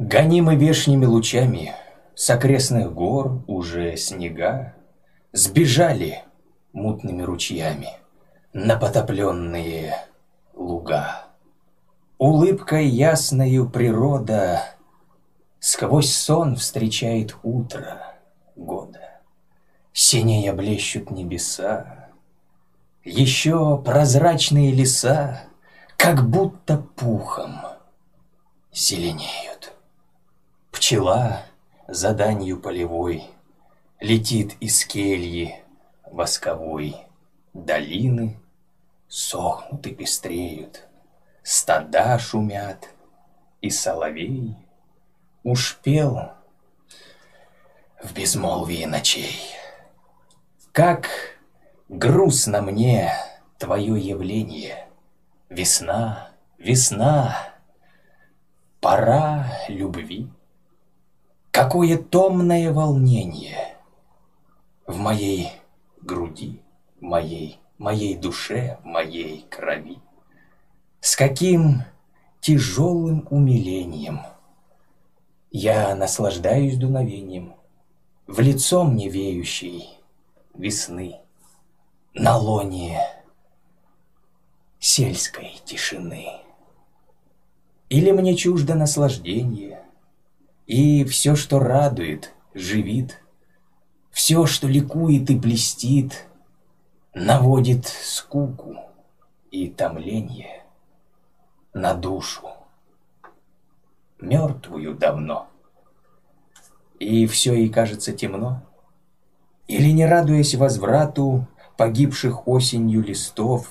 Гонимы вешними лучами, с окрестных гор уже снега сбежали мутными ручьями на потопленные луга. Улыбкой ясною природа сквозь сон встречает утро года. Синея блещут небеса, еще прозрачные леса, как будто пухом зеленеют. Пчела за данью полевой летит из кельи восковой. Долины сохнут и пестреют, стада шумят, и соловей уж пел в безмолвии ночей. Как грустно мне твое явление, весна, весна, пора любви. Какое томное волнение в моей груди, в моей душе, в моей крови. С каким тяжелым умилением я наслаждаюсь дуновением в лицо мне веющей весны на лоне сельской тишины. Или мне чуждо наслаждение, и все, что радует, живит, все, что ликует и блестит, наводит скуку и томление на душу, мертвую давно. И все ей кажется темно, или, не радуясь возврату погибших осенью листов,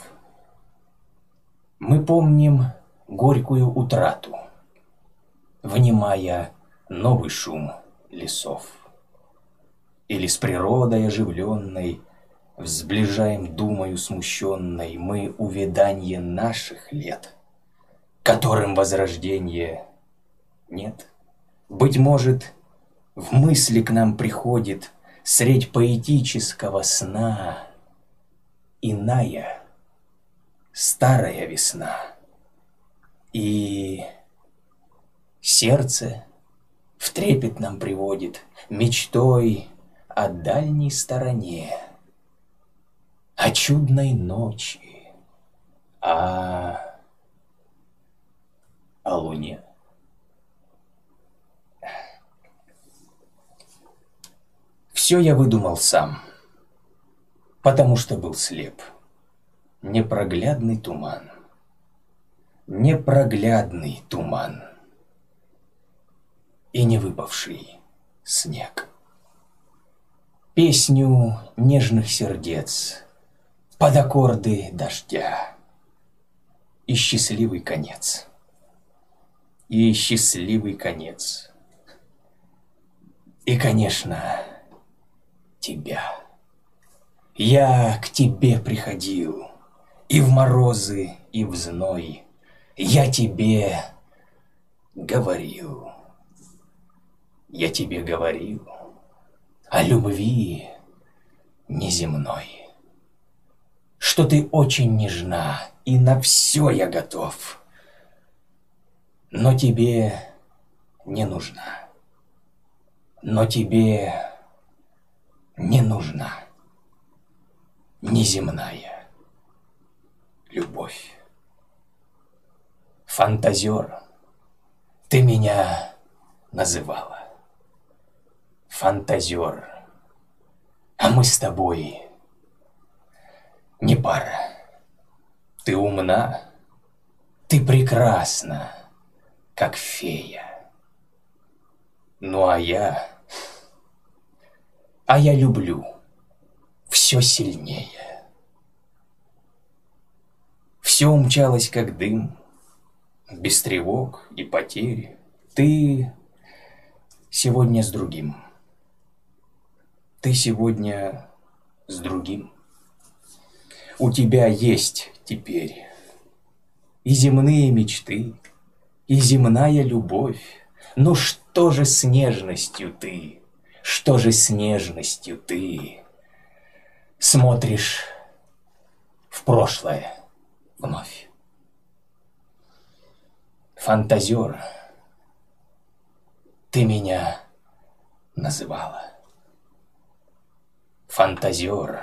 мы помним горькую утрату, внимая новый шум лесов. Или с природой оживленной взближаем думою смущенной мы увяданье наших лет, которым возрождения нет. Быть может, в мысли к нам приходит средь поэтического сна иная старая весна, и сердце в трепет нам приводит мечтой о дальней стороне, о чудной ночи, о луне. Все я выдумал сам, потому что был слеп. Непроглядный туман, непроглядный туман и не выпавший снег. Песню нежных сердец под аккорды дождя и счастливый конец. И счастливый конец. И, конечно, тебя. Я к тебе приходил и в морозы, и в зной. Я тебе говорил. Я тебе говорил о любви неземной, что ты очень нежна, и на все я готов, но тебе не нужна, но тебе не нужна неземная любовь. Фантазер, ты меня называла. Фантазер, а мы с тобой не пара. Ты умна, ты прекрасна, как фея. Ну а я люблю все сильнее. Все умчалось, как дым, без тревог и потерь. Ты сегодня с другим. Ты сегодня с другим. У тебя есть теперь и земные мечты, и земная любовь. Но что же с нежностью ты, что же с нежностью ты смотришь в прошлое вновь? Фантазер, ты меня называла. Фантазер.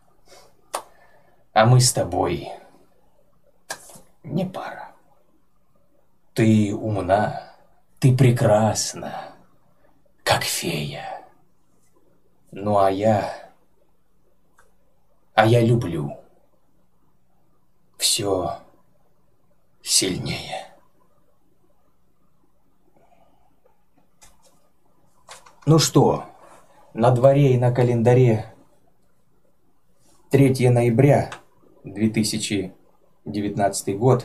А мы с тобой не пара. Ты умна, ты прекрасна, как фея. Ну а я люблю все сильнее. Ну что, на дворе и на календаре 3 ноября 2019 год,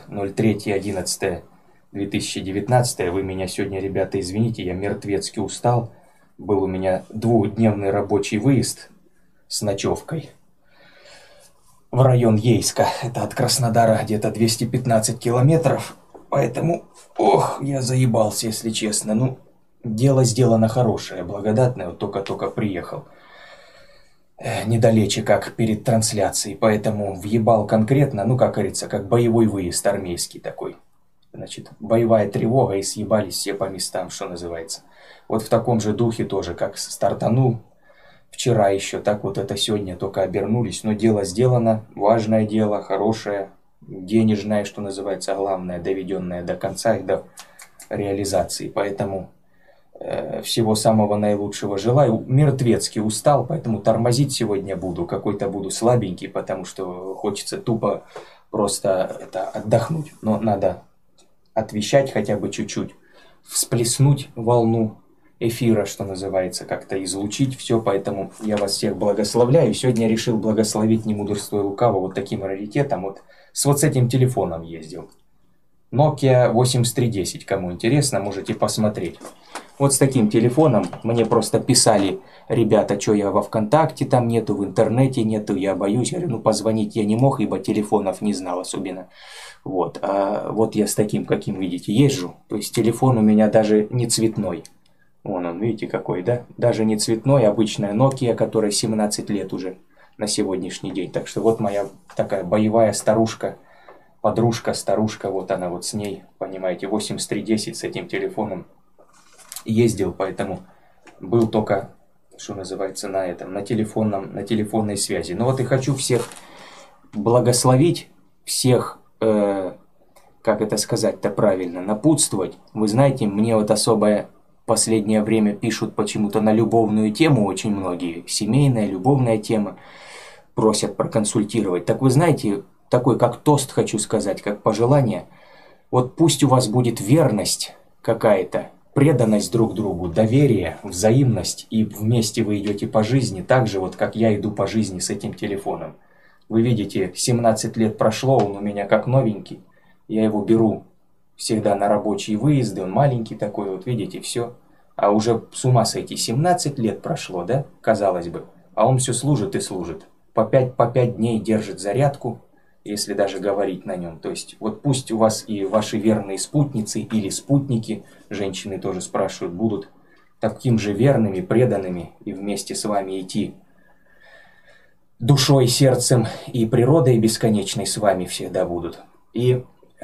03.11.2019. Вы меня сегодня, ребята, извините, я мертвецки устал. Был у меня двухдневный рабочий выезд с ночевкой в район Ейска. Это от Краснодара где-то 215 километров. Поэтому, я заебался, если честно. Ну, дело сделано хорошее, благодатное. Вот только-только приехал. Недалече, как перед трансляцией. Поэтому въебал конкретно, ну, как говорится, как боевой выезд армейский такой. Значит, боевая тревога, и съебались все по местам, что называется. Вот в таком же духе тоже, как стартанул вчера еще, так вот это сегодня только обернулись. Но дело сделано, важное дело, хорошее, денежное, что называется, главное, доведенное до конца и до реализации. Поэтому всего самого наилучшего желаю. Мертвецки устал, поэтому тормозить сегодня буду. Какой-то буду слабенький, потому что хочется тупо просто отдохнуть. Но надо отвечать хотя бы чуть-чуть, всплеснуть волну эфира, что называется, как-то излучить все, поэтому я вас всех благословляю. Сегодня решил благословить, не мудрствуя лукаво, вот таким раритетом, вот с этим телефоном ездил. Nokia 8310, кому интересно, можете посмотреть. Вот с таким телефоном мне просто писали ребята, что я во ВКонтакте там нету, в интернете нету, я боюсь. Я говорю, ну позвонить я не мог, ибо телефонов не знал особенно. Вот, а вот я с таким, каким видите, езжу. То есть телефон у меня даже не цветной. Вон он, видите какой, да? Даже не цветной, обычная Nokia, которой 17 лет уже на сегодняшний день. Так что вот моя такая боевая старушка, подружка, старушка, вот она вот с ней, понимаете, 8310 с этим телефоном ездил, поэтому был только, что называется, на телефонной связи. Но вот и хочу всех благословить, всех, как это сказать-то правильно, напутствовать. Вы знаете, мне вот особое последнее время пишут почему-то на любовную тему очень многие, семейная, любовная тема, просят проконсультировать. Так вы знаете, такой как тост хочу сказать, как пожелание. Вот пусть у вас будет верность какая-то, преданность друг другу, доверие, взаимность, и вместе вы идете по жизни, так же вот, как я иду по жизни с этим телефоном. Вы видите, 17 лет прошло, он у меня как новенький, я его беру всегда на рабочие выезды, он маленький такой, вот видите, все. А уже с ума сойти, 17 лет прошло, да, казалось бы, а он все служит и служит. По 5 дней держит зарядку, если даже говорить на нем. То есть вот пусть у вас и ваши верные спутницы или спутники, женщины тоже спрашивают, будут таким же верными, преданными и вместе с вами идти душой, сердцем и природой бесконечной с вами всегда будут. И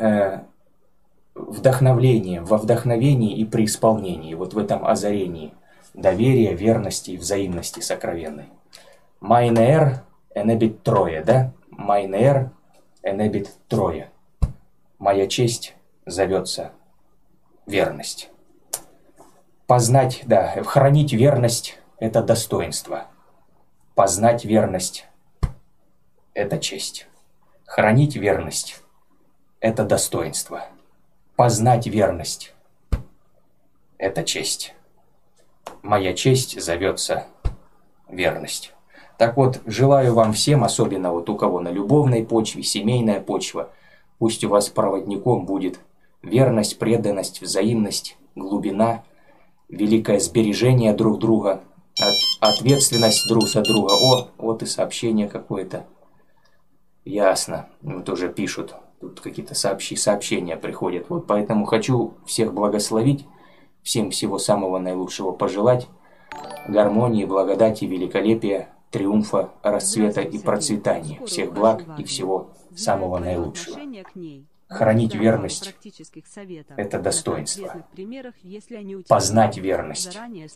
во вдохновении и при исполнении, вот в этом озарении доверия, верности и взаимности сокровенной. Майнер энебит трое, да? Майнер энебит трое. Моя честь зовется верность. Познать, да, хранить верность – это достоинство. Познать верность – это честь. Хранить верность – это достоинство. Познать верность – это честь. Моя честь зовется верность. Так вот, желаю вам всем, особенно вот у кого на любовной почве, семейная почва, пусть у вас проводником будет верность, преданность, взаимность, глубина, великое сбережение друг друга, ответственность друг за друга. Вот и сообщение какое-то. Ясно. Вот уже пишут. Тут какие-то сообщения приходят. Вот поэтому хочу всех благословить, всем всего самого наилучшего пожелать, гармонии, благодати, великолепия, триумфа, расцвета и процветания, всех благ и всего самого наилучшего. Хранить верность – это достоинство. Познать верность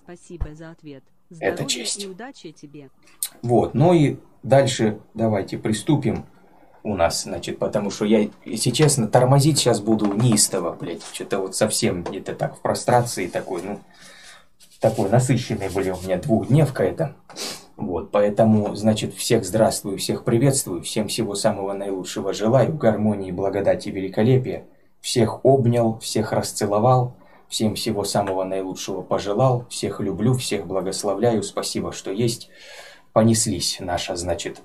– это честь. Вот, ну и дальше давайте приступим у нас, значит, потому что я, если честно, тормозить сейчас буду неистово, блядь, что-то вот совсем где-то так в прострации такой, ну, такой насыщенный, были у меня двухдневка это. Вот, поэтому, значит, всех здравствую, всех приветствую, всем всего самого наилучшего желаю, гармонии, благодати, великолепия. Всех обнял, всех расцеловал, всем всего самого наилучшего пожелал, всех люблю, всех благословляю, спасибо, что есть. Понеслись наша, значит,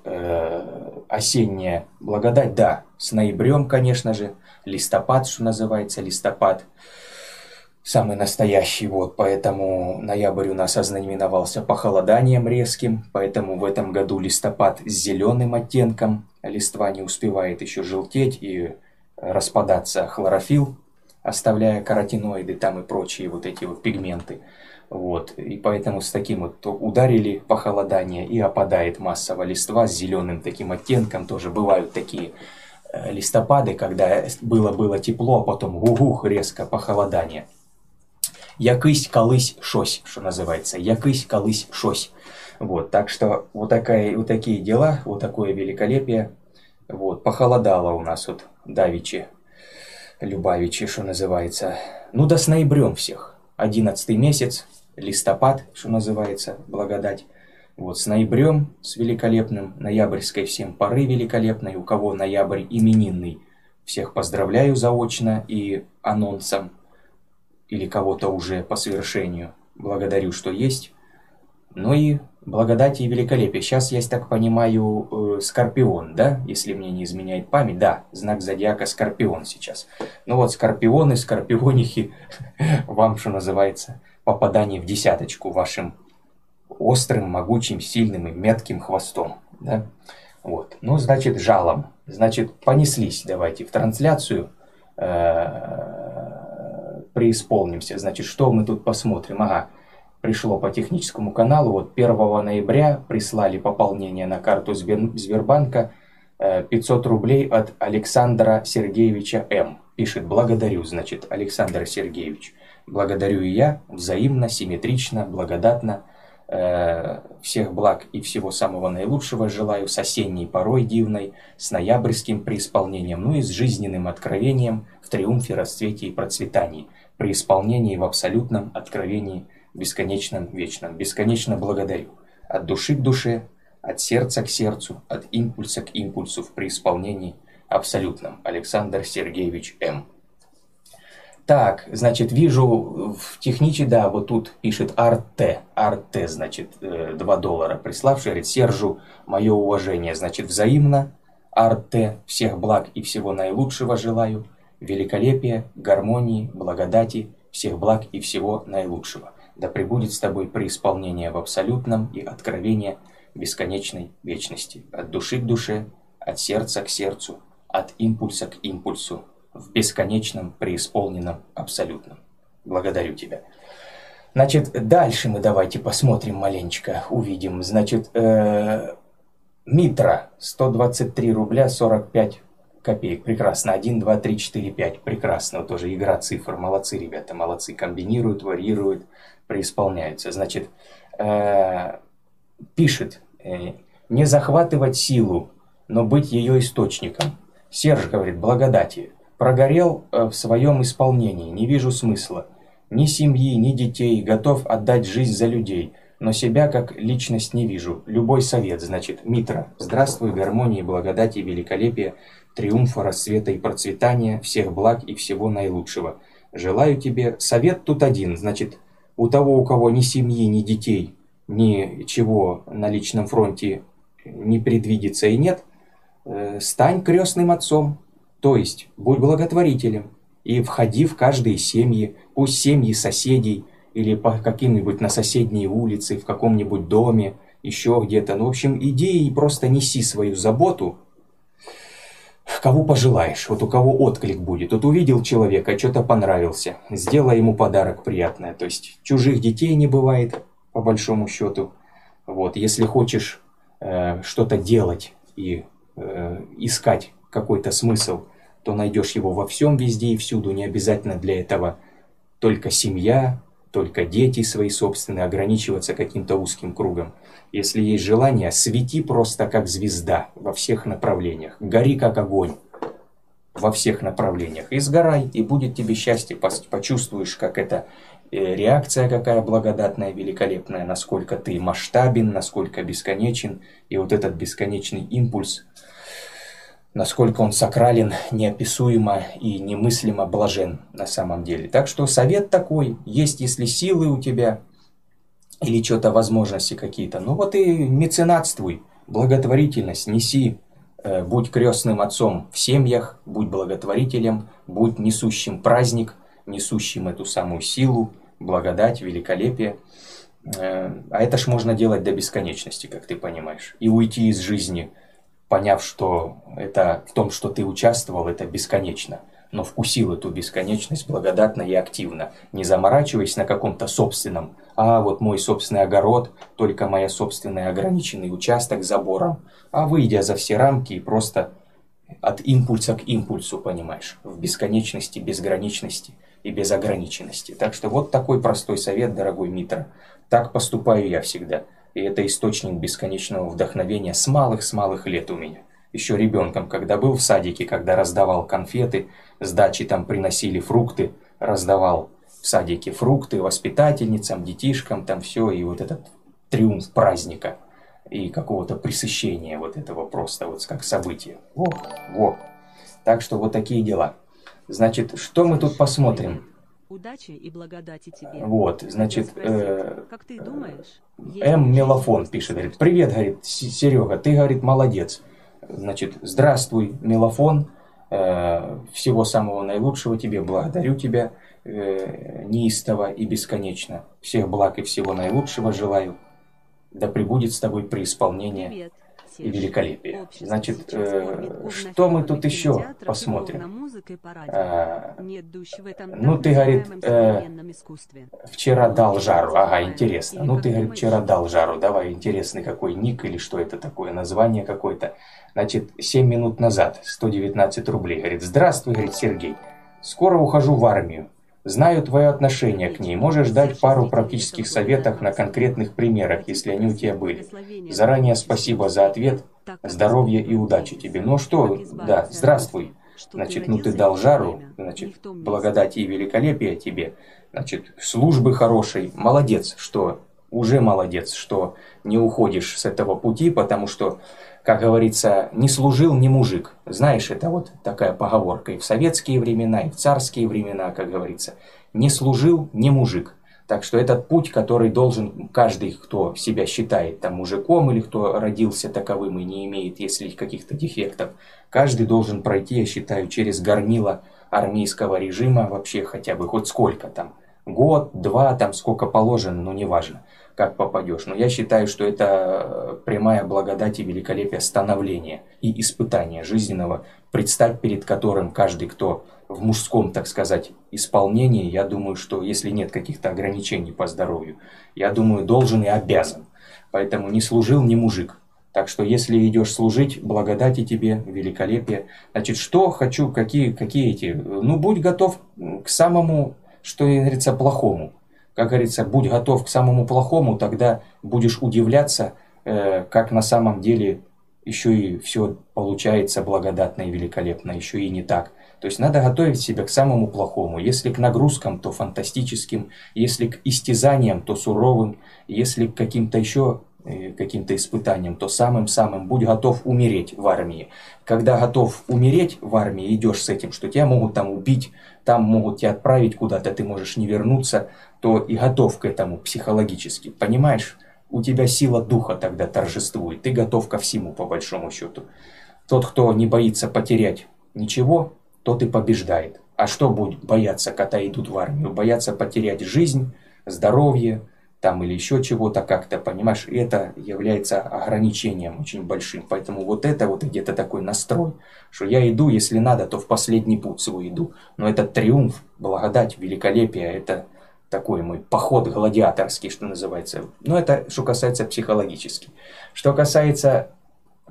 осенняя благодать, да, с ноябрем, конечно же, листопад, что называется, листопад. Самый настоящий, вот, поэтому ноябрь у нас ознаменовался похолоданием резким, поэтому в этом году листопад с зеленым оттенком, листва не успевает еще желтеть и распадаться хлорофилл, оставляя каротиноиды там и прочие вот эти вот пигменты, вот, и поэтому с таким вот ударили похолодание и опадает массово листва с зеленым таким оттенком, тоже бывают такие листопады, когда было тепло, а потом угух, резко похолодание. Якысь, колысь, шось, что называется. Якысь, колысь, шось. Вот, так что вот такие дела, вот такое великолепие. Вот, похолодало у нас вот давичи, любавичи, что называется. Ну да с ноябрем всех. 11 месяц, листопад, что называется, благодать. Вот с ноябрем, с великолепным, ноябрьской всем поры великолепной. У кого ноябрь именинный, всех поздравляю заочно и анонсом. Или кого-то уже по совершению. Благодарю, что есть. Ну и благодати и великолепие. Сейчас, я так понимаю, Скорпион, да? Если мне не изменяет память. Да, знак зодиака Скорпион сейчас. Ну вот, Скорпионы, Скорпионихи, вам, что называется, попадание в десяточку вашим острым, могучим, сильным и метким хвостом. Да? Вот. Ну, значит, жалом. Значит, понеслись. Давайте в трансляцию. Преисполнимся. Значит, что мы тут посмотрим? Ага, пришло по техническому каналу. Вот 1 ноября прислали пополнение на карту Сбербанка 500 рублей от Александра Сергеевича М. Пишет: благодарю, значит, Александр Сергеевич. Благодарю и я, взаимно, симметрично, благодатно. Всех благ и всего самого наилучшего желаю с осенней порой дивной, с ноябрьским преисполнением, ну и с жизненным откровением в триумфе, расцвете и процветании, при исполнении в абсолютном откровении, бесконечном, вечном. Бесконечно благодарю. От души к душе, от сердца к сердцу, от импульса к импульсу в преисполнении абсолютном. Александр Сергеевич М. Так, значит, вижу в техниче, да, вот тут пишет Арте, значит, $2 приславший, говорит: Сержу, мое уважение, значит, взаимно, Арте, всех благ и всего наилучшего желаю, великолепия, гармонии, благодати, всех благ и всего наилучшего. Да пребудет с тобой преисполнение в абсолютном и откровение бесконечной вечности, от души к душе, от сердца к сердцу, от импульса к импульсу, в бесконечном, преисполненном, абсолютном. Благодарю тебя. Значит, дальше мы давайте посмотрим маленечко, увидим. Значит, Митра, 123 рубля 45 копеек. Прекрасно. 1, 2, 3, 4, 5. Прекрасно. Вот тоже игра цифр. Молодцы, ребята, молодцы. Комбинируют, варьируют, преисполняются. Значит, пишет: не захватывать силу, но быть ее источником. Серж говорит: благодати. Прогорел в своем исполнении, не вижу смысла. Ни семьи, ни детей, готов отдать жизнь за людей, но себя как личность не вижу. Любой совет, значит, Митра. Здравствуй, гармонии, благодати, великолепия, триумфа, расцвета и процветания, всех благ и всего наилучшего. Желаю тебе. Совет тут один, значит, у того, у кого ни семьи, ни детей, ничего на личном фронте не предвидится и нет, стань крестным отцом. То есть, будь благотворителем и входи в каждые семьи, пусть семьи соседей или по каким-нибудь на соседней улице, в каком-нибудь доме, еще где-то. Ну, в общем, иди и просто неси свою заботу, кого пожелаешь, вот у кого отклик будет. Вот увидел человека, что-то понравился, сделай ему подарок приятный. То есть, чужих детей не бывает, по большому счету. Вот, если хочешь что-то делать и искать какой-то смысл то найдешь его во всем, везде и всюду. Не обязательно для этого только семья, только дети свои собственные, ограничиваться каким-то узким кругом. Если есть желание, свети просто как звезда во всех направлениях. Гори как огонь во всех направлениях. И сгорай, и будет тебе счастье. Почувствуешь, как это реакция какая благодатная, великолепная, насколько ты масштабен, насколько бесконечен. И вот этот бесконечный импульс, насколько он сакрален, неописуемо и немыслимо блажен на самом деле. Так что совет такой, есть если силы у тебя или что-то возможности какие-то, ну вот и меценатствуй, благотворительность неси, будь крестным отцом в семьях, будь благотворителем, будь несущим праздник, несущим эту самую силу, благодать, великолепие. А это ж можно делать до бесконечности, как ты понимаешь, и уйти из жизни, поняв, что это в том, что ты участвовал, это бесконечно, но вкусил эту бесконечность благодатно и активно, не заморачиваясь на каком-то собственном, вот мой собственный огород, только моя собственный ограниченный участок с забором, выйдя за все рамки и просто от импульса к импульсу, понимаешь, в бесконечности, безграничности и безограниченности. Так что вот такой простой совет, дорогой Митра. Так поступаю я всегда. И это источник бесконечного вдохновения с малых лет у меня. Еще ребенком, когда был в садике, когда раздавал конфеты, с дачи там приносили фрукты, раздавал в садике фрукты воспитательницам, детишкам, там все, и вот этот триумф праздника и какого-то пресыщения вот этого просто вот как события. Во. Так что вот такие дела. Значит, что мы тут посмотрим? Удачи и благодати тебе. Вот, значит, как ты думаешь? Мелофон пишет, говорит, привет, говорит, Серега, ты, говорит, молодец. Значит, здравствуй, Мелофон, всего самого наилучшего тебе, благодарю тебя неистово и бесконечно. Всех благ и всего наилучшего желаю. Да пребудет с тобой преисполнение и великолепие. Значит, что мы тут еще посмотрим? Ну, ты, говорит, вчера дал жару. Интересно. Ну, ты, говорит, вчера дал жару. Давай, интересный какой ник или что это такое, название какое-то. Значит, 7 минут назад, 119 рублей. Говорит, здравствуй, говорит, Сергей. Скоро ухожу в армию. Знаю твое отношение к ней. Можешь дать пару практических советов на конкретных примерах, если они у тебя были. Заранее спасибо за ответ. Здоровья и удачи тебе. Ну что, да, здравствуй. Значит, ну ты дал жару, значит, благодати и великолепия тебе. Значит, службы хорошей. Молодец, что уже молодец, что не уходишь с этого пути, потому что, как говорится, не служил ни мужик. Знаешь, это вот такая поговорка и в советские времена, и в царские времена, как говорится. Не служил ни мужик. Так что этот путь, который должен каждый, кто себя считает там мужиком или кто родился таковым и не имеет, если каких-то дефектов, каждый должен пройти, я считаю, через горнило армейского режима вообще хотя бы хоть сколько там. Год, два, там сколько положено, ну неважно, как попадешь. Но я считаю, что это прямая благодать и великолепие становления и испытания жизненного, предстать перед которым каждый, кто в мужском, так сказать, исполнении, я думаю, что если нет каких-то ограничений по здоровью, я думаю, должен и обязан. Поэтому не служил ни мужик. Так что если идешь служить, благодати тебе, великолепие. Значит, что хочу, какие эти? Ну, будь готов к самому, что говорится, плохому. Как говорится, будь готов к самому плохому, тогда будешь удивляться, как на самом деле еще и все получается благодатно и великолепно, еще и не так. То есть надо готовить себя к самому плохому. Если к нагрузкам, то фантастическим. Если к истязаниям, то суровым. Если к каким-то еще каким-то испытаниям, то самым-самым будь готов умереть в армии. Когда готов умереть в армии, идешь с этим, что тебя могут там убить, там могут тебя отправить куда-то, ты можешь не вернуться, то и готов к этому психологически. Понимаешь? У тебя сила духа тогда торжествует. Ты готов ко всему, по большому счету. Тот, кто не боится потерять ничего, тот и побеждает. А что будет бояться, когда идут в армию? Боятся потерять жизнь, здоровье, там или еще чего-то как-то, понимаешь? И это является ограничением очень большим. Поэтому вот это вот где-то такой настрой, что я иду, если надо, то в последний путь свой иду. Но этот триумф, благодать, великолепие, это такой мой поход гладиаторский, что называется. Но это что касается психологически. Что касается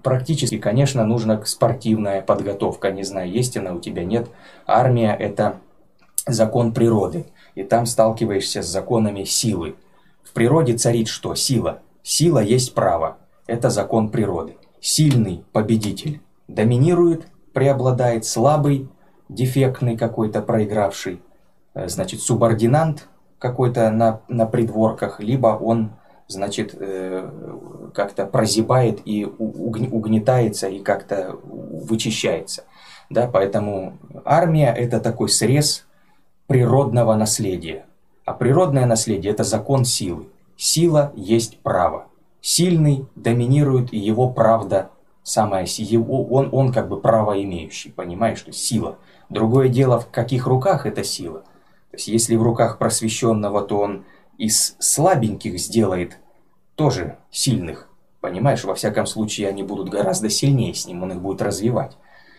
практически, конечно, нужна спортивная подготовка. Не знаю, есть она у тебя, нет. Армия – это закон природы. И там сталкиваешься с законами силы. В природе царит что? Сила. Сила есть право. Это закон природы. Сильный победитель доминирует, преобладает. Слабый, дефектный какой-то, проигравший, значит, субординант какой-то на придворках, либо он, значит, как-то прозябает и угнетается и как-то вычищается. Да, поэтому армия – это такой срез природного наследия. А природное наследие – это закон силы. Сила есть право. Сильный доминирует, и его правда самая сила. Он как бы право имеющий, понимаешь, что сила. Другое дело, в каких руках эта сила. То есть, если в руках просвещенного, то он из слабеньких сделает тоже сильных. Понимаешь, во всяком случае, они будут гораздо сильнее с ним, он их будет развивать.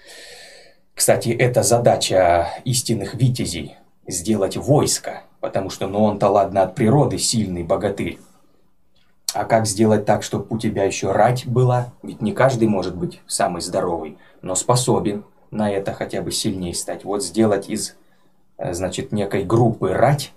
Кстати, это задача истинных витязей – сделать войско, потому что, ну, он-то, ладно, от природы сильный богатырь. А как сделать так, чтобы у тебя еще рать была? Ведь не каждый может быть самый здоровый, но способен на это хотя бы сильнее стать. Вот сделать из, значит, некой группы рать,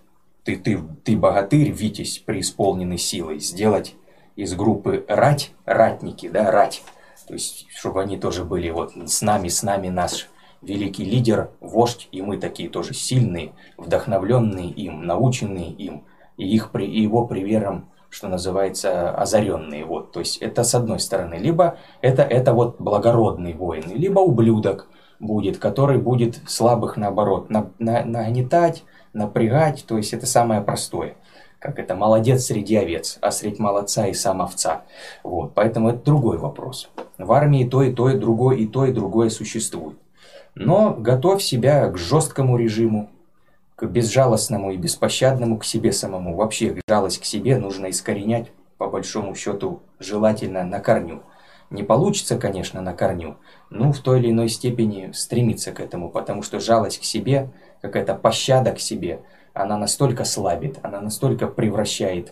ты богатырь, витязь, преисполненный силой, сделать из группы рать, ратники, да, рать, то есть, чтобы они тоже были вот с нами наш великий лидер, вождь, и мы такие тоже сильные, вдохновленные им, наученные им, и его примером, что называется, озаренные. Вот. То есть это с одной стороны. Либо это вот благородный воин, либо ублюдок будет, который будет слабых, наоборот, нагнетать, напрягать. То есть это самое простое. Как это молодец среди овец, а средь молодца и сам овца. Вот. Поэтому это другой вопрос. В армии то и другое, и то и другое существует. Но готовь себя к жесткому режиму, к безжалостному и беспощадному к себе самому. Вообще, жалость к себе нужно искоренять, по большому счету, желательно на корню. Не получится, конечно, на корню, но в той или иной степени стремиться к этому, потому что жалость к себе, какая-то пощада к себе, она настолько слабит, она настолько превращает,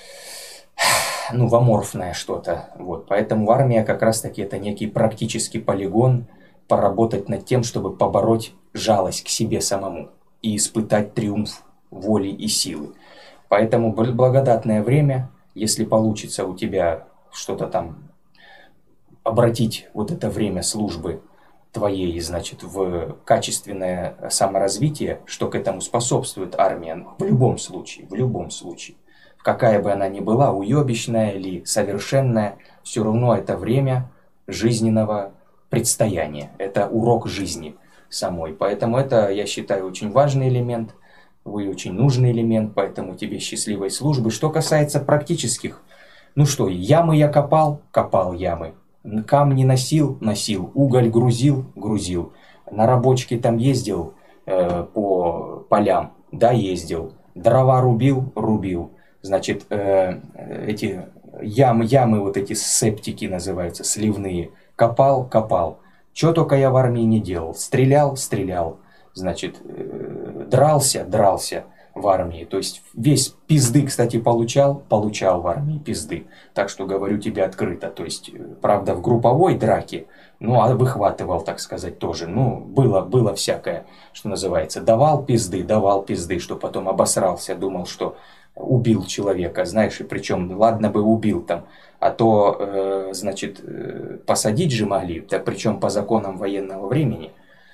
ну, в аморфное что-то. Вот. Поэтому армия как раз-таки это некий практический полигон, поработать над тем, чтобы побороть жалость к себе самому и испытать триумф воли и силы. Поэтому благодатное время, если получится у тебя что-то там обратить вот это время службы твоей, значит, в качественное саморазвитие, что к этому способствует армия, в любом случае, какая бы она ни была, уебищная или совершенная, все равно это время жизненного предстояния, это урок жизни самой. Поэтому это, я считаю, очень важный элемент, вы очень нужный элемент, поэтому тебе счастливой службы. Что касается практических, ну что, ямы я копал ямы, камни носил, уголь грузил, на рабочке там ездил по полям, да, ездил, дрова рубил, значит, эти ямы, вот эти септики называются, сливные, копал. Что только я в армии не делал. Стрелял, значит, дрался в армии. То есть весь пизды, кстати, получал в армии пизды. Так что говорю тебе открыто. То есть, правда, в групповой драке, ну, а выхватывал, так сказать, тоже. Ну, было всякое, что называется. Давал пизды, что потом обосрался, думал, что убил человека, знаешь, и причем, ладно бы убил там, а то, значит, посадить же могли, да, причем по законам военного времени,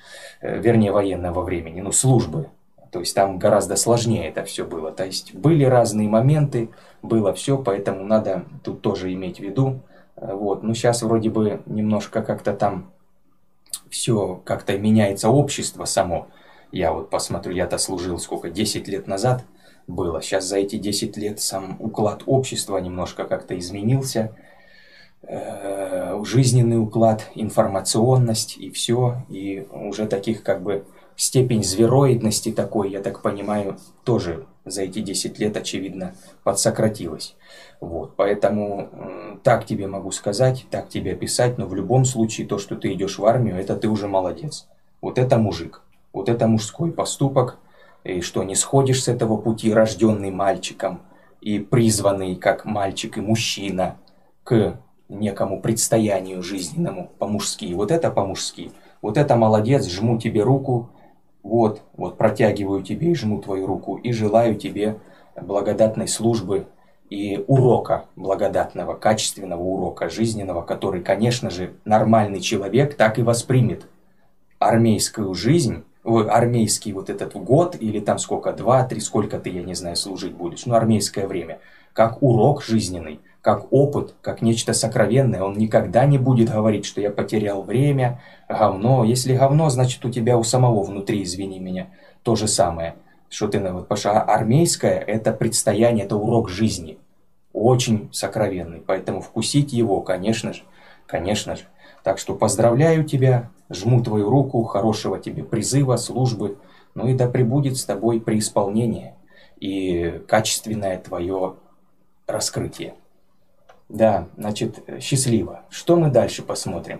ну, службы, то есть там гораздо сложнее это все было, то есть были разные моменты, было все, поэтому надо тут тоже иметь в виду, вот, ну, сейчас вроде бы немножко как-то там все как-то меняется общество само, я вот посмотрю, я-то служил сколько, 10 лет назад, было. Сейчас за эти 10 лет сам уклад общества немножко как-то изменился. Жизненный уклад, информационность и все. И уже таких как бы степень звероидности такой, я так понимаю, тоже за эти 10 лет, очевидно, подсократилась. Вот. Поэтому так тебе могу сказать, так тебе описать, но в любом случае то, что ты идешь в армию, это ты уже молодец. Вот это мужик, вот это мужской поступок. И что не сходишь с этого пути, рожденный мальчиком и призванный как мальчик и мужчина к некому предстоянию жизненному по-мужски. Вот это по-мужски. Вот это молодец, жму тебе руку, вот протягиваю тебе и жму твою руку, и желаю тебе благодатной службы и урока благодатного, качественного урока жизненного, который, конечно же, нормальный человек так и воспримет. Армейскую жизнь, армейский вот этот год, или там сколько, 2-3, сколько ты, я не знаю, служить будешь, ну, армейское время, как урок жизненный, как опыт, как нечто сокровенное. Он никогда не будет говорить, что я потерял время, говно. Если говно, значит у тебя у самого внутри, извини меня, то же самое. Что ты, вот, потому что армейское – это предстояние, это урок жизни. Очень сокровенный. Поэтому вкусить его, конечно же, конечно же. Так что поздравляю тебя, жму твою руку, хорошего тебе призыва, службы. Ну и да пребудет с тобой преисполнение и качественное твое раскрытие. Да, значит, счастливо. Что мы дальше посмотрим?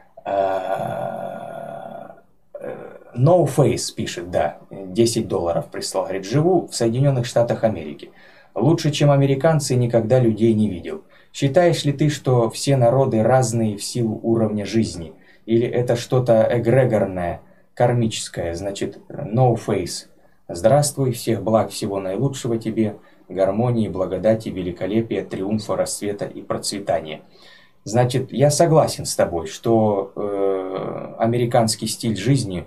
No Face пишет, да, $10 прислал. Говорит, живу в Соединенных Штатах Америки. Лучше, чем американцы, никогда людей не видел. Считаешь ли ты, что все народы разные в силу уровня жизни? Или это что-то эгрегорное, кармическое, значит, No Face. Здравствуй, всех благ, всего наилучшего тебе, гармонии, благодати, великолепия, триумфа, расцвета и процветания. Значит, я согласен с тобой, что американский стиль жизни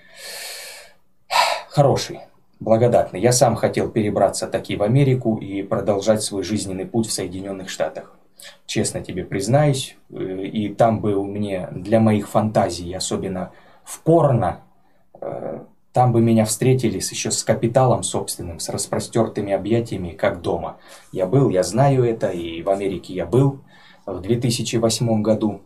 хороший, благодатный. Я сам хотел перебраться таки в Америку и продолжать свой жизненный путь в Соединенных Штатах. Честно тебе признаюсь, и там бы у меня, для моих фантазий, особенно в порно, там бы меня встретили еще с капиталом собственным, с распростертыми объятиями, как дома. Я был, я знаю это, и в Америке я был в 2008 году.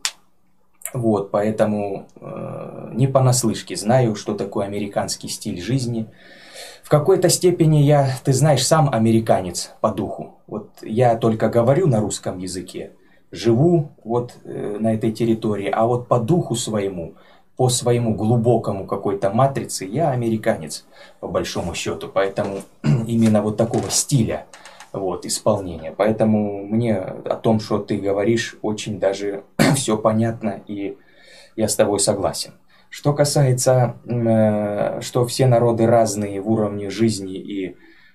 Вот, поэтому не понаслышке знаю, что такое американский стиль жизни. В какой-то степени я, ты знаешь, сам американец по духу. Вот я только говорю на русском языке, живу вот на этой территории, а вот по духу своему, по своему глубокому какой-то матрице, я американец, по большому счету. Поэтому именно вот такого стиля вот, исполнения. Поэтому мне о том, что ты говоришь, очень даже все понятно, и я с тобой согласен. Что касается, что все народы разные в уровне жизни и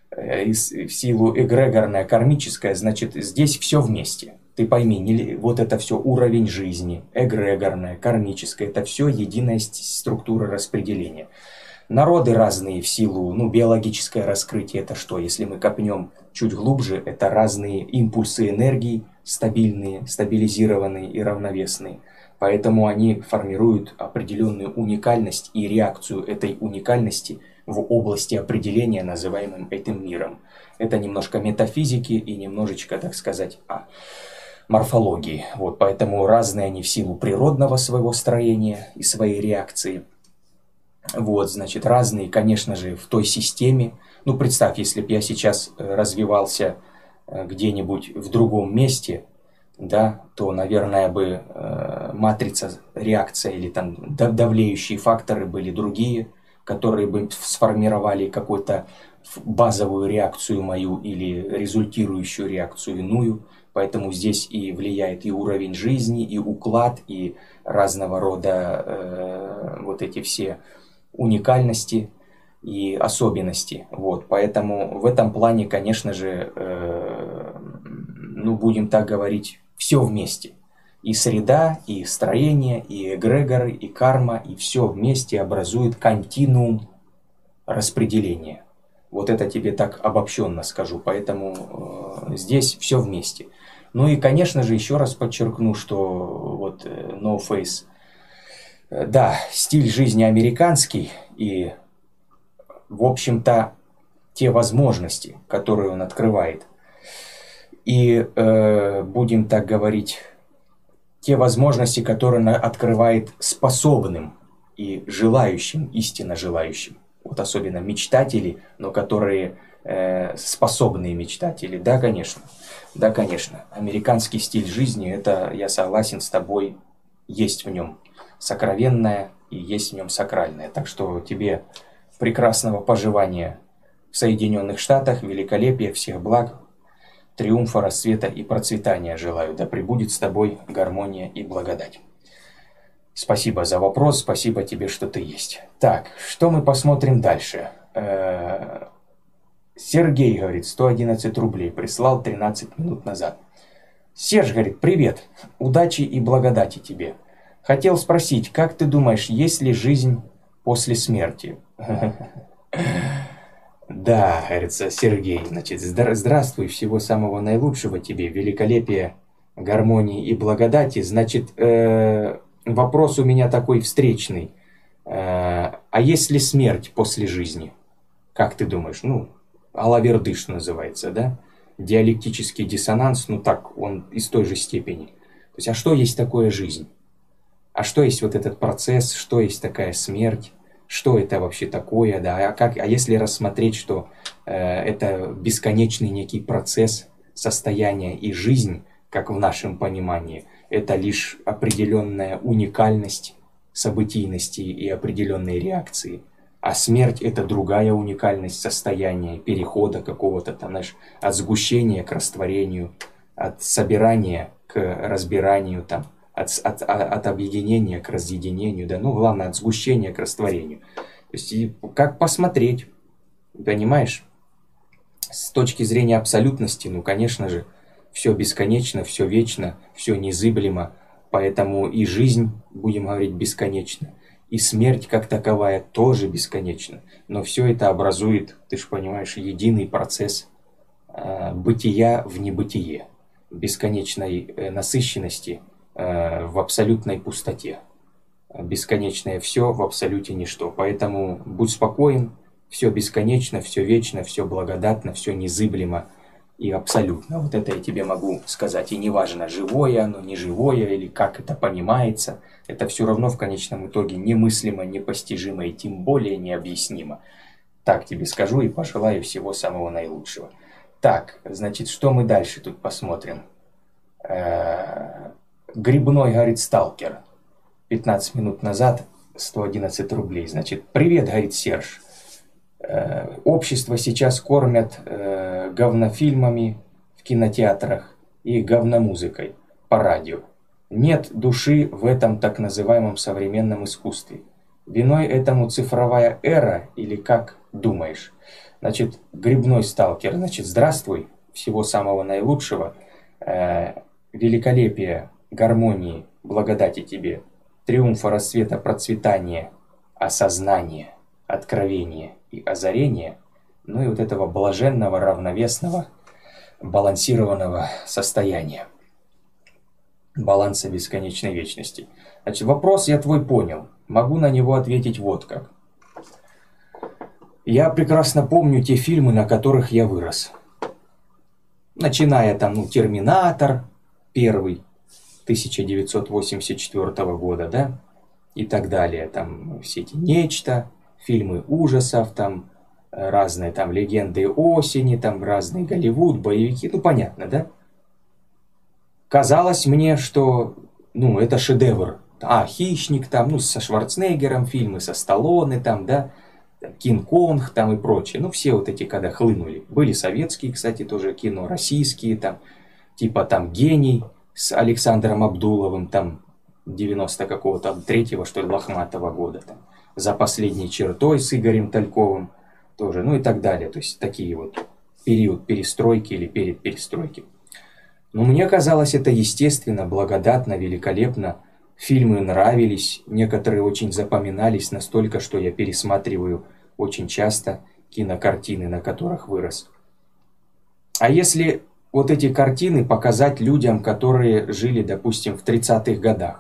в силу эгрегорное, кармическое, значит, здесь все вместе. Ты пойми, вот это все уровень жизни, эгрегорное, кармическое, это все единая структура распределения. Народы разные в силу, биологическое раскрытие, это что? Если мы копнем чуть глубже, это разные импульсы энергии, стабильные, стабилизированные и равновесные. Поэтому они формируют определенную уникальность и реакцию этой уникальности в области определения, называемым этим миром. Это немножко метафизики и немножечко, так сказать, морфологии. Вот, поэтому разные они в силу природного своего строения и своей реакции. Вот, значит, разные, конечно же, в той системе. Представь, если бы я сейчас развивался где-нибудь в другом месте, да, то, наверное, бы матрица, реакция или там давлеющие факторы были другие, которые бы сформировали какую-то базовую реакцию мою или результирующую реакцию иную. Поэтому здесь и влияет и уровень жизни, и уклад, и разного рода вот эти все уникальности и особенности. Вот. Поэтому в этом плане, конечно же, будем так говорить, все вместе. И среда, и строение, и эгрегоры, и карма, и все вместе образует континуум распределения. Вот это тебе так обобщенно скажу. Поэтому здесь все вместе. И, конечно же, еще раз подчеркну, что вот No Face, да, стиль жизни американский, и, в общем-то, те возможности, которые он открывает, и, будем так говорить, те возможности, которые он открывает способным и желающим, истинно желающим. Вот особенно мечтатели, но которые способные мечтатели. Да, конечно. Да, конечно. Американский стиль жизни, это, я согласен с тобой, есть в нем сокровенное и есть в нем сакральное. Так что тебе прекрасного поживания в Соединенных Штатах, великолепия, всех благ. триумфа, расцвета и процветания желаю. Да пребудет с тобой гармония и благодать. Спасибо за вопрос, спасибо тебе, что ты есть. Так, что мы посмотрим дальше? Сергей, говорит, 111 рублей прислал 13 минут назад. Серж, говорит, привет, удачи и благодати тебе. Хотел спросить, как ты думаешь, есть ли жизнь после смерти? Да, говорится, Сергей, значит, здравствуй, всего самого наилучшего тебе, великолепия, гармонии и благодати. Значит, вопрос у меня такой встречный. А есть ли смерть после жизни? Как ты думаешь? Ну, алаверды, что называется, да? Диалектический диссонанс, ну так, он из той же степени. То есть, а что есть такое жизнь? А что есть вот этот процесс? Что есть такая смерть? Что это вообще такое, да? А если рассмотреть, что это бесконечный некий процесс, состояние и жизнь, как в нашем понимании, это лишь определенная уникальность событийности и определенной реакции. А смерть – это другая уникальность состояния, перехода какого-то там, знаешь, от сгущения к растворению, от собирания к разбиранию, там, от объединения к разъединению, да, ну, главное, от сгущения к растворению. То есть, как посмотреть, понимаешь, с точки зрения абсолютности, ну, конечно же, все бесконечно, все вечно, все незыблемо, поэтому и жизнь, будем говорить, бесконечна. И смерть как таковая тоже бесконечна. Но все это образует, ты же понимаешь, единый процесс бытия в небытие, бесконечной насыщенности в абсолютной пустоте. Бесконечное все в абсолюте ничто. Поэтому будь спокоен, все бесконечно, все вечно, все благодатно, все незыблемо и абсолютно. Вот это я тебе могу сказать. И неважно, живое оно, не живое, или как это понимается, это все равно в конечном итоге немыслимо, непостижимо и тем более необъяснимо. Так тебе скажу и пожелаю всего самого наилучшего. Так, значит, что мы дальше тут посмотрим? Грибной, говорит, сталкер. 15 минут назад 111 рублей. Значит, привет, говорит Серж. Общество сейчас кормят говнофильмами в кинотеатрах и говномузыкой по радио. Нет души в этом так называемом современном искусстве. Виной этому цифровая эра или как думаешь? Значит, грибной сталкер, значит, здравствуй, всего самого наилучшего, великолепия, гармонии, благодати тебе, триумфа, расцвета, процветания, осознания, откровения и озарения, ну и вот этого блаженного, равновесного, балансированного состояния, баланса бесконечной вечности. Значит, вопрос я твой понял, могу на него ответить вот как. Я прекрасно помню те фильмы, на которых я вырос. Начиная там, ну, «Терминатор» первый, 1984 года, да, и так далее, там все эти «Нечто», фильмы ужасов, там разные там «Легенды осени», там разные Голливуд, боевики, ну понятно, да? Казалось мне, что, ну, это шедевр. «Хищник», там, ну, со Шварценеггером фильмы, со Сталлоне, там, да, «Кинг-Конг», там и прочее. Ну, все вот эти, когда хлынули. Были советские, кстати, тоже кино, российские, там, типа там «Гений» с Александром Абдуловым, там, 90 какого-то, 3-го, что ли, Лохматого года, там, «За последней чертой» с Игорем Тальковым тоже, ну и так далее. То есть такие вот период перестройки или перед перестройки. Но мне казалось это естественно, благодатно, великолепно. Фильмы нравились, некоторые очень запоминались настолько, что я пересматриваю очень часто кинокартины, на которых вырос. А если вот эти картины показать людям, которые жили, допустим, в 30-х годах,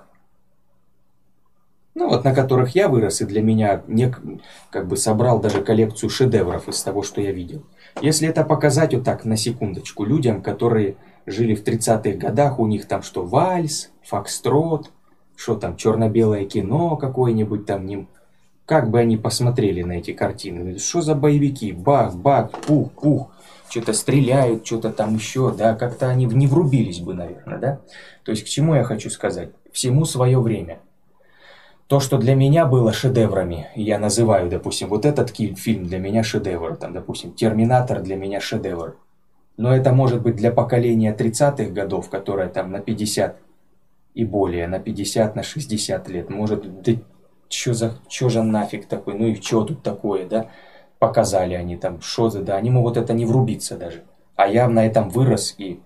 ну вот на которых я вырос, и для меня как бы собрал даже коллекцию шедевров из того, что я видел. Если это показать вот так на секундочку людям, которые жили в 30-х годах, у них там что, вальс, фокстрот, что там, черно-белое кино какое-нибудь там, как бы они посмотрели на эти картины, что за боевики, бах-бах, пух-пух, что-то стреляют, что-то там еще, да, как-то они не врубились бы, наверное, да. То есть к чему я хочу сказать? Всему свое время. То, что для меня было шедеврами, я называю, допустим, вот этот фильм для меня шедевр, там, допустим, «Терминатор» для меня шедевр. Но это может быть для поколения 30-х годов, которое там на 50 и более, на 50, на 60 лет. Может, да чё же нафиг такой, ну и чё тут такое, да? Показали они там, что за, да, они могут это не врубиться даже. А я на этом вырос и...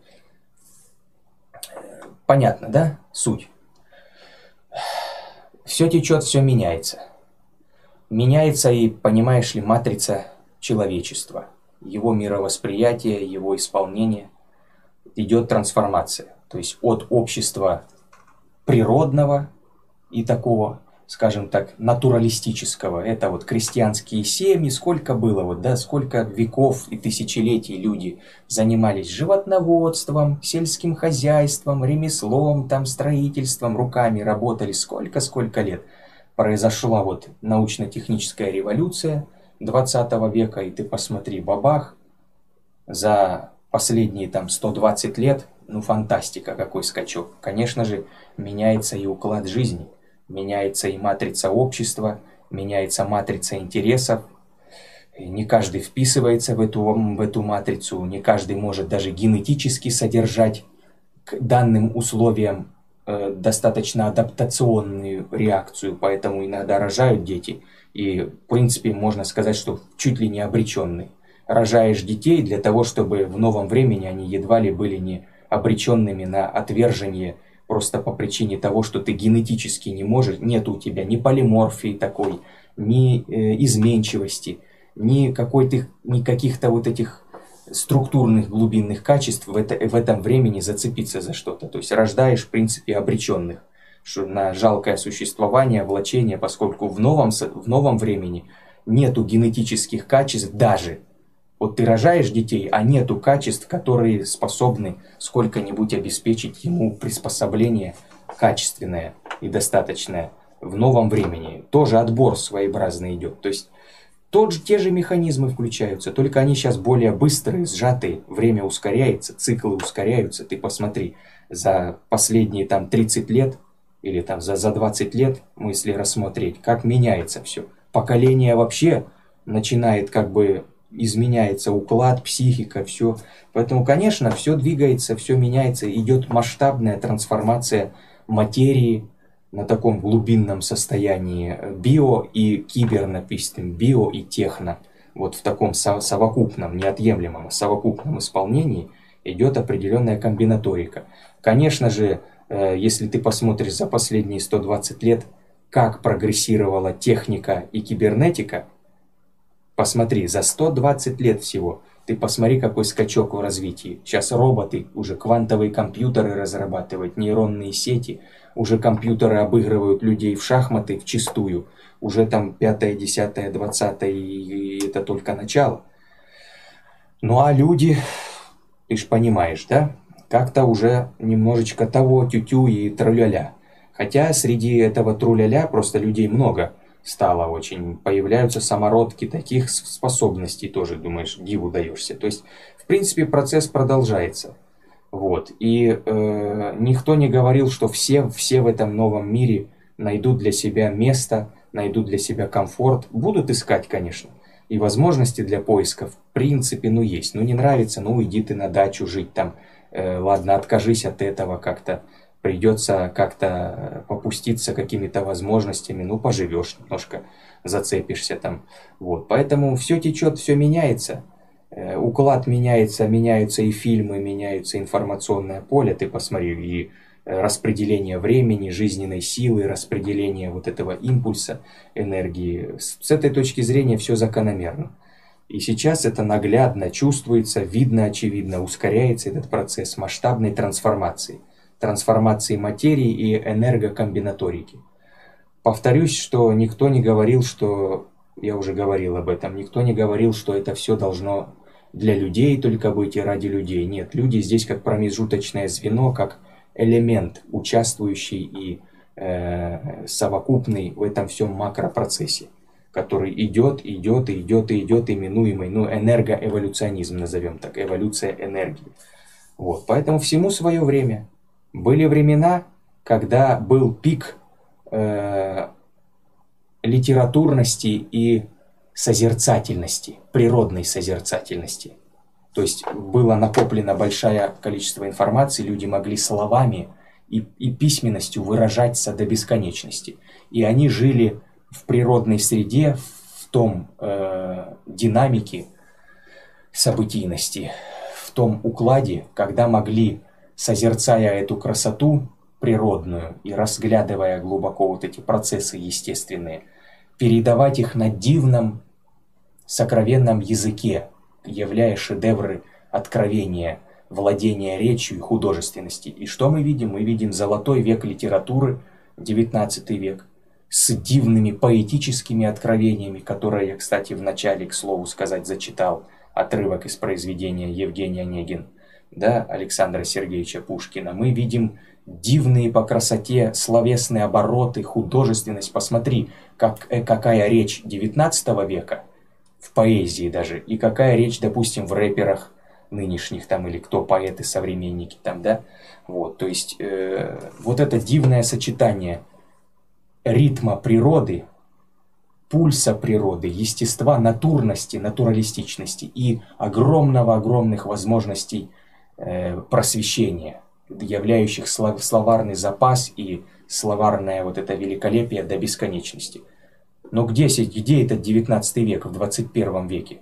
Понятно, да, суть? Все течет, все меняется. Меняется и, понимаешь ли, матрица человечества. Его мировосприятие, его исполнение. Идет трансформация. То есть от общества природного и такого, скажем так, натуралистического. Это вот крестьянские семьи, сколько было, вот, да, сколько веков и тысячелетий люди занимались животноводством, сельским хозяйством, ремеслом, там, строительством, руками работали, сколько лет. Произошла вот научно-техническая революция 20 века, и ты посмотри, бабах, за последние там 120 лет, ну фантастика, какой скачок. Конечно же, меняется и уклад жизни, меняется и матрица общества, меняется матрица интересов. И не каждый вписывается в эту матрицу, не каждый может даже генетически содержать к данным условиям достаточно адаптационную реакцию, поэтому иногда рожают дети, и в принципе можно сказать, что чуть ли не обреченные. Рожаешь детей для того, чтобы в новом времени они едва ли были не обреченными на отвержение просто по причине того, что ты генетически не можешь, нет у тебя ни полиморфии такой, ни изменчивости, ни каких-то вот этих структурных глубинных качеств в этом времени зацепиться за что-то. То есть рождаешь, в принципе, обреченных на жалкое существование, влачение, поскольку в новом времени нету генетических качеств даже. Вот ты рожаешь детей, а нету качеств, которые способны сколько-нибудь обеспечить ему приспособление качественное и достаточное в новом времени. Тоже отбор своеобразный идет. То есть те же механизмы включаются, только они сейчас более быстрые, сжатые, время ускоряется, циклы ускоряются. Ты посмотри, за последние там 30 лет или там за 20 лет, мы если рассмотреть, как меняется все. Поколение вообще начинает как бы изменяется уклад, психика, все. Поэтому, конечно, все двигается, все меняется, идет масштабная трансформация материи, на таком глубинном состоянии био и кибер, написано, био и техно. Вот в таком совокупном, неотъемлемом, совокупном исполнении идет определенная комбинаторика. Конечно же, если ты посмотришь за последние 120 лет, как прогрессировала техника и кибернетика, посмотри, за 120 лет всего, ты посмотри, какой скачок в развитии. Сейчас роботы, уже квантовые компьютеры разрабатывают, нейронные сети, уже компьютеры обыгрывают людей в шахматы вчистую. Уже там 5, 10, 20 и это только начало. Ну а люди, ты ж понимаешь, да? Как-то уже немножечко того тю-тю и тру-ля-ля. Хотя среди этого тру-ля-ля просто людей много стало очень. Появляются самородки таких способностей тоже, думаешь, диву даешься. То есть, в принципе, процесс продолжается. Вот. И никто не говорил, что все в этом новом мире найдут для себя место, найдут для себя комфорт. Будут искать, конечно. И возможности для поиска, в принципе, ну есть. Ну не нравится, ну уйди ты на дачу жить там. Ладно, откажись от этого как-то. Придется как-то попуститься какими-то возможностями. Ну поживешь немножко, зацепишься там. Вот. Поэтому все течет, все меняется. Уклад меняется, меняются и фильмы, меняются информационное поле, ты посмотри, и распределение времени, жизненной силы, распределение вот этого импульса, энергии. С этой точки зрения все закономерно. И сейчас это наглядно чувствуется, видно, очевидно, ускоряется этот процесс масштабной трансформации. Трансформации материи и энергокомбинаторики. Повторюсь, что никто не говорил, что... Я уже говорил об этом. Никто не говорил, что это все должно для людей только быть и ради людей. Нет, люди здесь как промежуточное звено, как элемент, участвующий и совокупный в этом всем макропроцессе, который идет, именуемый, ну, энергоэволюционизм, назовем так, эволюция энергии. Вот, поэтому всему свое время. Были времена, когда был пик литературности и созерцательности, природной созерцательности. То есть было накоплено большое количество информации, люди могли словами и письменностью выражаться до бесконечности. И они жили в природной среде, в том динамике событийности, в том укладе, когда могли, созерцая эту красоту природную и разглядывая глубоко вот эти процессы естественные, передавать их на дивном, сокровенном языке, являя шедевры откровения, владения речью и художественности. И что мы видим? Мы видим золотой век литературы, XIX век, с дивными поэтическими откровениями, которые я, кстати, в начале, к слову сказать, зачитал отрывок из произведения Евгений Онегин, да, Александра Сергеевича Пушкина. Мы видим дивные по красоте словесные обороты, художественность. Посмотри, какая речь XIX века, в поэзии даже, и какая речь, допустим, в рэперах нынешних там, или кто поэты, современники там, да, вот, то есть вот это дивное сочетание ритма природы, пульса природы, естества, натурности, натуралистичности и огромных возможностей просвещения, являющих словарный запас и словарное вот это великолепие до бесконечности. Но где этот 19 век в 21 веке?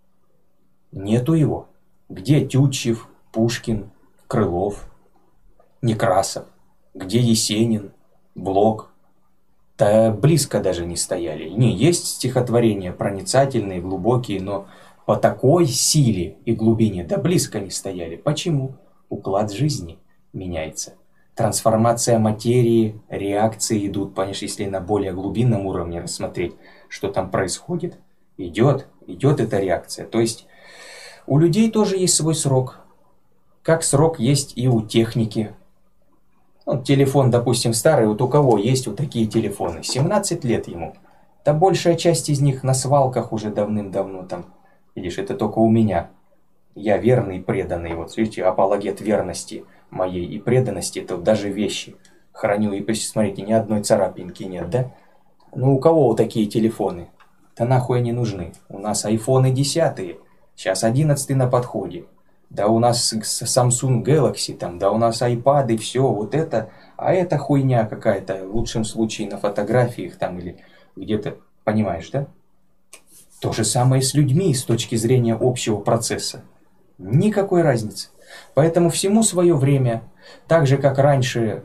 Нету его. Где Тютчев, Пушкин, Крылов, Некрасов? Где Есенин, Блок? Да близко даже не стояли. Не, есть стихотворения проницательные, глубокие, но по такой силе и глубине да близко не стояли. Почему? Уклад жизни меняется. Трансформация материи, реакции идут, понимаешь, если на более глубинном уровне рассмотреть, что там происходит, идет эта реакция. То есть у людей тоже есть свой срок, как срок есть и у техники. Вот телефон, допустим, старый, вот у кого есть вот такие телефоны, 17 лет ему, да большая часть из них на свалках уже давным-давно там, видишь, это только у меня. Я верный и преданный, вот видите, апологет верности моей и преданности, это вот даже вещи храню, и смотрите, ни одной царапинки нет, да? Ну у кого вот такие телефоны? Да нахуй они нужны. У нас айфоны 10, сейчас 11 на подходе. Да у нас Samsung Galaxy, там, да у нас iPad и все, вот это, а это хуйня какая-то, в лучшем случае на фотографиях там или где-то, понимаешь, да? То же самое с людьми с точки зрения общего процесса. Никакой разницы. Поэтому всему свое время, так же как раньше,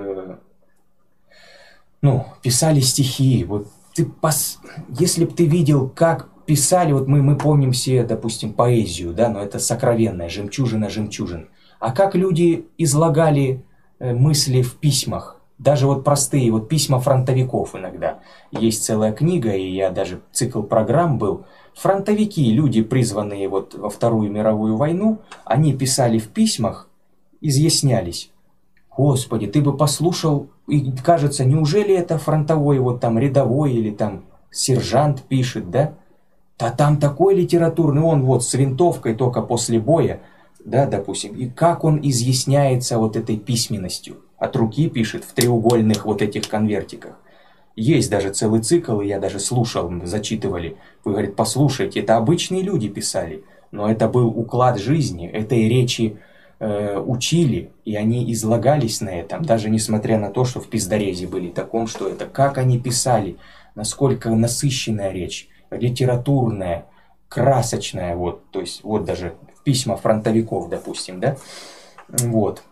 писали стихи. Вот если бы ты видел, как писали, вот мы помним все, допустим, поэзию, да, но это сокровенная, жемчужина жемчужин. А как люди излагали мысли в письмах, даже вот простые, вот письма фронтовиков иногда. Есть целая книга, и я даже цикл программ был. Фронтовики, люди, призванные вот во Вторую мировую войну, они писали в письмах, изъяснялись. Господи, ты бы послушал, и кажется, неужели это фронтовой, вот там рядовой или там сержант пишет, да? Да там такой литературный, он вот с винтовкой только после боя, да, допустим, и как он изъясняется вот этой письменностью. От руки пишет в треугольных вот этих конвертиках. Есть даже целый цикл, и я даже слушал, зачитывали. Вы, говорит, послушайте, это обычные люди писали, но это был уклад жизни, этой речи учили, и они излагались на этом, даже несмотря на то, что в пиздорезе были таком, что это, как они писали, насколько насыщенная речь, литературная, красочная, вот, то есть вот даже письма фронтовиков, допустим, да, вот,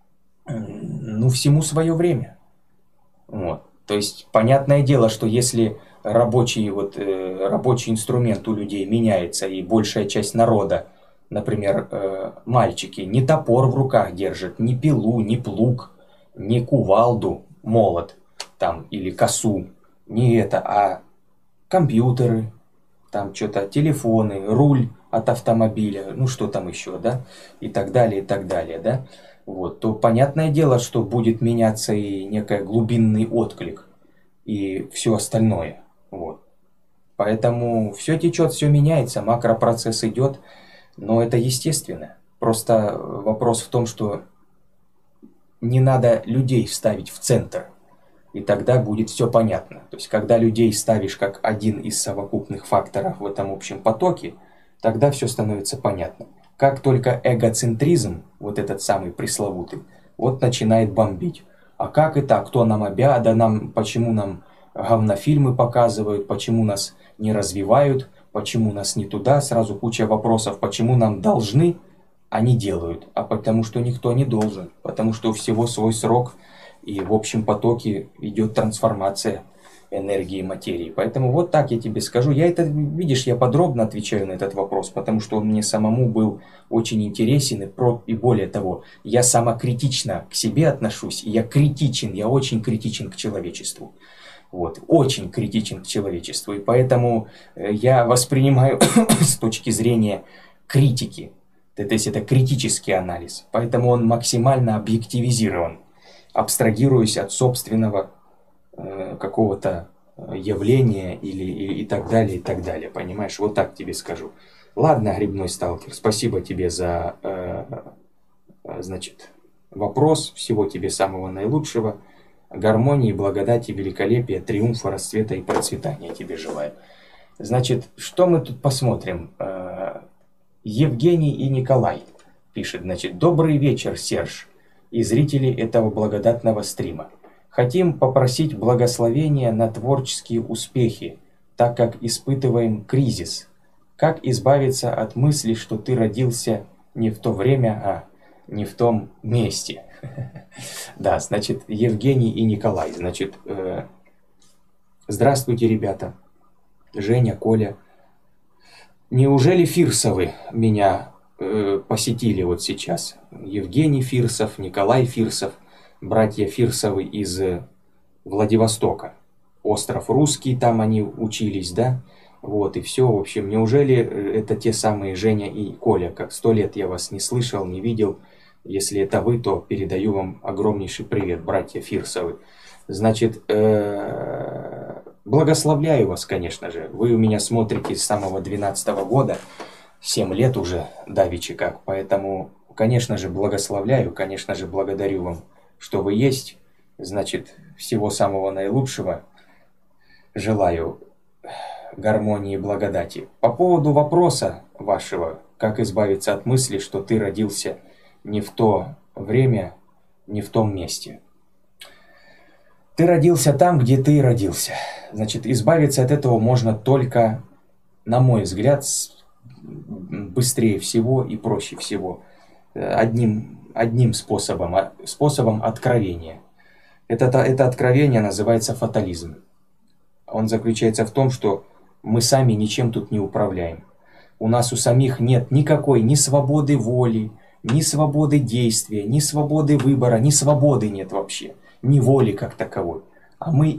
ну, всему свое время, вот, то есть понятное дело, что если рабочий инструмент у людей меняется, и большая часть народа, например, мальчики, не топор в руках держат, не пилу, не плуг, не кувалду, молот там, или косу, не это, а компьютеры, там что-то, телефоны, руль от автомобиля, ну что там еще, да, и так далее, да, вот, то понятное дело, что будет меняться и некий глубинный отклик, и все остальное, вот. Поэтому все течет, все меняется, макропроцесс идет, но это естественно. Просто вопрос в том, что не надо людей ставить в центр, и тогда будет все понятно. То есть, когда людей ставишь как один из совокупных факторов в этом общем потоке, тогда все становится понятно. Как только эгоцентризм, вот этот самый пресловутый, вот начинает бомбить. А как это? Кто нам обязан? Почему нам говнофильмы показывают? Почему нас не развивают? Почему нас не туда? Сразу куча вопросов. Почему нам должны, а не делают? А потому что никто не должен. Потому что у всего свой срок. И в общем потоке идет трансформация энергии и материи. Поэтому вот так я тебе скажу. Видишь, я подробно отвечаю на этот вопрос, потому что он мне самому был очень интересен. И более того, я самокритично к себе отношусь. И я очень критичен к человечеству. Вот, очень критичен к человечеству. И поэтому я воспринимаю с точки зрения критики. То есть это критический анализ. Поэтому он максимально объективизирован. Абстрагируясь от собственного какого-то явления и так далее, и так далее. Понимаешь? Вот так тебе скажу. Ладно, грибной сталкер, спасибо тебе за вопрос. Всего тебе самого наилучшего. Гармонии, благодати, великолепия, триумфа, расцвета и процветания тебе желаю. Значит, что мы тут посмотрим? Евгений и Николай пишет. Значит, добрый вечер, Серж и зрители этого благодатного стрима. Хотим попросить благословения на творческие успехи, так как испытываем кризис. Как избавиться от мысли, что ты родился не в то время, а не в том месте? Да, значит, Евгений и Николай. Значит, здравствуйте, ребята. Женя, Коля. Неужели Фирсовы меня посетили вот сейчас? Евгений Фирсов, Николай Фирсов, братья Фирсовы из Владивостока. Остров Русский, там они учились, да? Вот, и все, в общем, неужели это те самые Женя и Коля? Как 100 лет я вас не слышал, не видел. Если это вы, то передаю вам огромнейший привет, братья Фирсовы. Значит, благословляю вас, конечно же. Вы у меня смотрите с самого 12-го года. 7 лет уже давеча как. Поэтому, конечно же, благословляю, конечно же, благодарю вам, что вы есть. Значит, всего самого наилучшего. Желаю гармонии и благодати. По поводу вопроса вашего, как избавиться от мысли, что ты родился не в то время, не в том месте. Ты родился там, где ты родился. Значит, избавиться от этого можно только, на мой взгляд, быстрее всего и проще всего. Одним способом, способом откровения. Это откровение называется фатализм. Он заключается в том, что мы сами ничем тут не управляем. У нас у самих нет никакой ни свободы воли, ни свободы действия, ни свободы выбора, ни свободы нет вообще, ни воли как таковой. А мы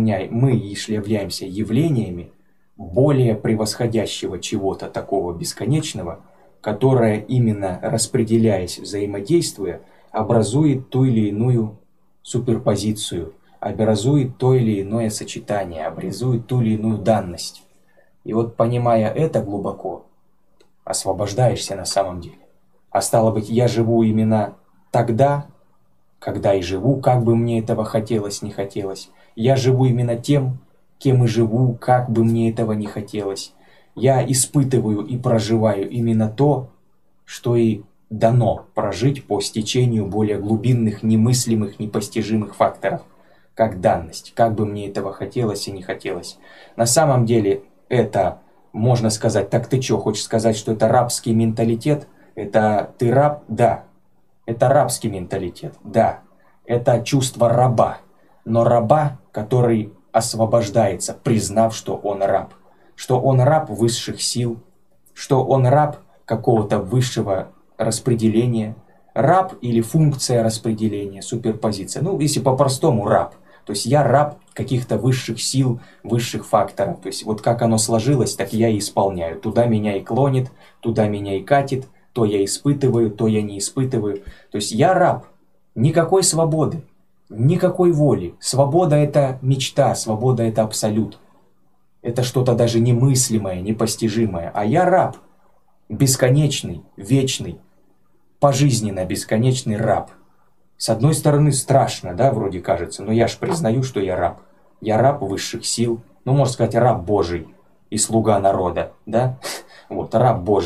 являемся явлениями более превосходящего чего-то такого бесконечного, которое именно распределяясь, взаимодействуя, образует ту или иную суперпозицию, образует то или иное сочетание, образует ту или иную данность. И вот понимая это глубоко, освобождаешься на самом деле. А стало быть, я живу именно тогда, когда и живу, как бы мне этого хотелось, не хотелось. Я живу именно тем, кем и живу, как бы мне этого не хотелось. Я испытываю и проживаю именно то, что и дано прожить по стечению более глубинных, немыслимых, непостижимых факторов, как данность, как бы мне этого хотелось и не хотелось. На самом деле это, можно сказать, так ты что, хочешь сказать, что это рабский менталитет? Это ты раб? Да. Это рабский менталитет? Да. Это чувство раба. Но раба, который освобождается, признав, что он раб. Что он раб высших сил, что он раб какого-то высшего распределения, раб или функция распределения, суперпозиция. Ну, если по-простому раб. То есть я раб каких-то высших сил, высших факторов. То есть вот как оно сложилось, так я и исполняю. Туда меня и клонит, туда меня и катит, то я испытываю, то я не испытываю. То есть я раб. Никакой свободы, никакой воли. Свобода – это мечта, свобода – это абсолют. Это что-то даже немыслимое, непостижимое. А я раб. Бесконечный, вечный, пожизненно бесконечный раб. С одной стороны страшно, да, вроде кажется, но я ж признаю, что я раб. Я раб высших сил, ну, можно сказать, раб Божий и слуга народа, да? Вот, раб Божий.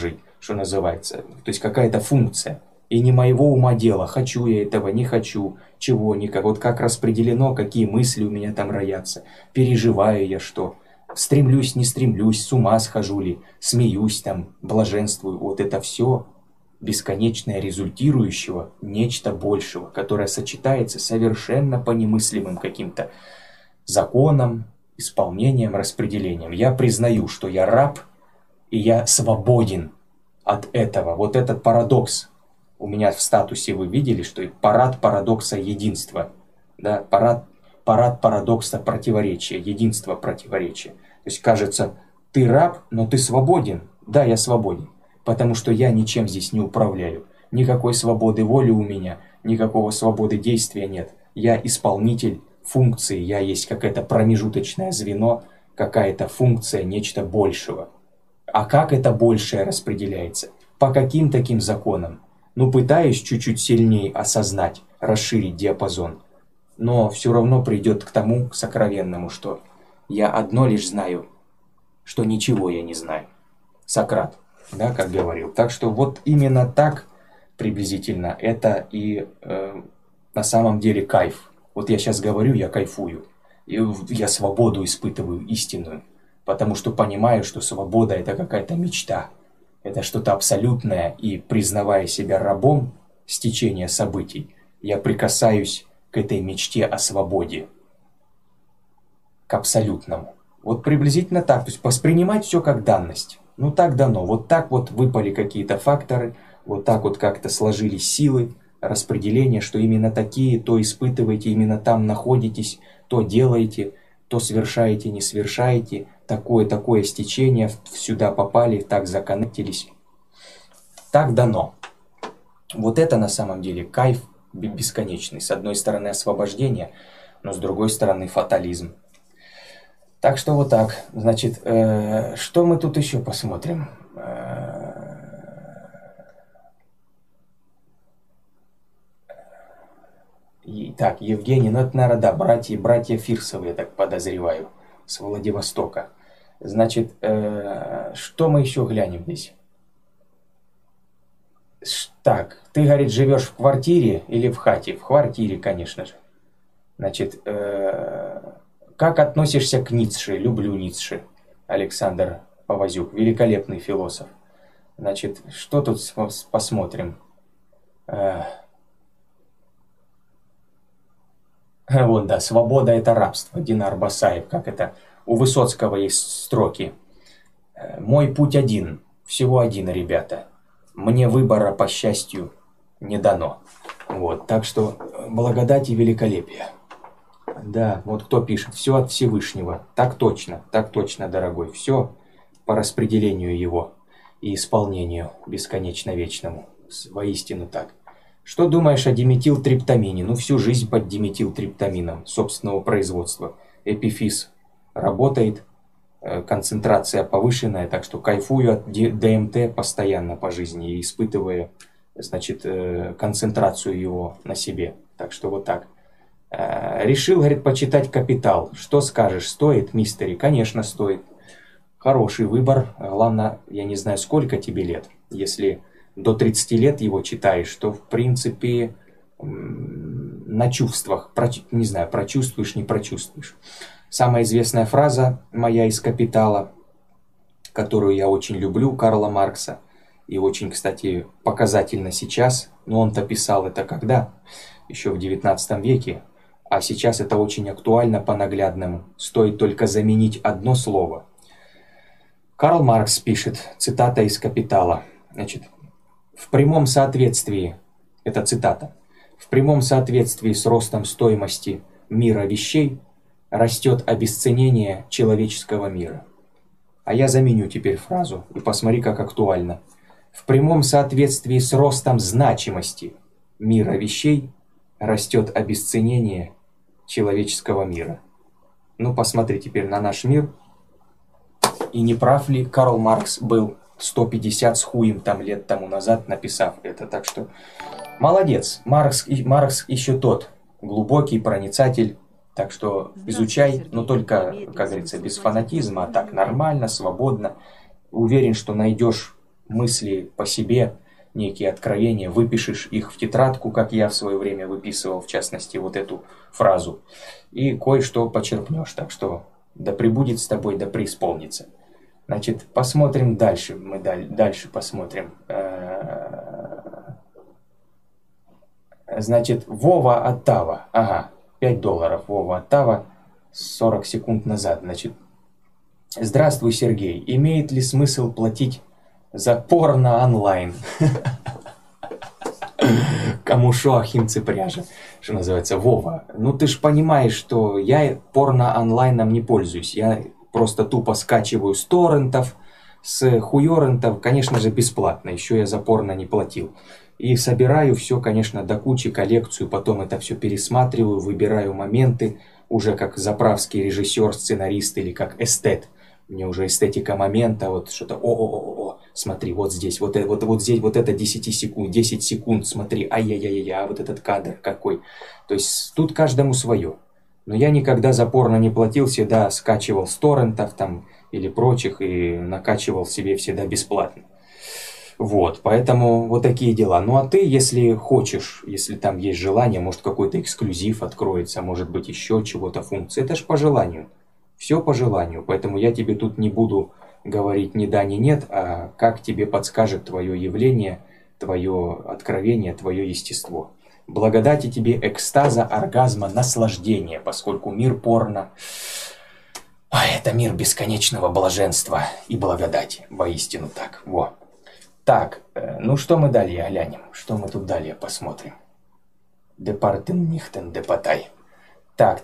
что называется. То есть какая-то функция. И не моего ума дело, хочу я этого, не хочу, чего, никак. Вот как распределено, какие мысли у меня там роятся, переживаю я что, стремлюсь, не стремлюсь, с ума схожу ли, смеюсь там, блаженствую. Вот это все бесконечное результирующего нечто большего, которое сочетается совершенно по немыслимым каким-то законам, исполнением, распределением. Я признаю, что я раб, и я свободен от этого. Вот этот парадокс. У меня в статусе вы видели, что парад парадокса единства. Да? Парад парадокса противоречия, единства противоречия. То есть кажется, ты раб, но ты свободен. Да, я свободен, потому что я ничем здесь не управляю. Никакой свободы воли у меня, никакого свободы действия нет. Я исполнитель функции, я есть какое-то промежуточное звено, какая-то функция, нечто большего. А как это большее распределяется? По каким таким законам? Ну, пытаюсь чуть-чуть сильнее осознать, расширить диапазон. Но все равно придет к тому, к сокровенному, что я одно лишь знаю, что ничего я не знаю. Сократ, да, как говорил. Так что вот именно так приблизительно это и на самом деле кайф. Вот я сейчас говорю, я кайфую. И я свободу испытываю истинную. Потому что понимаю, что свобода это какая-то мечта. Это что-то абсолютное, и признавая себя рабом стечения событий, я прикасаюсь к этой мечте о свободе, к абсолютному. Вот приблизительно так, то есть воспринимать все как данность. Ну так дано, вот так вот выпали какие-то факторы, вот так вот как-то сложились силы, распределения, что именно такие, то испытываете, именно там находитесь, то делаете, то совершаете, не совершаете, такое стечение, сюда попали, так законнектились. Так дано. Вот это на самом деле кайф бесконечный. С одной стороны освобождение, но с другой стороны фатализм. Так что вот так. Значит, что мы тут еще посмотрим? Так, Евгений, ну это, наверное, да, братья Фирсовы, я так подозреваю, с Владивостока. Значит, что мы еще глянем здесь? Так, ты, говорит, живешь в квартире или в хате? В квартире, конечно же. Значит, как относишься к Ницше? Люблю Ницше. Александр Повозюк, великолепный философ. Значит, что тут посмотрим? Вон, да, свобода это рабство. Динар Басаев, как это? У Высоцкого есть строки. Мой путь один, всего один, ребята. Мне выбора, по счастью, не дано. Вот, так что благодать и великолепие. Да, вот кто пишет, все от Всевышнего. Так точно, дорогой. Все по распределению его и исполнению бесконечно вечному. Воистину так. Что думаешь о диметилтриптамине? Ну, всю жизнь под диметилтриптамином собственного производства. Эпифиз работает, концентрация повышенная, так что кайфую от ДМТ постоянно по жизни и испытывая, значит, концентрацию его на себе. Так что вот так. Решил, говорит, почитать «Капитал». Что скажешь, стоит, мистери? Конечно, стоит. Хороший выбор. Главное, я не знаю, сколько тебе лет. Если до 30 лет его читаешь, то, в принципе, на чувствах, не знаю, прочувствуешь, не прочувствуешь. Самая известная фраза моя из «Капитала», которую я очень люблю, Карла Маркса, и очень, кстати, показательно сейчас, но он-то писал это когда? Еще в 19 веке, а сейчас это очень актуально по-наглядному. Стоит только заменить одно слово. Карл Маркс пишет, цитата из «Капитала», значит, в прямом соответствии, это цитата, в прямом соответствии с ростом стоимости мира вещей растет обесценение человеческого мира. А я заменю теперь фразу, и посмотри, как актуально. В прямом соответствии с ростом значимости мира вещей растет обесценение человеческого мира. Ну, посмотри теперь на наш мир. И не прав ли Карл Маркс был 150 с хуем там лет тому назад, написав это. Так что молодец. Маркс еще тот глубокий проницатель. Так что изучай, но только, как говорится, без фанатизма, а так нормально, свободно. Уверен, что найдешь мысли по себе, некие откровения, выпишешь их в тетрадку, как я в свое время выписывал, в частности, вот эту фразу, и кое-что почерпнешь. Так что да пребудет с тобой, да преисполнится. Значит, посмотрим дальше. Мы дальше посмотрим. Значит, Вова Оттава. Ага, $5. Вова Оттава 40 секунд назад. Значит, здравствуй, Сергей. Имеет ли смысл платить за порно онлайн? Кому шо, ахимцы пряжа, что называется. Вова, ну ты ж понимаешь, что я порно онлайном не пользуюсь. Я просто тупо скачиваю с торрентов, с хуёрентов, конечно же, бесплатно. Еще я за порно не платил. И собираю все, конечно, до кучи, коллекцию, потом это все пересматриваю, выбираю моменты, уже как заправский режиссер, сценарист или как эстет. Мне уже эстетика момента, вот что-то, о, смотри, вот здесь, вот здесь, вот это 10 секунд, смотри, ай-яй-яй-яй, а вот этот кадр какой. То есть тут каждому свое. Но я никогда за порно не платил, всегда скачивал с торрентов там или прочих и накачивал себе всегда бесплатно. Вот, поэтому вот такие дела. Ну а ты, если хочешь, если там есть желание, может какой-то эксклюзив откроется, может быть еще чего-то функция, это ж по желанию. Все по желанию, поэтому я тебе тут не буду говорить ни да, ни нет, а как тебе подскажет твое явление, твое откровение, твое естество. Благодати тебе экстаза, оргазма, наслаждения, поскольку мир порно – это мир бесконечного блаженства и благодати, воистину так. Во. Так, ну что мы далее глянем, что мы тут далее посмотрим. Департен нихтен депатай. Так.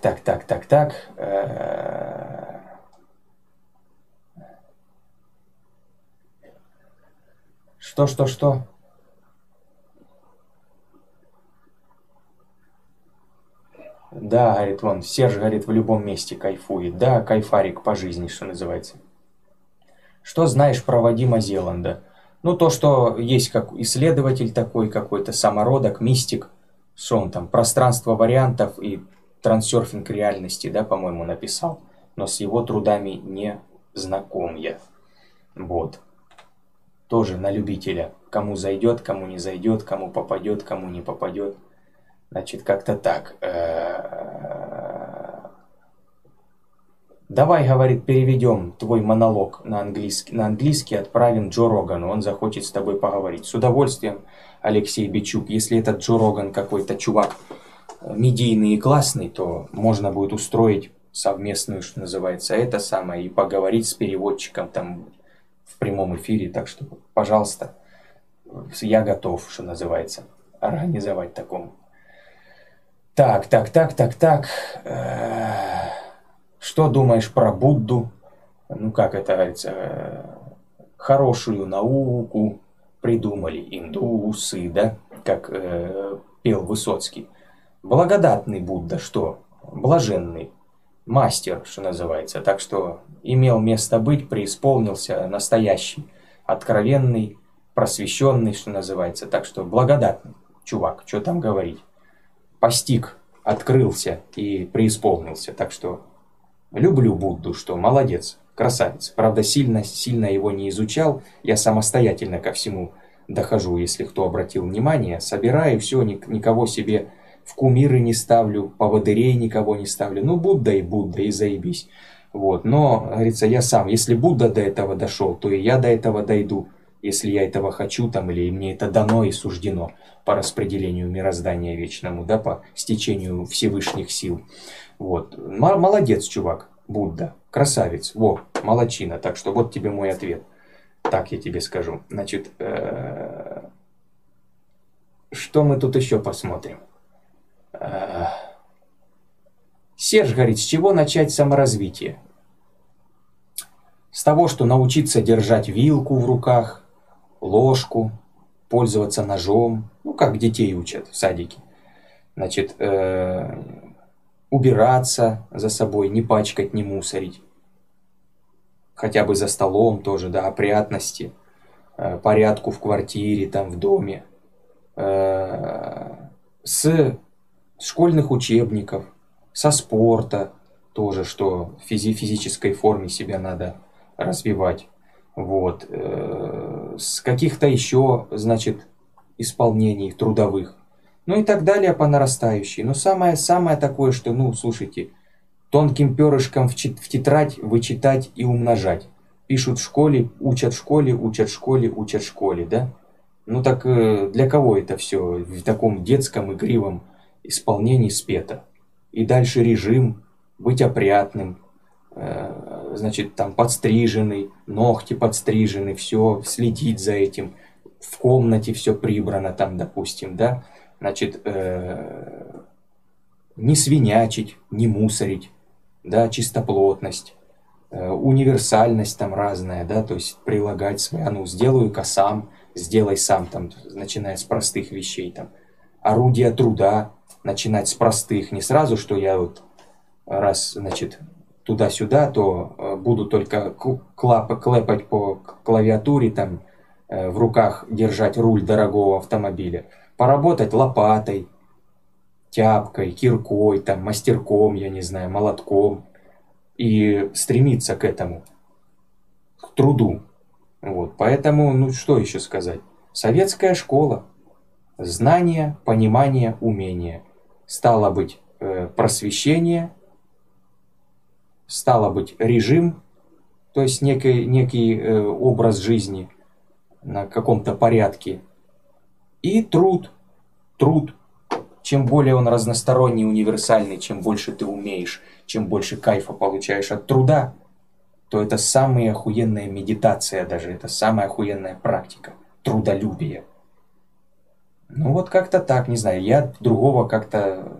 Что? Да, говорит, вон, Серж, говорит, в любом месте кайфует. Да, кайфарик по жизни, что называется. Что знаешь про Вадима Зеланда? Ну, то, что есть как исследователь такой какой-то, самородок, мистик. Что он там, пространство вариантов и трансерфинг реальности, да, по-моему, написал. Но с его трудами не знаком я. Вот. Тоже на любителя. Кому зайдет, кому не зайдет, кому попадет, кому не попадет. Значит, как-то так. Давай, говорит, переведем твой монолог на английский, отправим Джо Рогану, он захочет с тобой поговорить. С удовольствием, Алексей Бичук. Если этот Джо Роган какой-то чувак медийный и классный, то можно будет устроить совместную, что называется, это самое, и поговорить с переводчиком там в прямом эфире. Так что, пожалуйста, я готов, что называется, организовать такому. Так. Что думаешь про Будду? Ну, как это говорится, хорошую науку придумали индусы, да? Как пел Высоцкий. Благодатный Будда, что? Блаженный. Мастер, что называется. Так что имел место быть, преисполнился, настоящий, откровенный, просвещенный, что называется. Так что благодатный чувак, что там говорить. Постиг, открылся и преисполнился. Так что люблю Будду, что молодец, красавец. Правда, сильно его не изучал. Я самостоятельно ко всему дохожу, если кто обратил внимание. Собираю все, никого себе в кумиры не ставлю, поводырей никого не ставлю. Ну, Будда, и заебись. Вот. Но, говорится, я сам, если Будда до этого дошел, то и я до этого дойду. Если я этого хочу, там, или мне это дано и суждено по распределению мироздания вечному, да, по стечению Всевышних сил. Вот. Молодец, чувак, Будда, красавец, во, молодчина. Так что вот тебе мой ответ. Так я тебе скажу. Значит, что мы тут еще посмотрим? Серж говорит, с чего начать саморазвитие? С того, что научиться держать вилку в руках, ложку, пользоваться ножом, ну, как детей учат в садике. Значит, убираться за собой, не пачкать, не мусорить. Хотя бы за столом тоже, да, опрятности, порядку в квартире, там, в доме. С школьных учебников, со спорта тоже, что в физической форме себя надо развивать. Вот. с каких-то еще, значит, исполнений трудовых. Ну и так далее по нарастающей. Но самое такое, что, ну, слушайте, тонким перышком в тетрадь вычитать и умножать. Пишут в школе, учат в школе, учат в школе, учат в школе, да? Ну так для кого это все в таком детском игривом исполнении спето? И дальше режим, быть опрятным, значит, там подстриженный, ногти подстрижены, все, следить за этим, в комнате все прибрано там, допустим, да? Значит, не свинячить, не мусорить, да, чистоплотность, универсальность там разная, да, то есть прилагать свои, а ну, сделаю-ка сам, сделай сам, там, начиная с простых вещей, там, орудия труда, начинать с простых, не сразу, что я вот раз, значит, туда-сюда, то буду только клепать по клавиатуре, там, в руках держать руль дорогого автомобиля, поработать лопатой, тяпкой, киркой, там, мастерком, я не знаю, молотком, и стремиться к этому, к труду. Вот, поэтому, ну что еще сказать? Советская школа. Знание, понимание, умение. Стало быть, просвещение, стало быть, режим, то есть некий образ жизни на каком-то порядке. И труд. Труд. Чем более он разносторонний, универсальный, чем больше ты умеешь, чем больше кайфа получаешь от труда, то это самая охуенная медитация даже, это самая охуенная практика. Трудолюбие. Ну вот как-то так, не знаю, я другого как-то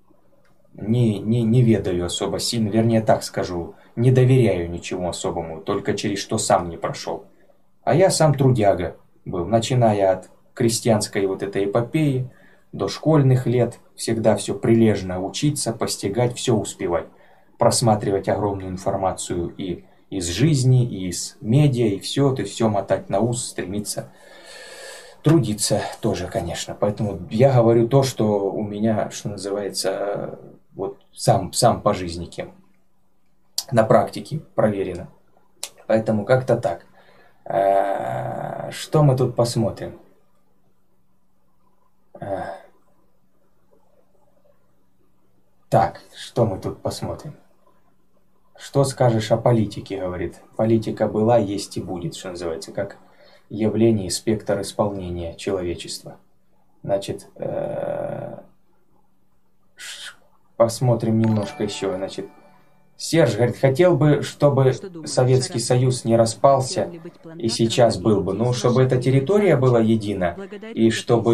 не ведаю особо сильно, вернее так скажу, не доверяю ничему особому, только через что сам не прошел. А я сам трудяга был, начиная от крестьянской вот этой эпопеи, до школьных лет, всегда все прилежно учиться, постигать, все успевать, просматривать огромную информацию и из жизни, и из медиа, и все, ты все мотать на ус, стремиться трудиться тоже, конечно. Поэтому я говорю то, что у меня, что называется, вот сам по жизни кем. На практике проверено. Поэтому как-то так. Что мы тут посмотрим? Так, что мы тут посмотрим? Что скажешь о политике, говорит. Политика была, есть и будет, что называется, как явление и спектр исполнения человечества. Значит, посмотрим немножко еще. Значит, Серж говорит, хотел бы, чтобы Советский Союз не распался и сейчас был бы, ну, чтобы эта территория была едина, и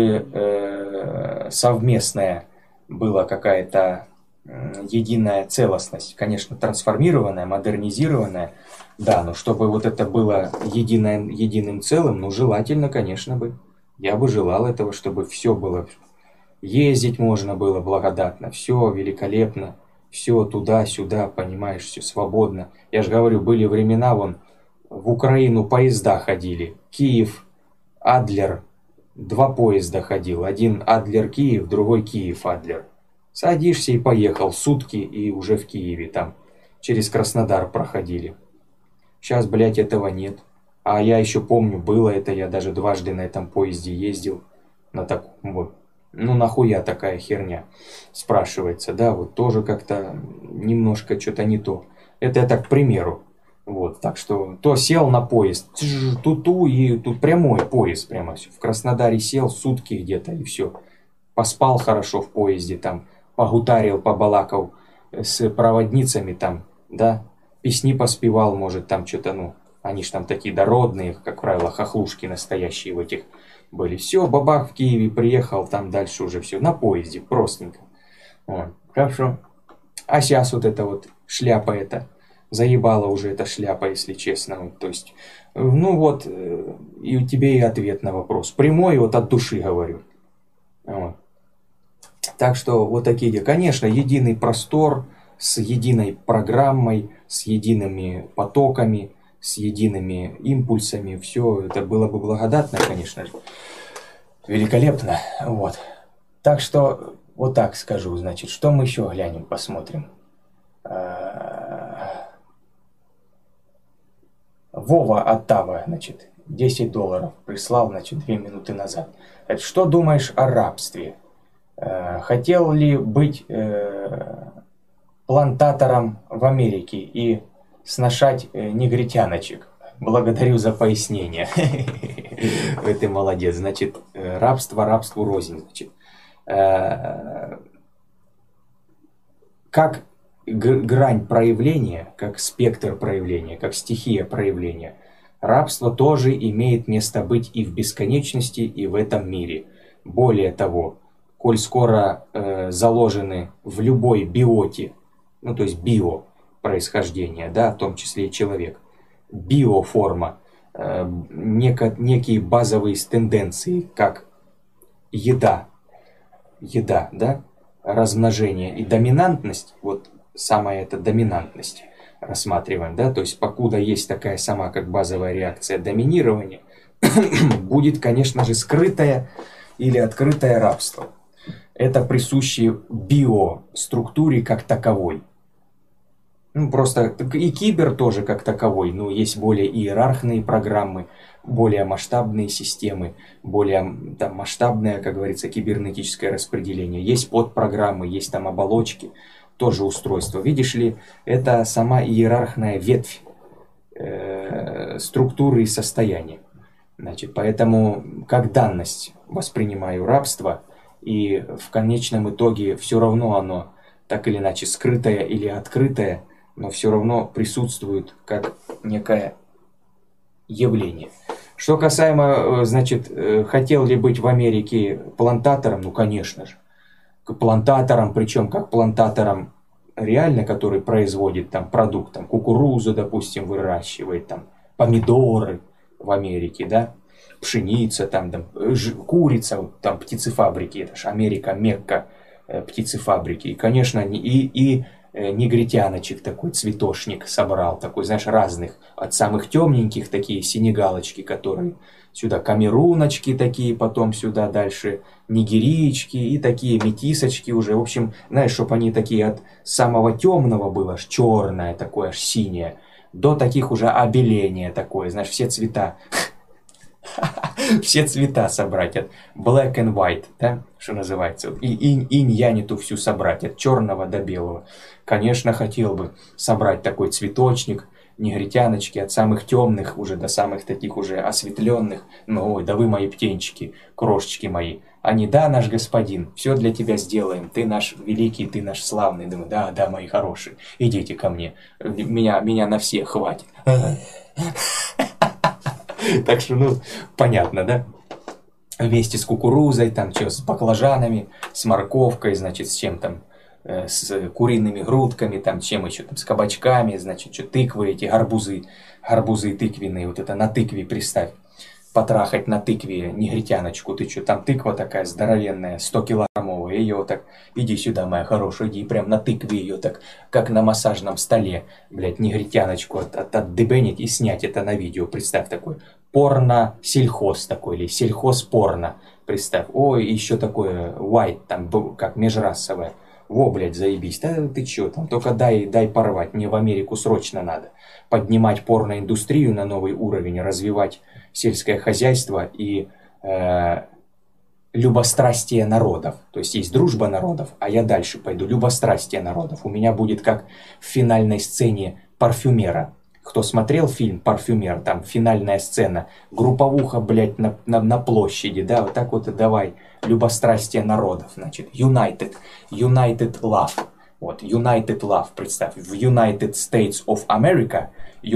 чтобы совместная была какая-то единая целостность, конечно, трансформированная, модернизированная, да, но чтобы вот это было единым целым, ну, желательно, конечно бы, я бы желал этого, чтобы все было, ездить можно было благодатно, все великолепно, все туда-сюда, понимаешь, все свободно. Я же говорю, были времена, вон, в Украину поезда ходили, Киев, Адлер, 2 поезда ходил, один Адлер-Киев, другой Киев-Адлер. Садишься и поехал, сутки и уже в Киеве, там, через Краснодар проходили. Сейчас, блядь, этого нет. А я еще помню, было это, я даже дважды на этом поезде ездил, на таком вот. Ну, нахуя такая херня, спрашивается, да, вот тоже как-то немножко что-то не то. Это я так к примеру. Вот, так что, то сел на поезд, ту-ту, и тут прямой поезд, прямо все. В Краснодаре сел сутки где-то, и все. Поспал хорошо в поезде, там, погутарил, побалакал с проводницами там, да, песни поспевал, может, там что-то, ну, они ж там такие дородные, как правило, хохлушки настоящие в этих были. Все, бабах в Киеве приехал, там дальше уже все на поезде, простенько. Вот. Хорошо. А сейчас вот эта вот шляпа эта, заебала уже эта шляпа, если честно. Вот, то есть, ну вот, и у тебя и ответ на вопрос. Прямой, вот от души говорю. Вот. Так что вот такие дела. Конечно, единый простор с единой программой, с едиными потоками, с едиными импульсами. Все это было бы благодатно, конечно же. Великолепно. Вот. Так что вот так скажу. Значит, что мы еще глянем, посмотрим. Вова Оттава, значит, $10 прислал, значит, 2 минуты назад. Что думаешь о рабстве? Хотел ли быть плантатором в Америке и сношать негритяночек? Благодарю за пояснение. Ты молодец. Значит, рабство рабству рознь. Значит, как грань проявления, как спектр проявления, как стихия проявления, рабство тоже имеет место быть и в бесконечности, и в этом мире. Более того, коль скоро заложены в любой биоте, ну то есть био происхождение, да, в том числе и человек, биоформа, некие базовые тенденции, как еда, да, размножение и доминантность, вот самая эта доминантность рассматриваем, да, то есть покуда есть такая сама как базовая реакция доминирования, будет, конечно же, скрытое или открытое рабство. Это присуще биоструктуре как таковой. Ну, просто и кибер тоже как таковой, но есть более иерархные программы, более масштабные системы, более там, масштабное, как говорится, кибернетическое распределение. Есть подпрограммы, есть там оболочки, тоже устройство. Видишь ли, это сама иерархная ветвь структуры и состояния. Значит, поэтому как данность воспринимаю рабство, и в конечном итоге все равно оно так или иначе скрытое или открытое, но все равно присутствует как некое явление. Что касаемо, значит, хотел ли быть в Америке плантатором, ну, конечно же. Плантатором, причем как плантатором реально, который производит там продукт, там кукурузу, допустим, выращивает, там помидоры в Америке, да, пшеница, там курица, вот, там птицефабрики, это же Америка, Мекка птицефабрики. И, конечно, и негритяночек такой, цветошник собрал, такой, знаешь, разных, от самых темненьких, такие сенегалочки, которые сюда камеруночки такие, потом сюда дальше нигерички и такие метисочки уже, в общем, знаешь, чтобы они такие от самого темного было, аж черное такое, аж синее, до таких уже обеления такое, знаешь, все цвета. Все цвета собрать, от black and white, да, что называется, и инь-янь эту всю собрать, от черного до белого. Конечно, хотел бы собрать такой цветочник, негритяночки, от самых темных уже до самых таких уже осветленных. Ну, ой, да вы мои птенчики, крошечки мои. Они, да, наш господин, все для тебя сделаем, ты наш великий, ты наш славный. Думаю, да, да, мои хорошие, идите ко мне, меня на всех хватит. Так что, ну, понятно, да? Вместе с кукурузой, там, что, с баклажанами, с морковкой, значит, с чем там, с куриными грудками, там, чем еще, там, с кабачками, значит, что, тыквы эти, гарбузы тыквенные, вот это на тыкве, представь, потрахать на тыкве негритяночку, ты что, там тыква такая здоровенная, 100-килограммовая, ее так, иди сюда, моя хорошая, иди, прям на тыкве ее так, как на массажном столе, блядь, негритяночку отдебенить и снять это на видео, представь такой, порно-сельхоз такой, или сельхоз-порно, представь, ой, еще такое, white, там, как межрасовое, во, блядь, заебись, да ты чё там, только дай порвать, мне в Америку срочно надо, поднимать порноиндустрию на новый уровень, развивать сельское хозяйство и любострастие народов. То есть есть дружба народов, а я дальше пойду. Любострастие народов. У меня будет как в финальной сцене «Парфюмера». Кто смотрел фильм «Парфюмер», там финальная сцена, групповуха, блядь, на площади, да, вот так вот и давай. Любострастие народов, значит, United Love. Вот, United Love, представь, в United States of America,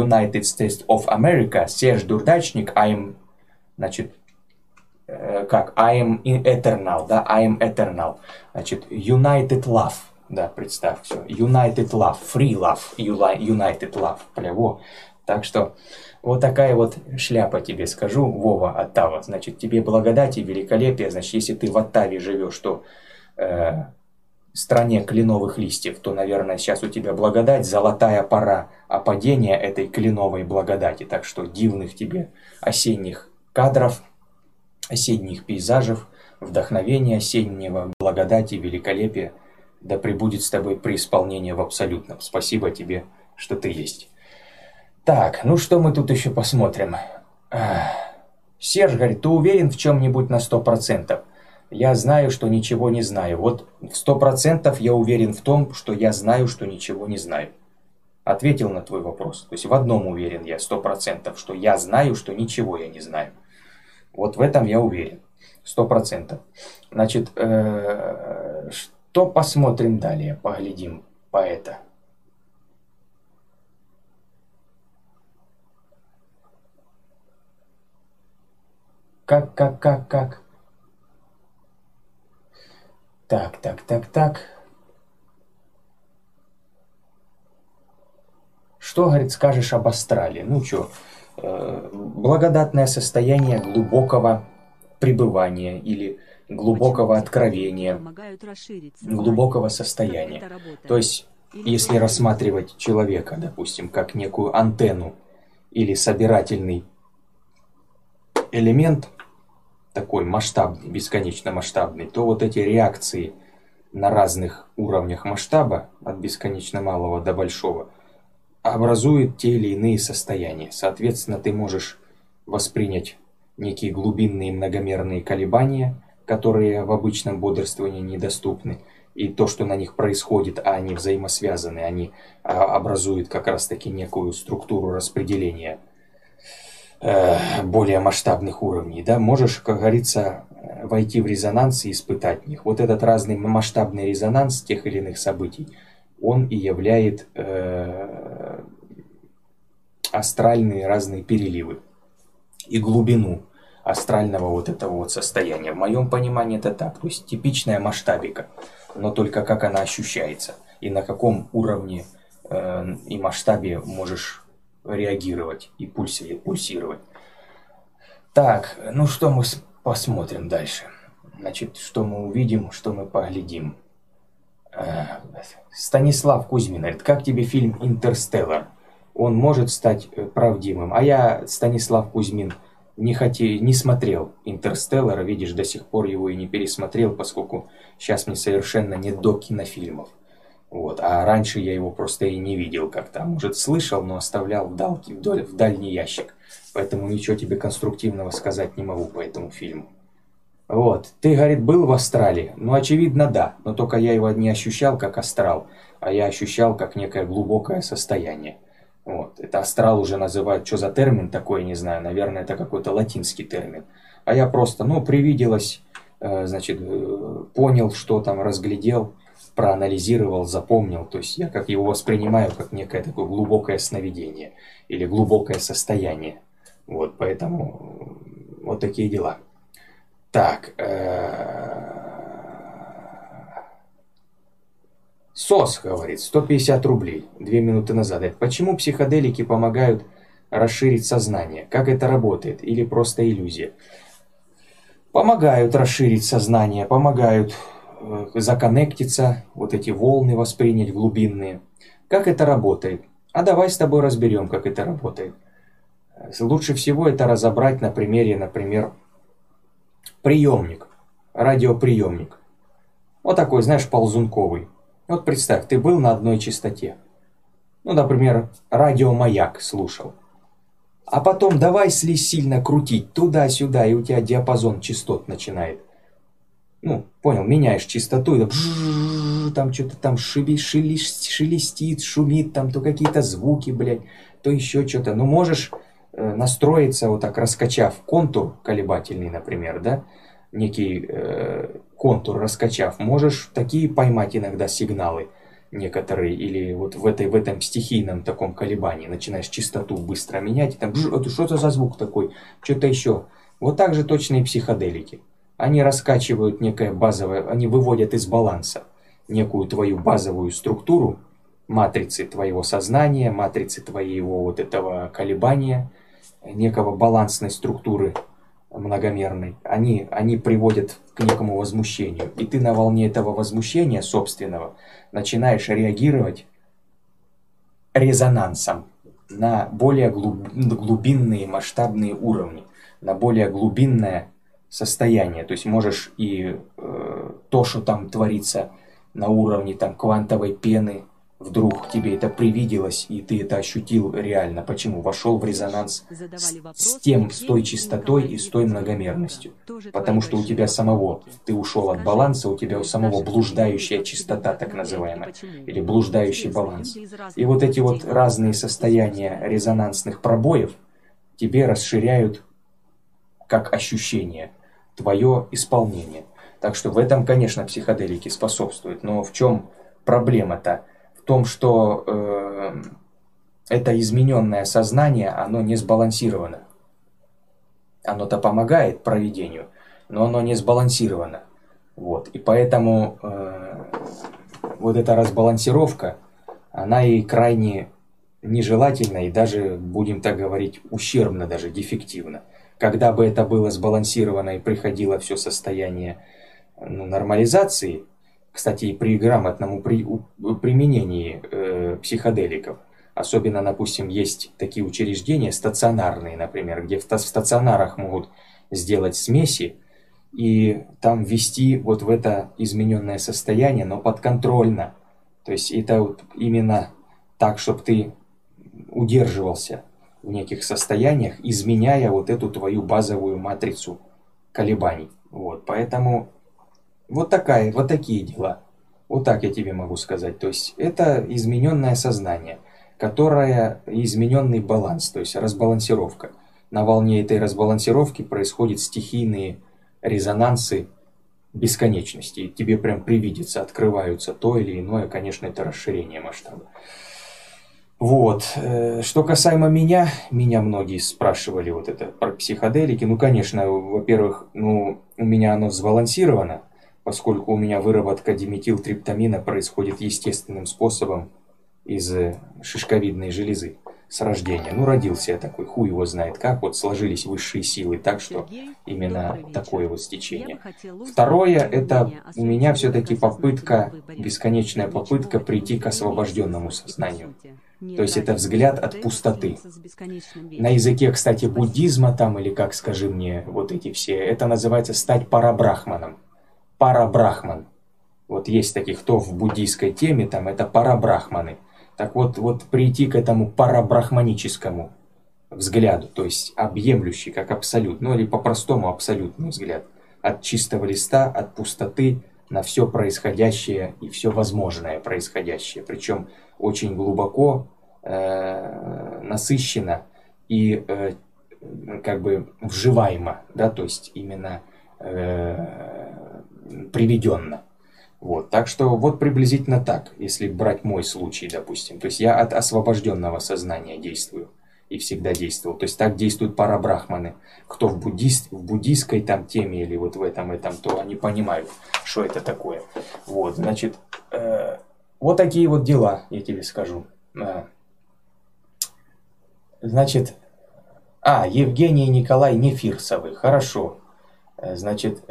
Серж Дурдачник, значит, как, I am eternal, да, I am eternal, значит, United Love, да, представь, все, United Love, Free Love, United Love, бля, во, так что, вот такая вот шляпа тебе скажу, Вова, Оттава, значит, тебе благодать и великолепие, значит, если ты в Оттаве живешь, то стране кленовых листьев, то, наверное, сейчас у тебя благодать, золотая пора опадения этой кленовой благодати. Так что дивных тебе осенних кадров, осенних пейзажев, вдохновения осеннего, благодати, великолепия, да пребудет с тобой преисполнение в абсолютном. Спасибо тебе, что ты есть. Так, ну что мы тут еще посмотрим? Серж говорит, ты уверен в чем-нибудь на 100%? Я знаю, что ничего не знаю. Вот в 100% я уверен в том, что я знаю, что ничего не знаю. Ответил на твой вопрос. То есть в одном уверен я 100%, что я знаю, что ничего я не знаю. Вот в этом я уверен. 100%. Значит, что посмотрим далее? Поглядим по это. Как? Так. Что, говорит, скажешь об астрале? Ну что, благодатное состояние глубокого пребывания или глубокого откровения, глубокого состояния. То есть, если рассматривать человека, допустим, как некую антенну или собирательный элемент, такой масштабный, бесконечно масштабный, то вот эти реакции на разных уровнях масштаба, от бесконечно малого до большого, образуют те или иные состояния. Соответственно, ты можешь воспринять некие глубинные многомерные колебания, которые в обычном бодрствовании недоступны, и то, что на них происходит, а они взаимосвязаны, они образуют как раз-таки некую структуру распределения более масштабных уровней, да, можешь, как говорится, войти в резонанс и испытать них. Вот этот разный масштабный резонанс тех или иных событий, он и являет астральные разные переливы и глубину астрального вот этого вот состояния. В моем понимании это так, то есть типичная масштабика, но только как она ощущается и на каком уровне и масштабе можешь реагировать и пульсировать. Так, ну что мы посмотрим дальше? Значит, что мы увидим, что мы поглядим. Станислав Кузьмин говорит, как тебе фильм «Интерстеллар»? Он может стать правдивым. А я, Станислав Кузьмин, не смотрел «Интерстеллара», видишь, до сих пор его и не пересмотрел, поскольку сейчас мне совершенно нет до кинофильмов. Вот. А раньше я его просто и не видел как-то. Может, слышал, но оставлял в дальний ящик. Поэтому ничего тебе конструктивного сказать не могу по этому фильму. Вот. Ты, говорит, был в астрале? Ну, очевидно, да. Но только я его не ощущал как астрал, а я ощущал как некое глубокое состояние. Вот. Это астрал уже называют, что за термин такой, не знаю. Наверное, это какой-то латинский термин. А я просто, привиделось, значит, понял, что там, разглядел, проанализировал, запомнил. То есть я как его воспринимаю, как некое такое глубокое сновидение или глубокое состояние. Вот, поэтому вот такие дела. Так. СОС, говорит, 150 рублей 2 минуты назад. Почему психоделики помогают расширить сознание? Как это работает? Или просто иллюзия? Помогают расширить сознание, помогают законнектиться, вот эти волны воспринять глубинные. Как это работает? А давай с тобой разберем, как это работает. Лучше всего это разобрать на примере, например, приемник, радиоприемник. Вот такой, знаешь, ползунковый. Вот представь, ты был на одной частоте. Ну, например, радиомаяк слушал. А потом давай сильно крутить туда-сюда, и у тебя диапазон частот начинает. Ну, понял, меняешь частоту, и там что-то там шелестит, шумит, там то какие-то звуки, блядь, то еще что-то. Ну, можешь настроиться, вот так раскачав контур колебательный, например, да, некий контур раскачав, можешь такие поймать иногда сигналы некоторые, или вот в этом стихийном таком колебании начинаешь частоту быстро менять, и там что-то за звук такой, что-то еще. Вот так же точно и психоделики. Они раскачивают некое базовое, они выводят из баланса некую твою базовую структуру, матрицы твоего сознания, матрицы твоего вот этого колебания, некого балансной структуры многомерной. Они приводят к некому возмущению. И ты на волне этого возмущения собственного начинаешь реагировать резонансом на более глубинные масштабные уровни, на более глубинное состояние. То есть можешь и то, что там творится на уровне там квантовой пены, вдруг тебе это привиделось, и ты это ощутил реально. Почему? Вошел в резонанс с той частотой и с той многомерностью. Потому что у тебя самого, ты ушел от баланса, у тебя у самого блуждающая частота, так называемая, или блуждающий баланс. И вот эти вот разные состояния резонансных пробоев тебе расширяют как ощущение твое исполнение. Так что в этом, конечно, психоделики способствуют. Но в чем проблема-то? В том, что это измененное сознание, оно не сбалансировано. Оно-то помогает проведению, но оно не сбалансировано. Вот. И поэтому вот эта разбалансировка, она и крайне нежелательна, и даже, будем так говорить, ущербна, даже дефективна. Когда бы это было сбалансировано и приходило все состояние нормализации, кстати, и при грамотном применении психоделиков, особенно, допустим, есть такие учреждения стационарные, например, где в стационарах могут сделать смеси и там ввести вот в это измененное состояние, но подконтрольно. То есть это вот именно так, чтобы ты удерживался в неких состояниях, изменяя вот эту твою базовую матрицу колебаний. Вот, поэтому вот такие дела. Вот так я тебе могу сказать. То есть это измененное сознание, которое измененный баланс, то есть разбалансировка. На волне этой разбалансировки происходят стихийные резонансы бесконечности. И тебе прям привидится, открываются то или иное, конечно, это расширение масштаба. Вот. Что касаемо меня многие спрашивали вот это про психоделики. Ну, конечно, во-первых, у меня оно сбалансировано, поскольку у меня выработка диметилтриптамина происходит естественным способом из шишковидной железы с рождения. Ну, родился я такой, хуй его знает как, вот сложились высшие силы, так что именно такое вот стечение. Второе, это у меня все-таки попытка, бесконечная попытка прийти к освобожденному сознанию. То есть это взгляд от пустоты. На языке, кстати, буддизма там, или как, скажи мне, вот эти все, это называется стать парабрахманом. Парабрахман. Вот есть такие, кто в буддийской теме, там это парабрахманы. Так вот прийти к этому парабрахманическому взгляду, то есть объемлющий, как абсолют, ну или по-простому абсолютный взгляд. От чистого листа, от пустоты на все происходящее и все возможное происходящее. Причем очень глубоко, насыщенно и как бы вживаемо, да, то есть именно приведенно. Вот, так что вот приблизительно так, если брать мой случай, допустим. То есть я от освобожденного сознания действую и всегда действовал. То есть так действуют парабрахманы. Кто в буддийской там теме или вот в этом, то они понимают, что это такое. Вот, значит, вот такие вот дела, я тебе скажу. Значит, Евгений и Николай Нефирсовы, хорошо. Значит,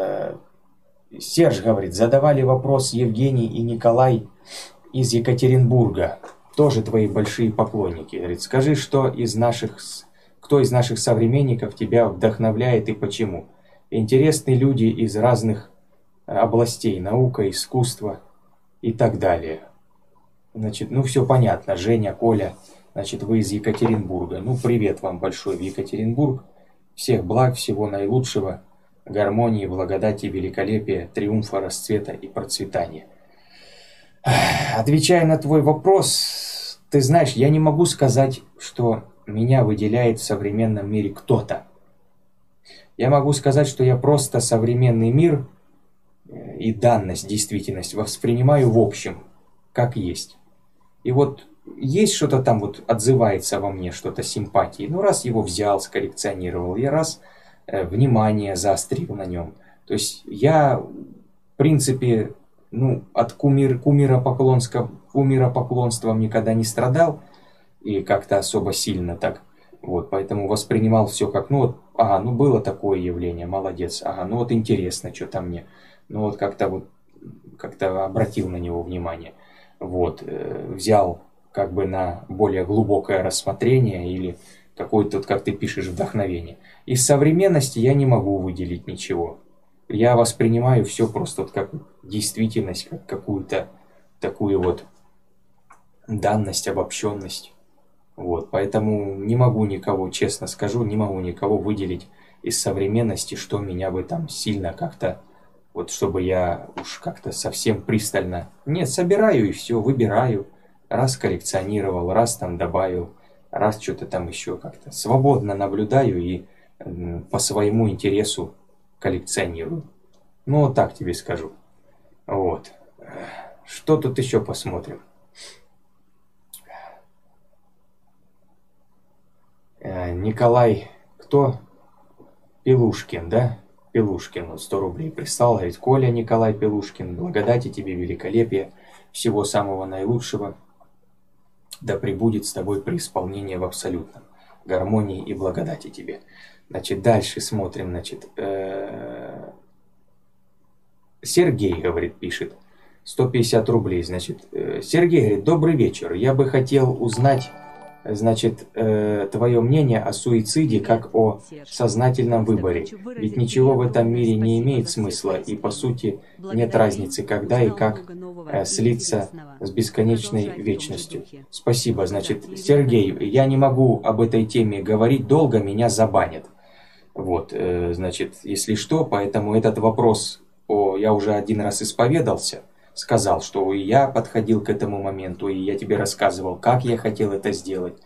Серж говорит, задавали вопрос Евгений и Николай из Екатеринбурга, тоже твои большие поклонники. Говорит, скажи, кто из наших современников тебя вдохновляет и почему? Интересные люди из разных областей, наука, искусство и так далее. Значит, все понятно, Женя, Коля, значит, вы из Екатеринбурга. Привет вам большой в Екатеринбург. Всех благ, всего наилучшего. Гармонии, благодати, великолепия, триумфа, расцвета и процветания. Отвечая на твой вопрос, ты знаешь, я не могу сказать, что меня выделяет в современном мире кто-то. Я могу сказать, что я просто современный мир и данность, действительность воспринимаю в общем, как есть. И вот есть что-то там вот отзывается во мне, что-то симпатии. Раз его взял, сколлекционировал, я раз внимание заострил на нем. То есть я, в принципе, от кумиропоклонством никогда не страдал и как-то особо сильно так. Вот, поэтому воспринимал все как, было такое явление, молодец, интересно, что-то мне. Как-то обратил на него внимание. Вот, взял как бы на более глубокое рассмотрение или какое-то, как ты пишешь, вдохновение. Из современности я не могу выделить ничего. Я воспринимаю все просто как действительность, как какую-то такую вот данность, обобщенность. Вот, поэтому не могу никого, честно скажу, не могу никого выделить из современности, что меня бы там сильно как-то, вот чтобы я уж как-то совсем пристально... Нет, собираю и все, выбираю. Раз коллекционировал, раз там добавил, раз что-то там еще как-то. Свободно наблюдаю и по своему интересу коллекционирую. Ну, вот так тебе скажу. Вот. Что тут еще посмотрим? Николай, кто? Пелушкин, да? Пелушкин, вот 100 рублей прислал, говорит: Коля Николай Пелушкин, благодати тебе, великолепие, всего самого наилучшего, да пребудет с тобой преисполнение в абсолютном, гармонии и благодати тебе. Значит, дальше смотрим, значит, Сергей, говорит, пишет, 150 рублей, значит, Сергей говорит: добрый вечер, я бы хотел узнать, значит, твое мнение о суициде как о сознательном выборе. Ведь ничего в этом мире не имеет смысла, и по сути нет разницы, когда и как слиться с бесконечной вечностью. Спасибо, значит, Сергей, я не могу об этой теме говорить долго, меня забанят. Вот, значит, если что, поэтому этот вопрос, я уже один раз исповедался, сказал, что и я подходил к этому моменту, и я тебе рассказывал, как я хотел это сделать,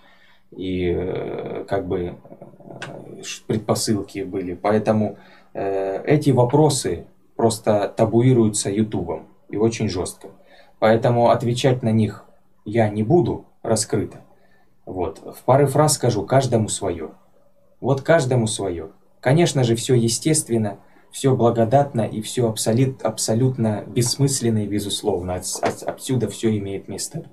и как бы предпосылки были. Поэтому эти вопросы просто табуируются Ютубом, и очень жестко. Поэтому отвечать на них я не буду раскрыто. Вот. В пары фраз скажу: каждому свое. Вот каждому свое. Конечно же, все естественно, все благодатно и все абсолютно бессмысленно и безусловно. Отсюда все имеет место.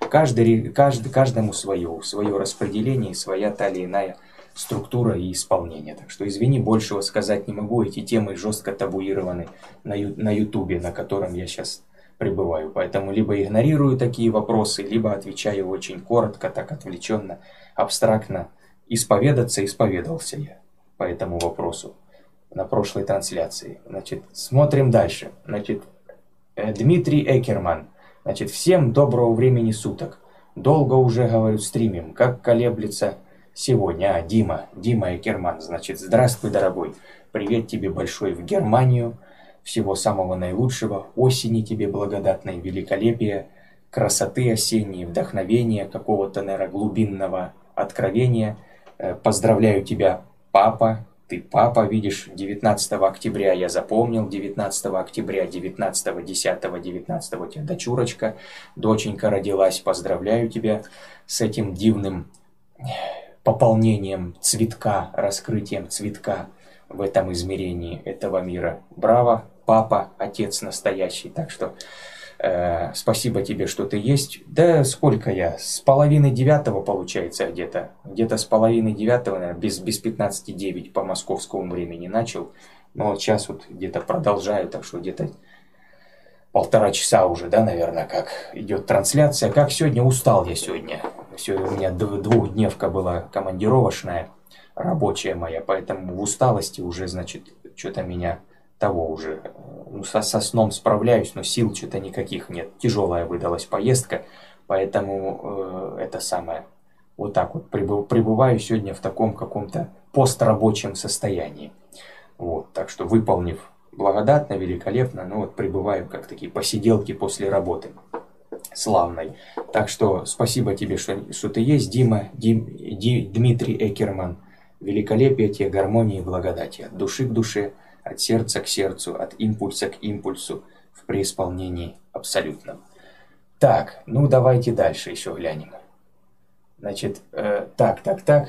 Каждому свое распределение, своя та или иная структура и исполнение. Так что, извини, большего сказать не могу. Эти темы жестко табуированы на Ютубе, на котором я сейчас пребываю. Поэтому либо игнорирую такие вопросы, либо отвечаю очень коротко, так отвлеченно, абстрактно. Исповедался я по этому вопросу на прошлой трансляции. Значит, смотрим дальше. Значит, Дмитрий Экерман. Значит, всем доброго времени суток. Долго уже, говорю, стримим. Как колеблется сегодня? Дима Экерман. Значит, здравствуй, дорогой. Привет тебе большой в Германию. Всего самого наилучшего. Осени тебе благодатной, великолепия, красоты осенней, вдохновения, какого-то, наверное, глубинного откровения. Поздравляю тебя, папа. Ты папа, видишь, 19 октября я запомнил, 19 октября, 19, 10, 19 у тебя дочурочка, доченька родилась. Поздравляю тебя с этим дивным пополнением цветка, раскрытием цветка в этом измерении этого мира. Браво, папа, отец настоящий. Так что спасибо тебе, что ты есть. Да сколько я? С половины девятого получается где-то. Где-то с половины девятого, наверное, без 15:09 по московскому времени начал. Но вот сейчас вот где-то продолжаю, так что где-то 1,5 часа уже, да, наверное, как идет трансляция. Как сегодня? Устал я сегодня. Сегодня у меня двухдневка была командировочная, рабочая моя, поэтому в усталости уже, значит, что-то меня того уже, ну, со сном справляюсь, но сил что-то никаких нет. Тяжелая выдалась поездка, поэтому это самое, вот так вот пребываю сегодня в таком каком-то пострабочем состоянии. Вот, так что, выполнив благодатно, великолепно, но вот пребываю как такие посиделки после работы славной. Так что спасибо тебе, что ты есть, Дима, Дмитрий Экерман. Великолепие тебе, гармонии и благодати. От души к душе, от сердца к сердцу, от импульса к импульсу, в преисполнении абсолютном. Так, ну давайте дальше еще глянем. Значит, так.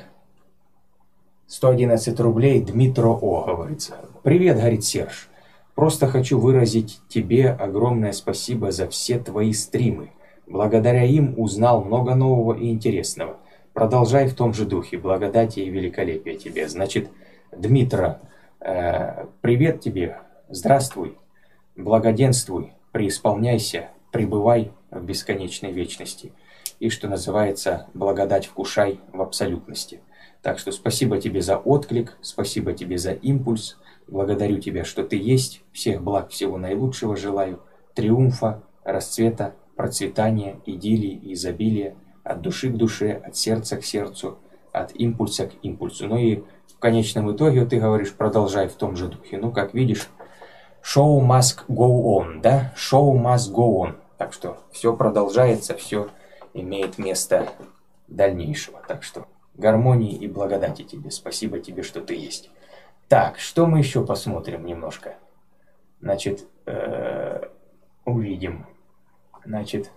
111 рублей, Дмитро О, говорится. Привет, говорит Серж. Просто хочу выразить тебе огромное спасибо за все твои стримы. Благодаря им узнал много нового и интересного. Продолжай в том же духе. Благодати и великолепия тебе. Значит, Дмитро, привет тебе. Здравствуй. Благоденствуй. Преисполняйся. Пребывай в бесконечной вечности. И, что называется, благодать вкушай в абсолютности. Так что спасибо тебе за отклик, спасибо тебе за импульс. Благодарю тебя, что ты есть. Всех благ, всего наилучшего желаю. Триумфа, расцвета, процветания, идиллии, изобилия, от души к душе, от сердца к сердцу, от импульса к импульсу. Ну и в конечном итоге ты говоришь, продолжай в том же духе. Ну, как видишь, show must go on, да? Show must go on. Так что все продолжается, все имеет место дальнейшего. Так что гармонии и благодати тебе. Спасибо тебе, что ты есть. Так, что мы еще посмотрим немножко? Значит, увидим. Значит,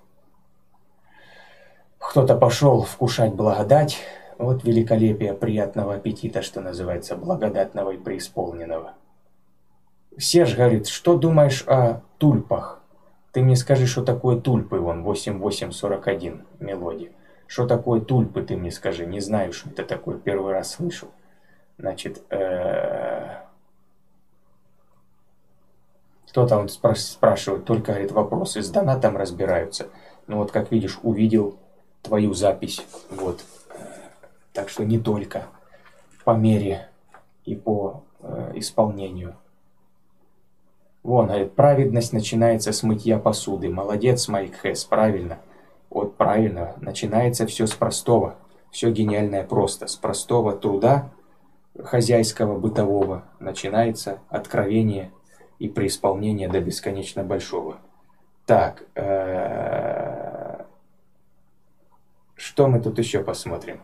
кто-то пошел вкушать благодать. Вот великолепие приятного аппетита, что называется, благодатного и преисполненного. Серж говорит, что думаешь о тульпах? Ты мне скажи, что такое тульпы, вон, 8841 мелодия. Что такое тульпы, ты мне скажи. Не знаю, что это такое, первый раз слышу. Значит, кто-то он спрашивает, только, говорит, вопросы с донатом разбираются. Ну вот, как видишь, увидел твою запись, вот. Так что не только по мере и по исполнению. Вон, говорит, праведность начинается с мытья посуды. Молодец, Майк Хэс, правильно. Вот правильно, начинается все с простого. Все гениальное просто. С простого труда хозяйского, бытового начинается откровение и преисполнение до бесконечно большого. Так, что мы тут еще посмотрим?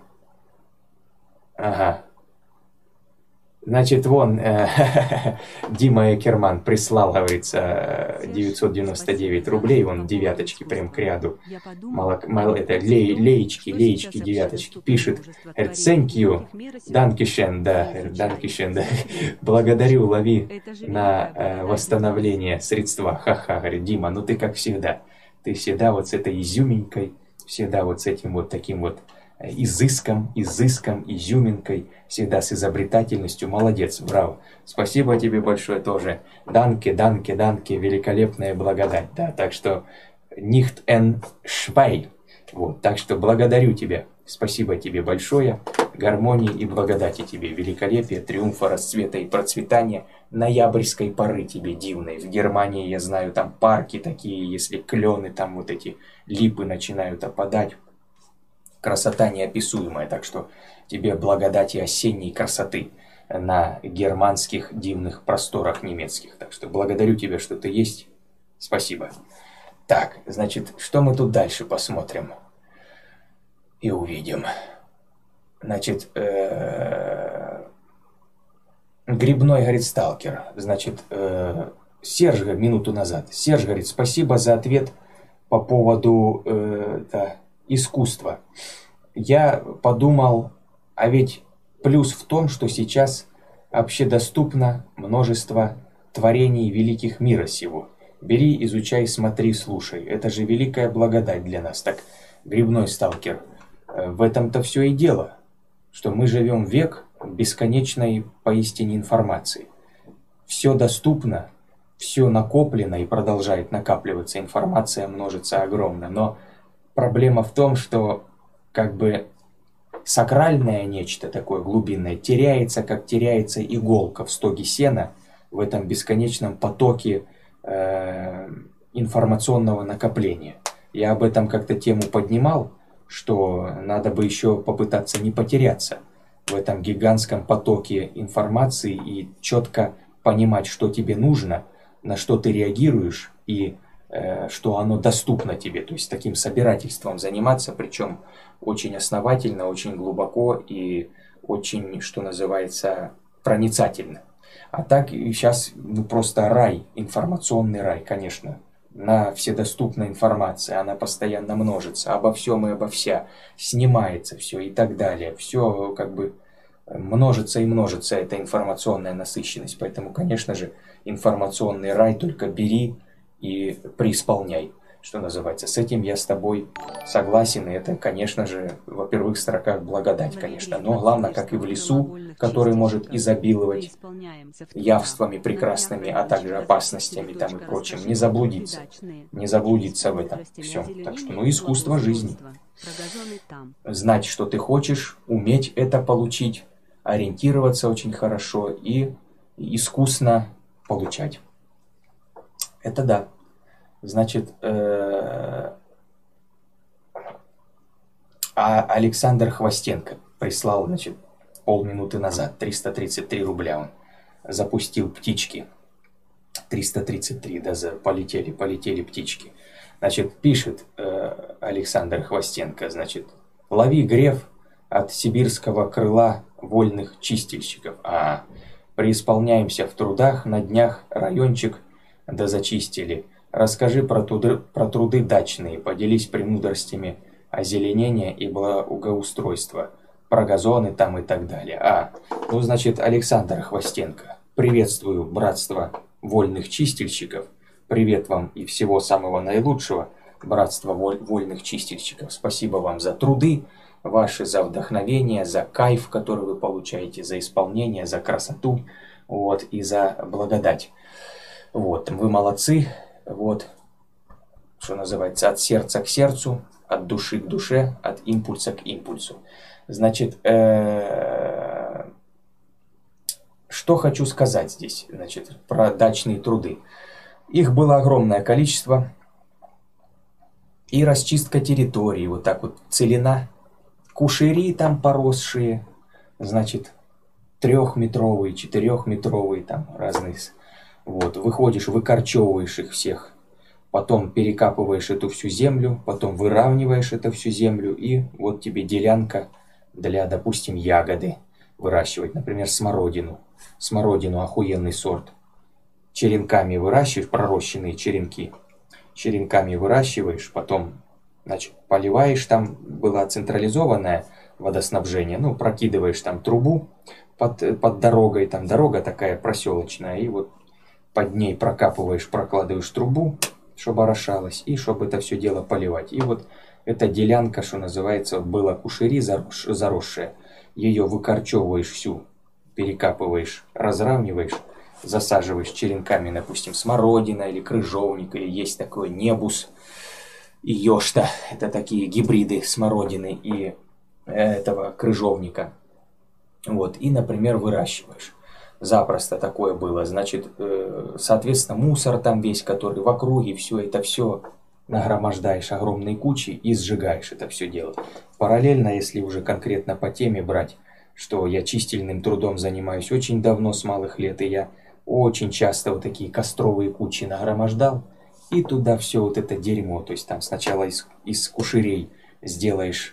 Ага. Значит, вон, Дима Экерман прислал, говорится, 999 рублей, вон девяточки прям к ряду. Леечки, девяточки. Пишет, говорит, thank you, dankeschön, да, dankeschön, да. Благодарю, лови на восстановление средства. Ха-ха, говорит, Дима, ну ты как всегда. Ты всегда вот с этой изюминкой, всегда вот с этим вот таким вот изыском, изюминкой, всегда с изобретательностью. Молодец, браво. Спасибо тебе большое тоже. Данке, великолепная благодать. Да, так что nicht en Schwein. Вот, так что благодарю тебя. Спасибо тебе большое. Гармонии и благодати тебе. Великолепие, триумфа, расцвета и процветания. Ноябрьской поры тебе дивной. В Германии, я знаю, там парки такие, если клены, там вот эти липы начинают опадать. Красота неописуемая, так что тебе благодати осенней красоты на германских дивных просторах немецких. Так что благодарю тебя, что ты есть. Спасибо. Так, значит, что мы тут дальше посмотрим и увидим. Значит, Грибной, говорит, сталкер. Значит, Серж, минуту назад. Серж говорит, спасибо за ответ по поводу искусства. Я подумал, а ведь плюс в том, что сейчас общедоступно множество творений великих мира сего. Бери, изучай, смотри, слушай. Это же великая благодать для нас. Так, Грибной сталкер, в этом-то все и дело, что мы живем век бесконечной поистине информации. Все доступно, все накоплено и продолжает накапливаться, информация множится огромно, но проблема в том, что как бы сакральное нечто такое глубинное теряется, как теряется иголка в стоге сена в этом бесконечном потоке информационного накопления. Я об этом как-то тему поднимал, что надо бы еще попытаться не потеряться в этом гигантском потоке информации и четко понимать, что тебе нужно, на что ты реагируешь и что оно доступно тебе. То есть таким собирательством заниматься, причем очень основательно, очень глубоко и очень, что называется, проницательно. А так сейчас просто рай, информационный рай, конечно. На вседоступной информации, она постоянно множится, обо всем и обо вся, снимается все и так далее. Все как бы множится и множится эта информационная насыщенность. Поэтому, конечно же, информационный рай только бери и преисполняй, что называется. С этим я с тобой согласен, и это, конечно же, во первых строках благодать, конечно. Но главное, как и в лесу, который может изобиловать явствами прекрасными, а также опасностями там и прочим, не заблудиться в этом всем. Так что, искусство жизни. Знать, что ты хочешь, уметь это получить, ориентироваться очень хорошо и искусно получать. Это да. Значит, А Александр Хвостенко прислал, значит, полминуты назад, 333 рубля он запустил птички. 333, да, полетели птички. Значит, пишет Александр Хвостенко, значит, лови греф от сибирского крыла вольных чистильщиков. Преисполняемся в трудах, на днях райончик да зачистили. Расскажи про труды дачные, поделись премудростями озеленения и благоустройства, про газоны там и так далее. Ну, значит, Александр Хвостенко, приветствую братство вольных чистильщиков. Привет вам и всего самого наилучшего, братство вольных чистильщиков. Спасибо вам за труды ваши, за вдохновение, за кайф, который вы получаете, за исполнение, за красоту, вот, и за благодать. Вот, вы молодцы, вот, что называется, от сердца к сердцу, от души к душе, от импульса к импульсу. Значит, что хочу сказать здесь, значит, про дачные труды. Их было огромное количество. И расчистка территории, вот так вот, целина. Кушери там поросшие, значит, 3-метровые, 4-метровые, там разные. Вот, выходишь, выкорчевываешь их всех. Потом перекапываешь эту всю землю, потом выравниваешь эту всю землю, и вот тебе делянка для, допустим, ягоды выращивать, например, смородину. Смородину охуенный сорт. Черенками выращиваешь, пророщенные черенки. Черенками выращиваешь, потом, значит, поливаешь, там было централизованное водоснабжение, ну, прокидываешь там трубу под дорогой, там дорога такая проселочная, и вот под ней прокапываешь, прокладываешь трубу, чтобы орошалось, и чтобы это все дело поливать. И вот эта делянка, что называется, была кушери заросшая, ее выкорчевываешь всю, перекапываешь, разравниваешь, засаживаешь черенками, допустим, смородина или крыжовник, или есть такой небус и ёшта. Это такие гибриды смородины и этого крыжовника. Вот, и, например, выращиваешь. Запросто такое было. Значит, соответственно, мусор там весь, который в округе, все это все нагромождаешь огромные кучи и сжигаешь это все дело. Параллельно, если уже конкретно по теме брать, что я чистильным трудом занимаюсь очень давно, с малых лет, и я очень часто вот такие костровые кучи нагромождал, и туда все вот это дерьмо, то есть там сначала из кушерей сделаешь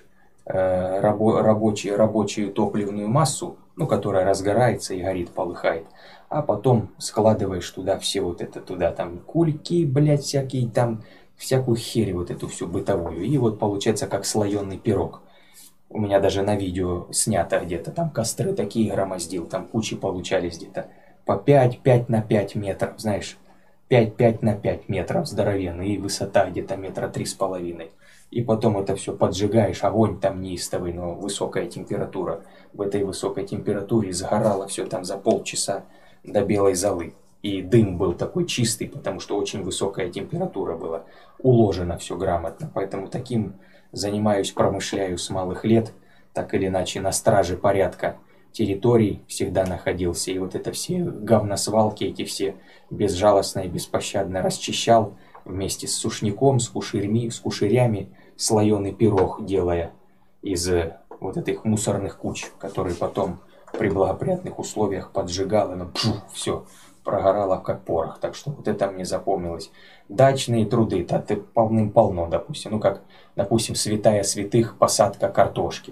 рабочую топливную массу, ну, которая разгорается и горит, полыхает, а потом складываешь туда все вот это, туда там кульки, блядь, всякие там, всякую херь вот эту всю бытовую, и вот получается как слоеный пирог. У меня даже на видео снято где-то, там костры такие громоздил, там кучи получались где-то по 5 на 5 метров, знаешь, 5 на 5 метров здоровенные, и высота где-то 3,5 метра. И потом это все поджигаешь, огонь там неистовый, но высокая температура. В этой высокой температуре сгорало все там за полчаса до белой золы. И дым был такой чистый, потому что очень высокая температура была. Уложено все грамотно. Поэтому таким занимаюсь, промышляю с малых лет. Так или иначе на страже порядка территорий всегда находился. И вот это все говносвалки, эти все безжалостно и беспощадно расчищал. Вместе с сушняком, с кушерями, слоеный пирог делая из вот этих мусорных куч, которые потом при благоприятных условиях поджигал, и все прогорало как порох. Так что вот это мне запомнилось. Дачные труды, да, ты полным-полно, допустим. Ну, как, допустим, святая святых, посадка картошки.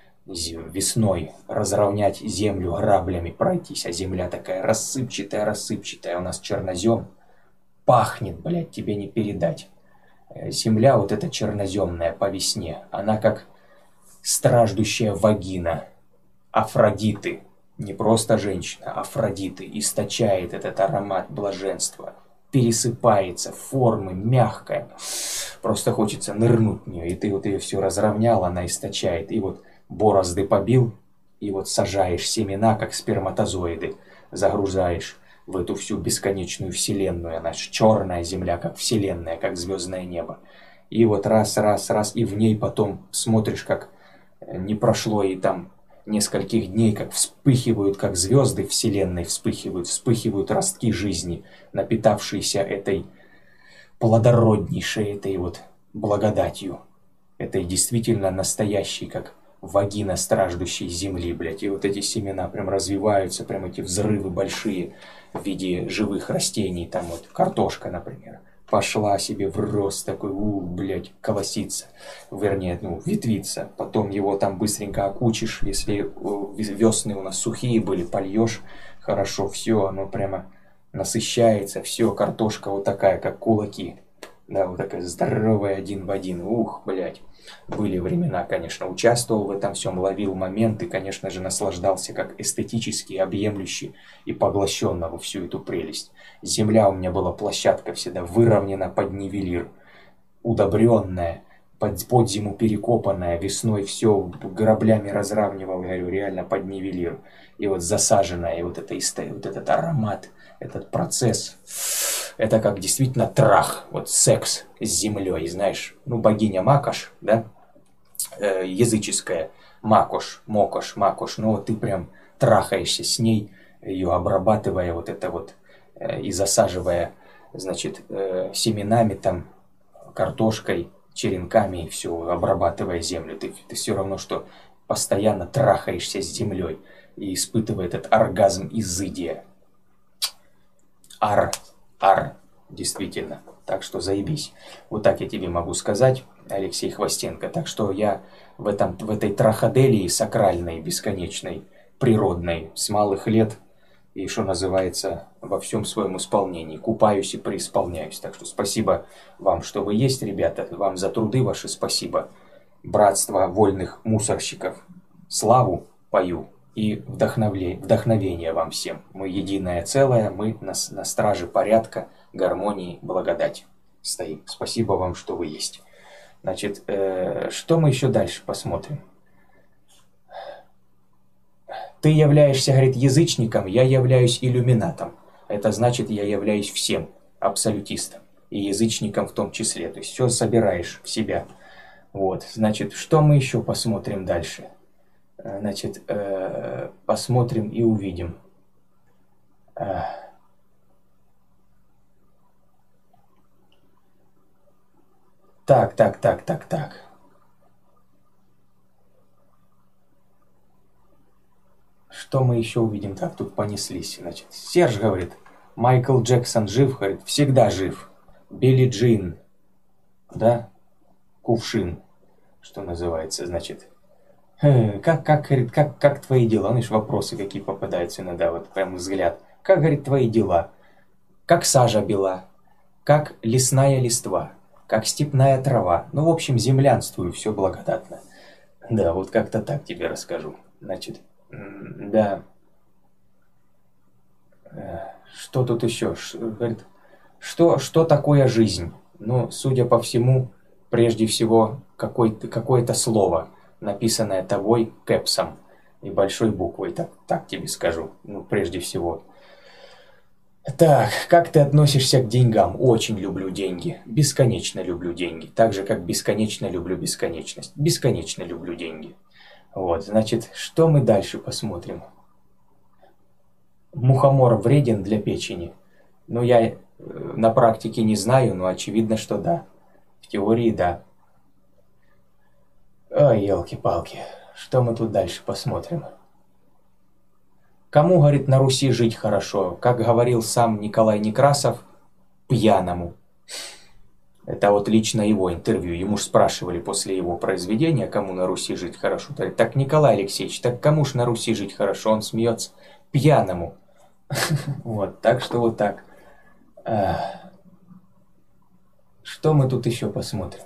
Весной разровнять землю граблями, пройтись, а земля такая рассыпчатая, у нас чернозем. Пахнет, блядь, тебе не передать. Земля вот эта черноземная по весне, она как страждущая вагина Афродиты. Не просто женщина, Афродиты источает этот аромат блаженства. Пересыпается, формы, мягкая. Просто хочется нырнуть в нее. И ты вот ее все разровнял, она источает. И вот борозды побил, и вот сажаешь семена, как сперматозоиды, загружаешь в эту всю бесконечную вселенную. Она черная земля, как вселенная, как звездное небо. И вот раз, и в ней потом смотришь, как не прошло и там нескольких дней, как вспыхивают, как звезды вселенной вспыхивают ростки жизни, напитавшиеся этой плодороднейшей, этой вот благодатью. Это и действительно настоящий, как вагина страждущей земли, блядь. И вот эти семена прям развиваются, прям эти взрывы большие в виде живых растений. Там вот картошка, например, пошла себе в рост такой, блядь, колосится. Вернее, ну, ветвится. Потом его там быстренько окучишь. Если весны у нас сухие были, польешь хорошо, все, оно прямо насыщается. Все, картошка вот такая, как кулаки. Да, вот такая здоровая один в один. Ух, блядь. Были времена, конечно, участвовал в этом всем, ловил моменты, конечно же, наслаждался как эстетически, объемлющий и поглощенно во всю эту прелесть. Земля у меня была площадка всегда выровнена под нивелир, удобренная, под зиму перекопанная, весной все граблями разравнивал, говорю, реально под нивелир. И вот засаженная, и вот этот аромат, этот процесс, это как действительно трах, вот секс с землей, знаешь. Ну, богиня Макош, да, языческая, Макош, ну вот ты прям трахаешься с ней, ее обрабатывая вот это вот и засаживая, значит, семенами там, картошкой, черенками и все, обрабатывая землю. Ты все равно, что постоянно трахаешься с землей и испытывая этот оргазм изыдия. Ар, действительно. Так что заебись. Вот так я тебе могу сказать, Алексей Хвостенко. Так что я в этой траходелии сакральной, бесконечной, природной, с малых лет, и, что называется, во всем своем исполнении купаюсь и преисполняюсь. Так что спасибо вам, что вы есть, ребята. Вам за труды ваши спасибо. Братство вольных мусорщиков. Славу пою. И вдохновение вам всем. Мы единое целое, мы на страже порядка, гармонии, благодати стоим. Спасибо вам, что вы есть. Значит, что мы еще дальше посмотрим? Ты являешься, говорит, язычником, я являюсь иллюминатом. Это значит, я являюсь всем, абсолютистом. И язычником в том числе. То есть все собираешь в себя. Вот, значит, что мы еще посмотрим дальше? Значит, посмотрим и увидим. Так. Что мы еще увидим? Так, тут понеслись. Значит, Серж говорит, Майкл Джексон жив, говорит, всегда жив. Билли Джин, да, кувшин, что называется, значит. Говорит, как твои дела? Ну, вопросы какие попадаются иногда, вот прям взгляд. Как, говорит, твои дела? Как сажа бела, как лесная листва, как степная трава. Ну, в общем, землянствую, все благодатно. Да, вот как-то так тебе расскажу. Значит, да. Что тут еще? Говорит, что такое жизнь? Ну, судя по всему, прежде всего, какое-то слово, написанное тобой кэпсом и большой буквой, так тебе скажу. Ну, прежде всего. Так, как ты относишься к деньгам? Очень люблю деньги. Бесконечно люблю деньги. Так же, как бесконечно люблю бесконечность. Бесконечно люблю деньги. Вот, значит, что мы дальше посмотрим? Мухомор вреден для печени? Ну, я на практике не знаю, но очевидно, что да. В теории да. Ой, елки-палки. Что мы тут дальше посмотрим? Кому, говорит, на Руси жить хорошо? Как говорил сам Николай Некрасов, пьяному. Это вот лично его интервью. Ему ж спрашивали после его произведения, кому на Руси жить хорошо. Говорит, так, Николай Алексеевич, так кому ж на Руси жить хорошо? Он смеется. Пьяному. Вот, так что вот так. Что мы тут еще посмотрим?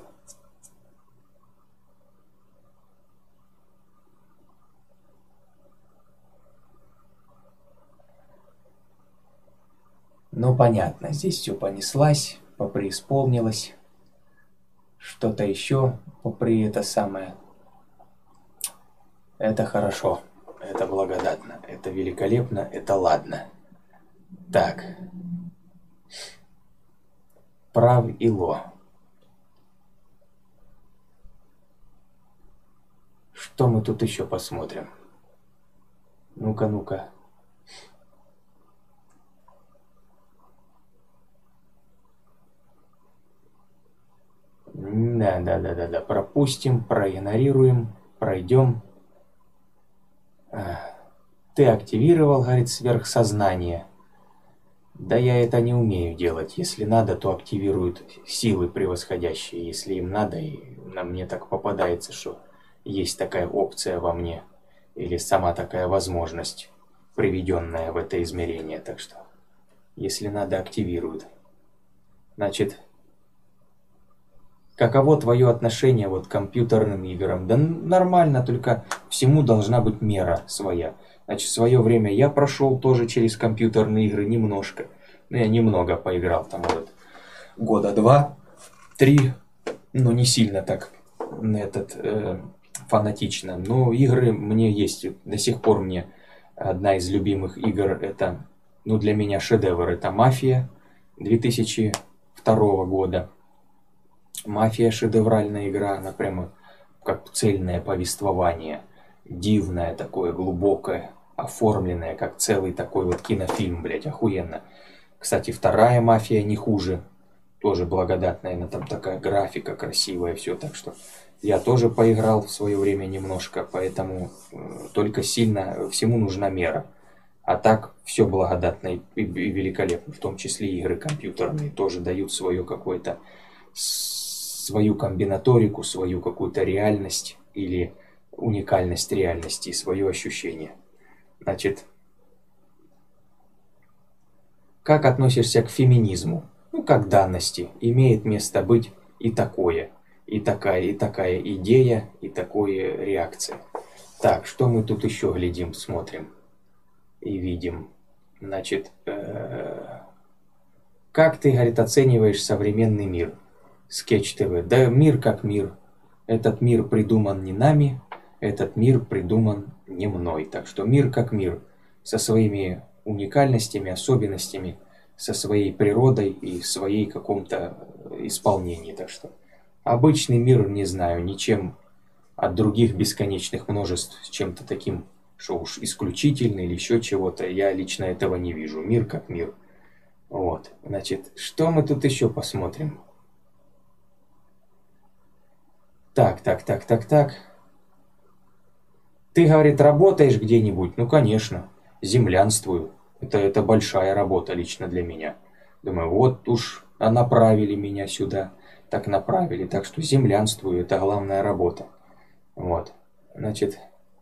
Ну, понятно, здесь все понеслась, попреисполнилось. Что-то еще это самое. Это хорошо, это благодатно, это великолепно, это ладно. Так. Прав и ло. Что мы тут еще посмотрим? Ну-ка. Да. Пропустим, проигнорируем, пройдем. Ты активировал, говорит, сверхсознание. Да я это не умею делать. Если надо, то активируют силы превосходящие. Если им надо, и на мне так попадается, что есть такая опция во мне. Или сама такая возможность, приведенная в это измерение. Так что, если надо, активируют. Значит, каково твое отношение вот к компьютерным играм? Да нормально, только всему должна быть мера своя. Значит, в свое время я прошел тоже через компьютерные игры немножко. Ну, я немного поиграл, там вот года 2-3, но не сильно так фанатично. Но игры мне есть. До сих пор мне одна из любимых игр, это, ну, для меня шедевр, это «Мафия» 2002 года. «Мафия» — шедевральная игра, она прямо как цельное повествование, дивное такое, глубокое, оформленное, как целый такой вот кинофильм, блядь, охуенно. Кстати, вторая «Мафия» не хуже, тоже благодатная, она там такая графика красивая, все, так что я тоже поиграл в свое время немножко, поэтому только сильно всему нужна мера. А так все благодатно и великолепно, в том числе игры компьютерные тоже дают свое какое-то, свою комбинаторику, свою какую-то реальность или уникальность реальности, свое ощущение. Значит, как относишься к феминизму? Ну, как данности. Имеет место быть и такое, и такая идея, и такое реакция. Так, что мы тут еще глядим, смотрим и видим? Значит, как ты, говорит, оцениваешь современный мир? Скетч ТВ. Да мир как мир. Этот мир придуман не нами, этот мир придуман не мной. Так что мир как мир, со своими уникальностями, особенностями, со своей природой и своей каком-то исполнении. Так что обычный мир, не знаю, ничем от других бесконечных множеств с чем-то таким, что уж исключительный или еще чего-то, я лично этого не вижу. Мир как мир. Вот, значит, что мы тут еще посмотрим? Так. Ты, говорит, работаешь где-нибудь? Ну, конечно, землянствую. Это большая работа лично для меня. Думаю, вот уж направили меня сюда, так направили. Так что землянствую, это главная работа. Вот, значит.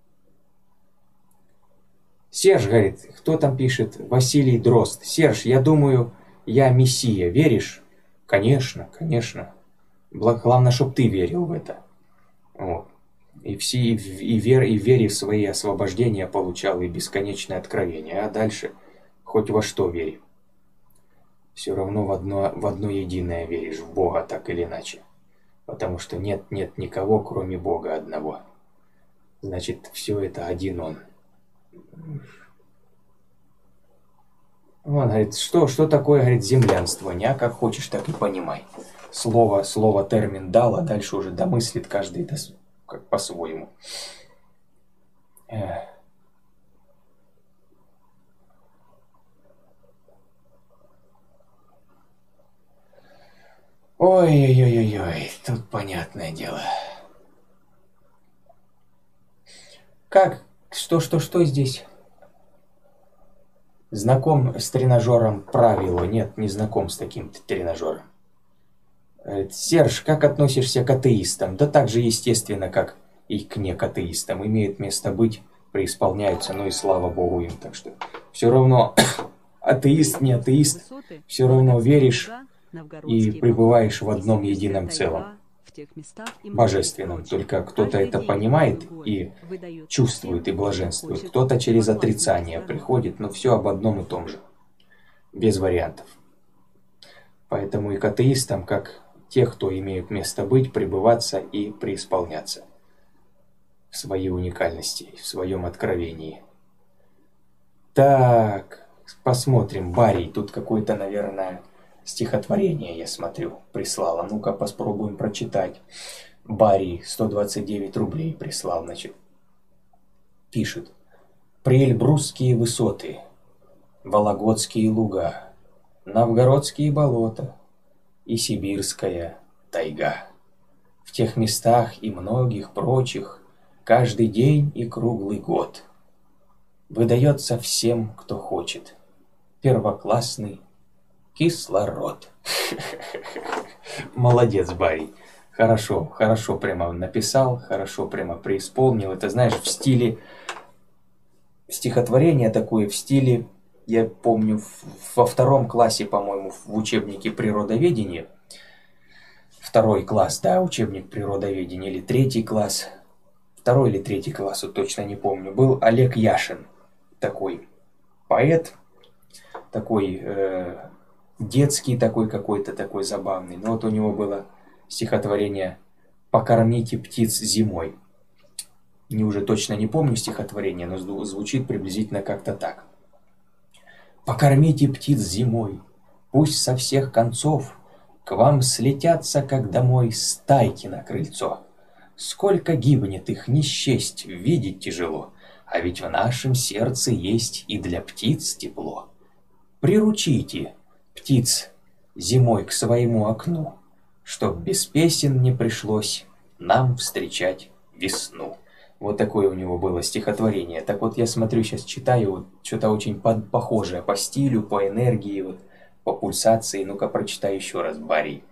Серж, говорит, кто там пишет? Василий Дрозд. Серж, я думаю, я мессия. Веришь? Конечно. Главное, чтоб ты верил в это. Вот. И в вере в свои освобождения получал и бесконечное откровение. А дальше хоть во что вери. Все равно в одно единое веришь, в Бога так или иначе. Потому что нет никого, кроме Бога одного. Значит, все это один Он. Он говорит, что такое, говорит, землянствование, а как хочешь, так и понимай. Слово, термин дал, а дальше уже домыслит каждый как по-своему. Ой, тут понятное дело. Как? Что здесь? Знаком с тренажером правило? Нет, не знаком с таким тренажером. Серж, как относишься к атеистам? Да так же естественно, как и к некатеистам. Имеет место быть, преисполняются, ну и слава Богу им. Так что все равно атеист, не атеист, все равно веришь и пребываешь в одном едином целом. Божественном. Только кто-то это понимает и чувствует, и блаженствует. Кто-то через отрицание приходит, но все об одном и том же. Без вариантов. Поэтому и к атеистам, как те, кто имеют место быть, пребываться и преисполняться в своей уникальности, в своем откровении. Так, посмотрим. Барий, тут какое-то, наверное, стихотворение, я смотрю, прислала. Ну-ка, попробуем прочитать. Барий 129 рублей прислал, значит. Пишет. Приэльбрусские высоты, Вологодские луга, Новгородские болота и Сибирская тайга. В тех местах и многих прочих каждый день и круглый год выдается всем, кто хочет, первоклассный кислород. Молодец, Барри. Хорошо, хорошо прямо написал, хорошо прямо преисполнил. Это, знаешь, в стиле стихотворение такое, в стиле, я помню, во 2 классе, по-моему, в учебнике природоведения, 2 класс, да, учебник природоведения, или 3 класс, 2 или 3 класс, вот точно не помню, был Олег Яшин, такой поэт, такой детский такой какой-то, такой забавный. Но вот у него было стихотворение «Покормите птиц зимой». Не уже точно не помню стихотворение, но звучит приблизительно как-то так. «Покормите птиц зимой, пусть со всех концов к вам слетятся, как домой, стайки на крыльцо. Сколько гибнет их не счесть, видеть тяжело, а ведь в нашем сердце есть и для птиц тепло. Приручите птиц зимой к своему окну, чтоб без песен не пришлось нам встречать весну». Вот такое у него было стихотворение. Так вот, я смотрю, сейчас читаю, вот, что-то очень похожее по стилю, по энергии, вот, по пульсации. Ну-ка, прочитай еще раз, Барри.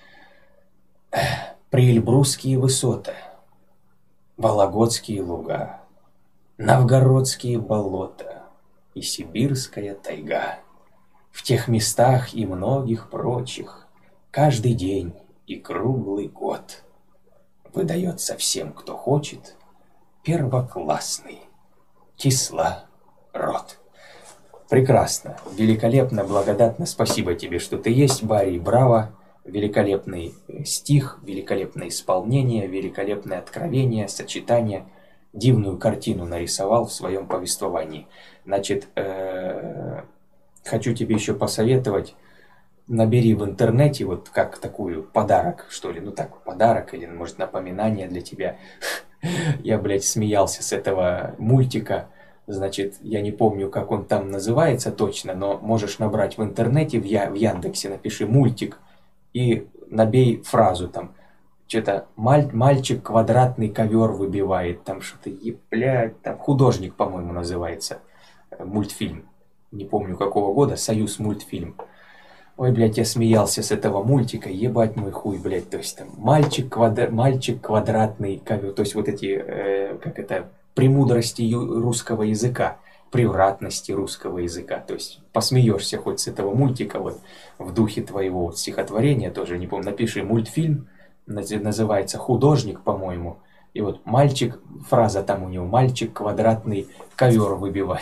Приэльбрусские высоты, Вологодские луга, Новгородские болота и Сибирская тайга. В тех местах и многих прочих каждый день и круглый год выдается всем, кто хочет, первоклассный кислород. Прекрасно, великолепно, благодатно. Спасибо тебе, что ты есть, Барри. Браво. Великолепный стих, великолепное исполнение, великолепное откровение, сочетание. Дивную картину нарисовал в своем повествовании. Значит, хочу тебе еще посоветовать. Набери в интернете вот как такую подарок, что ли. Ну так, подарок или, может, напоминание для тебя. Я, блядь, смеялся с этого мультика. Значит, я не помню, как он там называется точно, но можешь набрать в интернете, в Яндексе, напиши «мультик» и набей фразу там. Что-то мальчик квадратный ковер выбивает, там что-то, блядь, там художник, по-моему, называется. Мультфильм. Не помню какого года, «Союз мультфильм». Ой, блядь, я смеялся с этого мультика, ебать мой хуй, блядь, то есть там мальчик квадратный ковер, то есть вот эти, как это, премудрости русского языка, превратности русского языка, то есть посмеешься хоть с этого мультика, вот в духе твоего вот стихотворения, тоже не помню, напиши мультфильм, называется «Художник», по-моему, и вот мальчик, фраза там у него, мальчик квадратный ковер выбивает.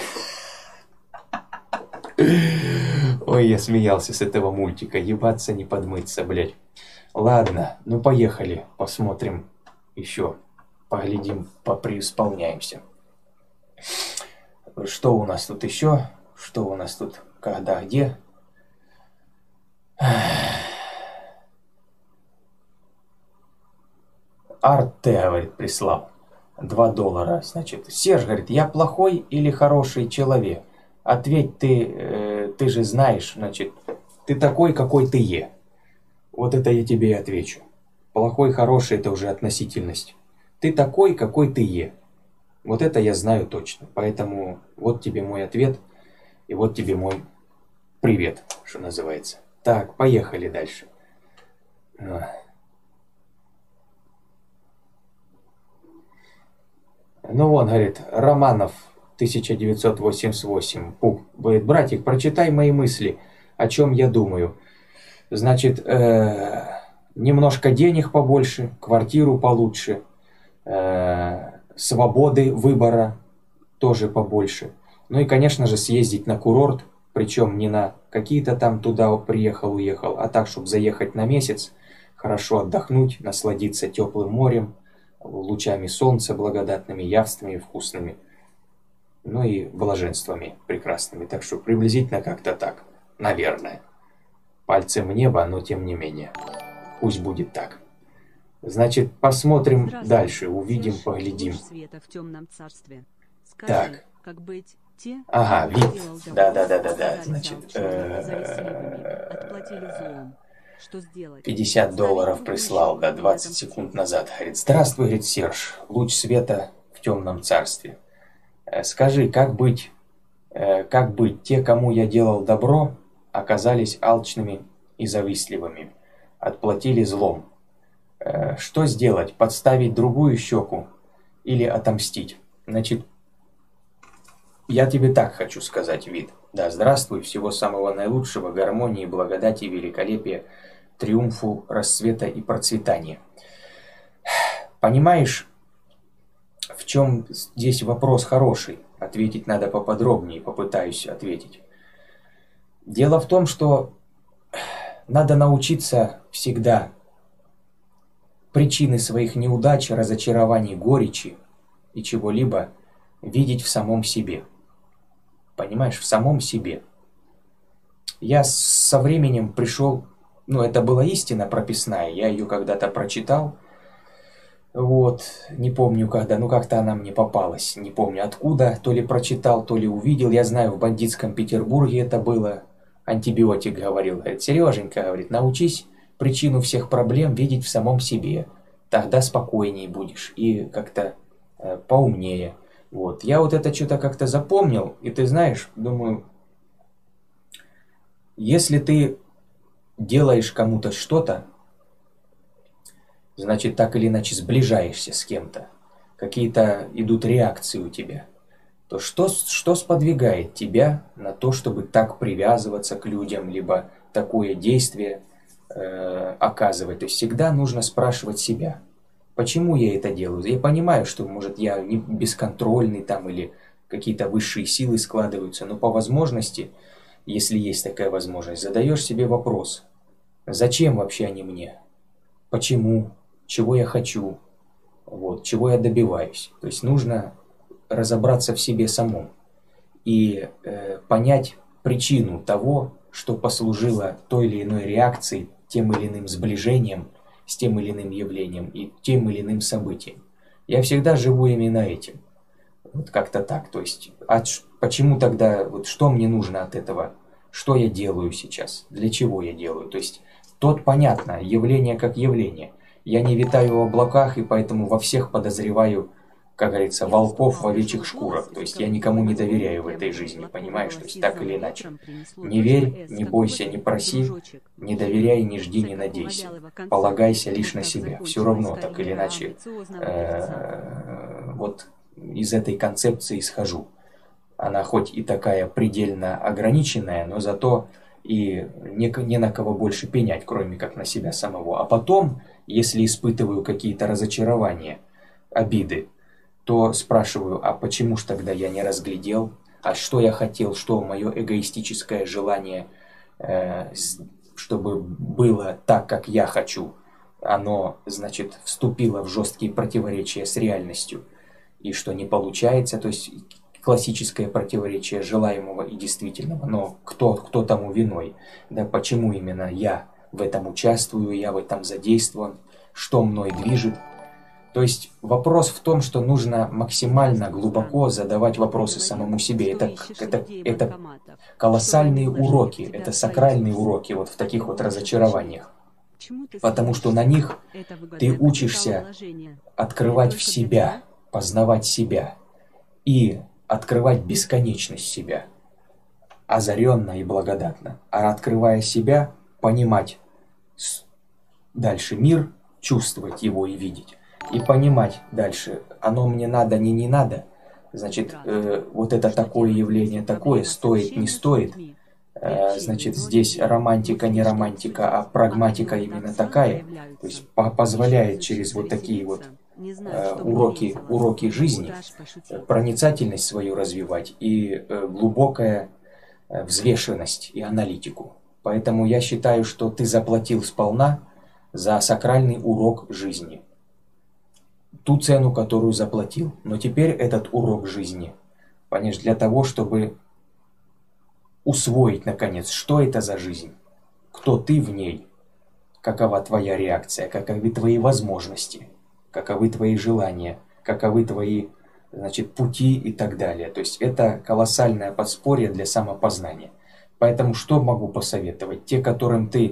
Ой, я смеялся с этого мультика. Ебаться не подмыться, блядь. Ладно, ну поехали. Посмотрим еще. Поглядим, попреисполняемся. Что у нас тут еще? Что у нас тут? Когда, где? Арте, говорит, прислал. $2. Значит, Серж, говорит, я плохой или хороший человек? Ответь ты же знаешь, значит, ты такой, какой ты е. Вот это я тебе и отвечу. Плохой, хороший – это уже относительность. Ты такой, какой ты е. Вот это я знаю точно. Поэтому вот тебе мой ответ, и вот тебе мой привет, что называется. Так, поехали дальше. Ну вон, говорит, Романов, 1988. Пуп, говорит, братик, прочитай мои мысли, о чем я думаю. Значит, немножко денег побольше, квартиру получше, свободы выбора тоже побольше. Ну и, конечно же, съездить на курорт, причем не на какие-то там туда приехал-уехал, а так, чтобы заехать на месяц, хорошо отдохнуть, насладиться теплым морем, лучами солнца благодатными, явствами вкусными, ну и блаженствами прекрасными. Так что приблизительно как-то так, наверное. Пальцем в небо, но тем не менее. Пусть будет так. Значит, посмотрим дальше, увидим, Серж, поглядим. Света в темном царстве. Скажи, Так. как быть те, Ага, кто вид. сделал добро, Да. оказались Значит, алчными, оказались слепыми, отплатили злом. Что сделать? 50 долларов прислал, да, 20 секунд назад. Говорит, здравствуй, говорит, Серж, луч света в темном царстве. Скажи, как быть, те, кому я делал добро, оказались алчными и завистливыми, отплатили злом. Что сделать, подставить другую щеку или отомстить? Значит, я тебе так хочу сказать, Вид. Да, здравствуй, всего самого наилучшего, гармонии, благодати, великолепия, триумфу, расцвета и процветания. Понимаешь, в чем здесь вопрос хороший? Ответить надо поподробнее, попытаюсь ответить. Дело в том, что надо научиться всегда причины своих неудач, разочарований, горечи и чего-либо видеть в самом себе. Понимаешь, в самом себе. Я со временем пришел, это была истина прописная, я ее когда-то прочитал, не помню когда, как-то она мне попалась, не помню откуда, то ли прочитал, то ли увидел, я знаю, в бандитском Петербурге это было, антибиотик говорил, говорит, Сереженька, говорит, научись причину всех проблем видеть в самом себе, тогда спокойнее будешь и как-то поумнее. Я это что-то как-то запомнил, и ты знаешь, думаю, если ты делаешь кому-то что-то, значит, так или иначе сближаешься с кем-то, какие-то идут реакции у тебя, то что сподвигает тебя на то, чтобы так привязываться к людям, либо такое действие оказывать? То есть всегда нужно спрашивать себя, почему я это делаю? Я понимаю, что, может, я не бесконтрольный там или какие-то высшие силы складываются, но по возможности, если есть такая возможность, задаешь себе вопрос, зачем вообще они мне? Почему? Чего я хочу? Чего я добиваюсь? То есть нужно разобраться в себе самом и понять причину того, что послужило той или иной реакцией, тем или иным сближением с тем или иным явлением и тем или иным событием. Я всегда живу именно этим. Как-то так. То есть, почему тогда, что мне нужно от этого? Что я делаю сейчас? Для чего я делаю? То есть, понятно, явление как явление. Я не витаю в облаках, и поэтому во всех подозреваю, как говорится, волков в овечьих шкурах. То есть я никому не доверяю в этой жизни, понимаешь? То есть так или иначе. Не верь, не бойся, не проси, не доверяй, не жди, не надейся. Полагайся лишь на себя. Все равно, так или иначе, из этой концепции исхожу. Она хоть и такая предельно ограниченная, но зато и не на кого больше пенять, кроме как на себя самого. А потом, если испытываю какие-то разочарования, обиды, то спрашиваю, а почему ж тогда я не разглядел, а что я хотел, что мое эгоистическое желание, чтобы было так, как я хочу, оно, значит, вступило в жесткие противоречия с реальностью, и что не получается, то есть классическое противоречие желаемого и действительного, но кто тому виной, да, почему именно я в этом участвую, я в этом задействован, что мной движет. То есть вопрос в том, что нужно максимально глубоко задавать вопросы самому себе. Это колоссальные уроки, это сакральные уроки в таких разочарованиях. Потому что на них ты учишься открывать в себя, познавать себя и открывать бесконечность себя, озаренно и благодатно. А открывая себя, понимать дальше мир, чувствовать его и видеть. И понимать дальше, оно мне надо, не надо. Значит, это такое явление такое, стоит, не стоит. Значит, здесь романтика, не романтика, а прагматика именно такая. То есть позволяет через такие уроки жизни проницательность свою развивать и глубокая взвешенность и аналитику. Поэтому я считаю, что ты заплатил сполна за сакральный урок жизни. Ту цену, которую заплатил. Но теперь этот урок жизни, понимаешь, для того, чтобы усвоить, наконец, что это за жизнь, кто ты в ней, какова твоя реакция, каковы твои возможности, каковы твои желания, каковы твои, значит, пути и так далее. То есть это колоссальное подспорье для самопознания. Поэтому что могу посоветовать? Те, которым ты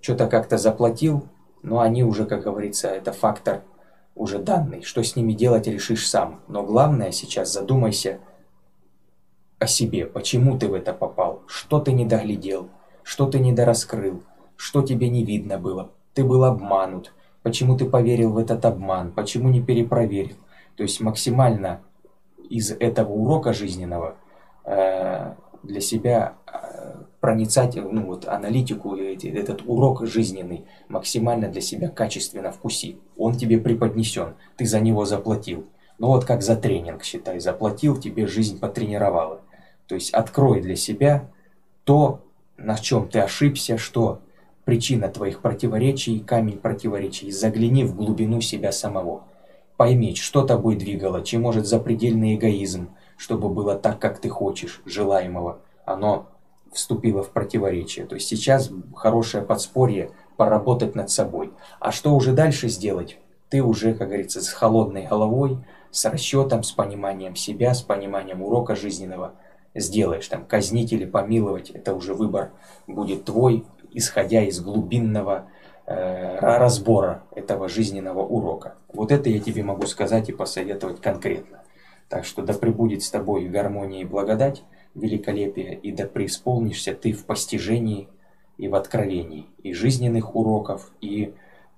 что-то как-то заплатил, но они уже, как говорится, это фактор уже данный. Что с ними делать, решишь сам. Но главное сейчас задумайся о себе. Почему ты в это попал? Что ты не доглядел? Что ты недораскрыл? Что тебе не видно было? Ты был обманут. Почему ты поверил в этот обман? Почему не перепроверил? То есть максимально из этого урока жизненного для себя проницать, ну вот аналитику, этот урок жизненный максимально для себя качественно вкуси. Он тебе преподнесен, ты за него заплатил. Ну вот как за тренинг, считай, заплатил, тебе жизнь потренировала. То есть открой для себя то, на чем ты ошибся, что причина твоих противоречий, камень противоречий. Загляни в глубину себя самого. Пойми, что тобой двигало, чем может запредельный эгоизм, чтобы было так, как ты хочешь, желаемого, оно вступило в противоречие. То есть сейчас хорошее подспорье поработать над собой. А что уже дальше сделать? Ты уже, как говорится, с холодной головой, с расчетом, с пониманием себя, с пониманием урока жизненного сделаешь. Там казнить или помиловать, это уже выбор будет твой, исходя из глубинного разбора этого жизненного урока. Вот это я тебе могу сказать и посоветовать конкретно. Так что да пребудет с тобой гармония и благодать, великолепие, и да преисполнишься ты в постижении и в откровении и жизненных уроков, и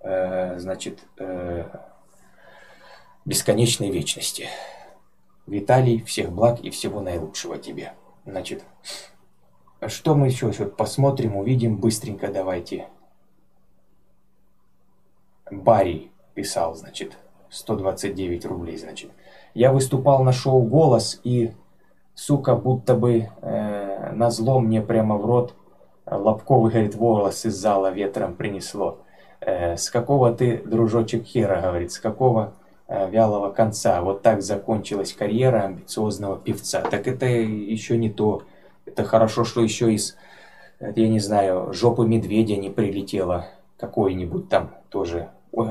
бесконечной вечности. Виталий, всех благ и всего наилучшего тебе. Значит, что мы еще посмотрим, увидим быстренько, давайте. Барри писал, значит, 129 рублей, значит. Я выступал на шоу «Голос» и, сука, будто бы назло мне прямо в рот лобковый, говорит, волос из зала ветром принесло. С какого ты, дружочек, хера, говорит, с какого вялого конца. Вот так закончилась карьера амбициозного певца. Так это еще не то. Это хорошо, что еще из, я не знаю, жопы медведя не прилетело какой-нибудь там тоже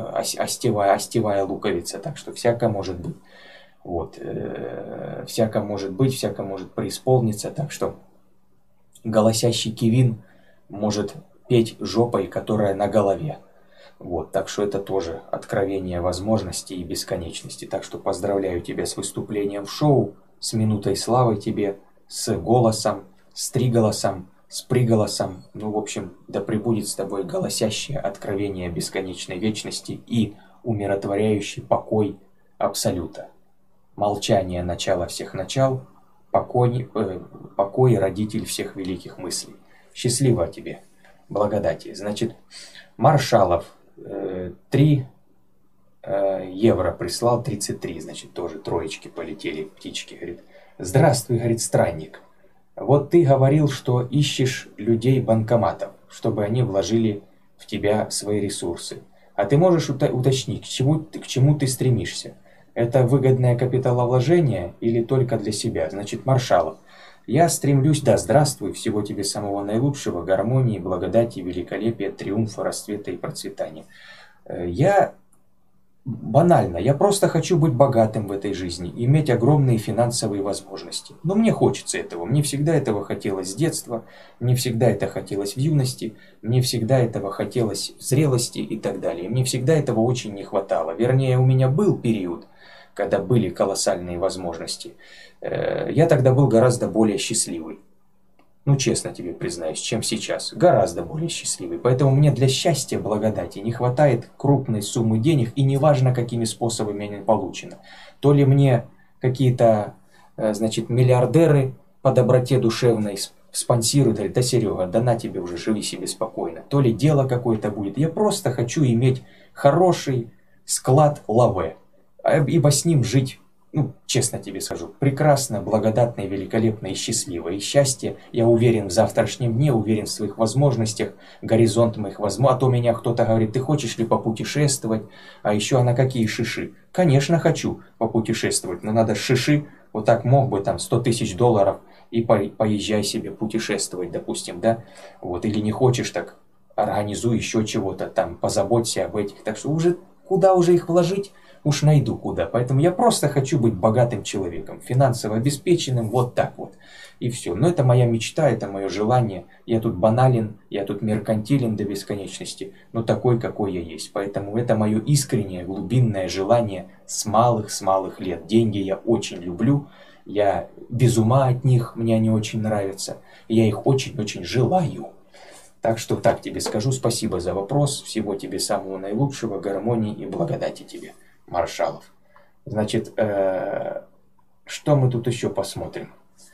остевая луковица. Так что всяко может быть. Вот. Всяко может быть, всяко может преисполниться. Так что голосящий Кевин может петь жопой, которая на голове. Вот, так что это тоже откровение возможностей и бесконечности. Так что поздравляю тебя с выступлением в шоу, с минутой славы тебе, с голосом, с триголосом, с приголосом. Ну, в общем, да пребудет с тобой голосящее откровение бесконечной вечности и умиротворяющий покой абсолюта. Молчание – начало всех начал, покой родитель всех великих мыслей. Счастливо тебе, благодати. Значит, Маршалов 3 евро прислал, 33, значит, тоже троечки полетели, птички, говорит. Здравствуй, говорит, странник. Вот ты говорил, что ищешь людей банкоматов, чтобы они вложили в тебя свои ресурсы. А ты можешь уточнить, к чему ты стремишься? Это выгодное капиталовложение или только для себя? Значит, Маршалов. Я стремлюсь, да, здравствуй, всего тебе самого наилучшего, гармонии, благодати, великолепия, триумфа, расцвета и процветания. Я банально, я просто хочу быть богатым в этой жизни, иметь огромные финансовые возможности. Но мне хочется этого, мне всегда этого хотелось с детства, мне всегда это хотелось в юности, мне всегда этого хотелось в зрелости и так далее. Мне всегда этого очень не хватало. Вернее, у меня был период, когда были колоссальные возможности. Я тогда был гораздо более счастливый. Ну, честно тебе признаюсь, чем сейчас. Гораздо более счастливый. Поэтому мне для счастья, благодати не хватает крупной суммы денег, и неважно, какими способами они получены. То ли мне какие-то, значит, миллиардеры по доброте душевной спонсируют, говорят, да, Серега, да на тебе уже, живи себе спокойно. То ли дело какое-то будет. Я просто хочу иметь хороший склад лаве, ибо с ним жить, ну, честно тебе скажу, прекрасно, благодатно, великолепно и счастливо. И счастье, я уверен в завтрашнем дне, уверен в своих возможностях, горизонт моих возможностей. А то меня кто-то говорит, ты хочешь ли попутешествовать? А еще, а на какие шиши? Конечно, хочу попутешествовать, но надо шиши, вот так мог бы там 100 тысяч долларов и поезжай себе путешествовать, допустим, да? Вот, или не хочешь, так организуй еще чего-то там, позаботься об этих. Так что уже, куда уже их вложить? уж найду куда. Поэтому я просто хочу быть богатым человеком, финансово обеспеченным, вот так вот. И все. Но это моя мечта, это мое желание. Я тут банален, я тут меркантилен до бесконечности, но такой, какой я есть. Поэтому это мое искреннее, глубинное желание с малых лет. Деньги я очень люблю, я без ума от них, мне они очень нравятся. Я их очень-очень желаю. Так что так тебе скажу, спасибо за вопрос, всего тебе самого наилучшего, гармонии и благодати тебе, Маршалов. Значит, что мы тут еще посмотрим?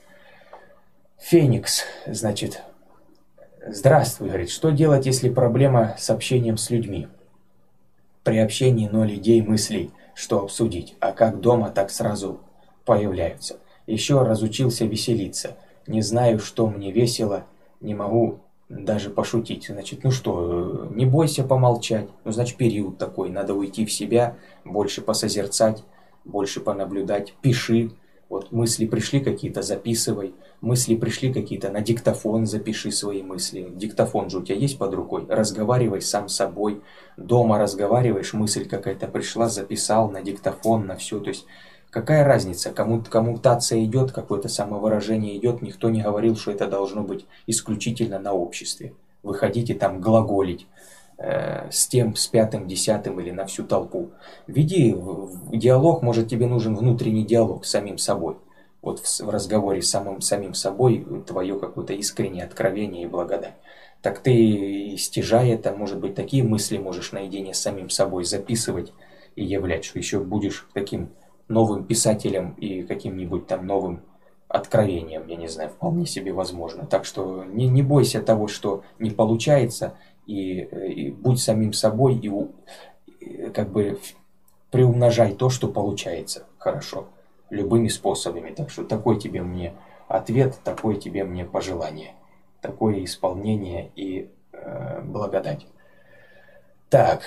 Феникс, значит, здравствуй, говорит, что делать, если проблема с общением с людьми? При общении 0 идей, мыслей, что обсудить, а как дома, так сразу появляются. Еще разучился веселиться, не знаю, что мне весело, не могу даже пошутить. Значит, ну что, не бойся помолчать. Ну, значит, период такой. Надо уйти в себя, больше посозерцать, больше понаблюдать. Пиши. Вот мысли пришли какие-то, записывай. Мысли пришли какие-то, на диктофон запиши свои мысли. Диктофон же у тебя есть под рукой. Разговаривай сам с собой. Дома разговариваешь, мысль какая-то пришла, записал на диктофон, на все. То есть какая разница, кому коммутация идет, какое-то самовыражение идет, никто не говорил, что это должно быть исключительно на обществе. Выходите там глаголить с тем, с пятым, десятым или на всю толпу. Веди диалог, может тебе нужен внутренний диалог с самим собой. Вот в разговоре с самим собой твое какое-то искреннее откровение и благодать. Так ты, стяжая это, может быть, такие мысли можешь наедине с самим собой записывать и являть, что еще будешь таким новым писателем и каким-нибудь там новым откровением, я не знаю, вполне себе возможно. Так что не бойся того, что не получается, и будь самим собой, и как бы приумножай то, что получается хорошо, любыми способами. Так что такой тебе мне ответ, такое тебе мне пожелание, такое исполнение и благодать. Так,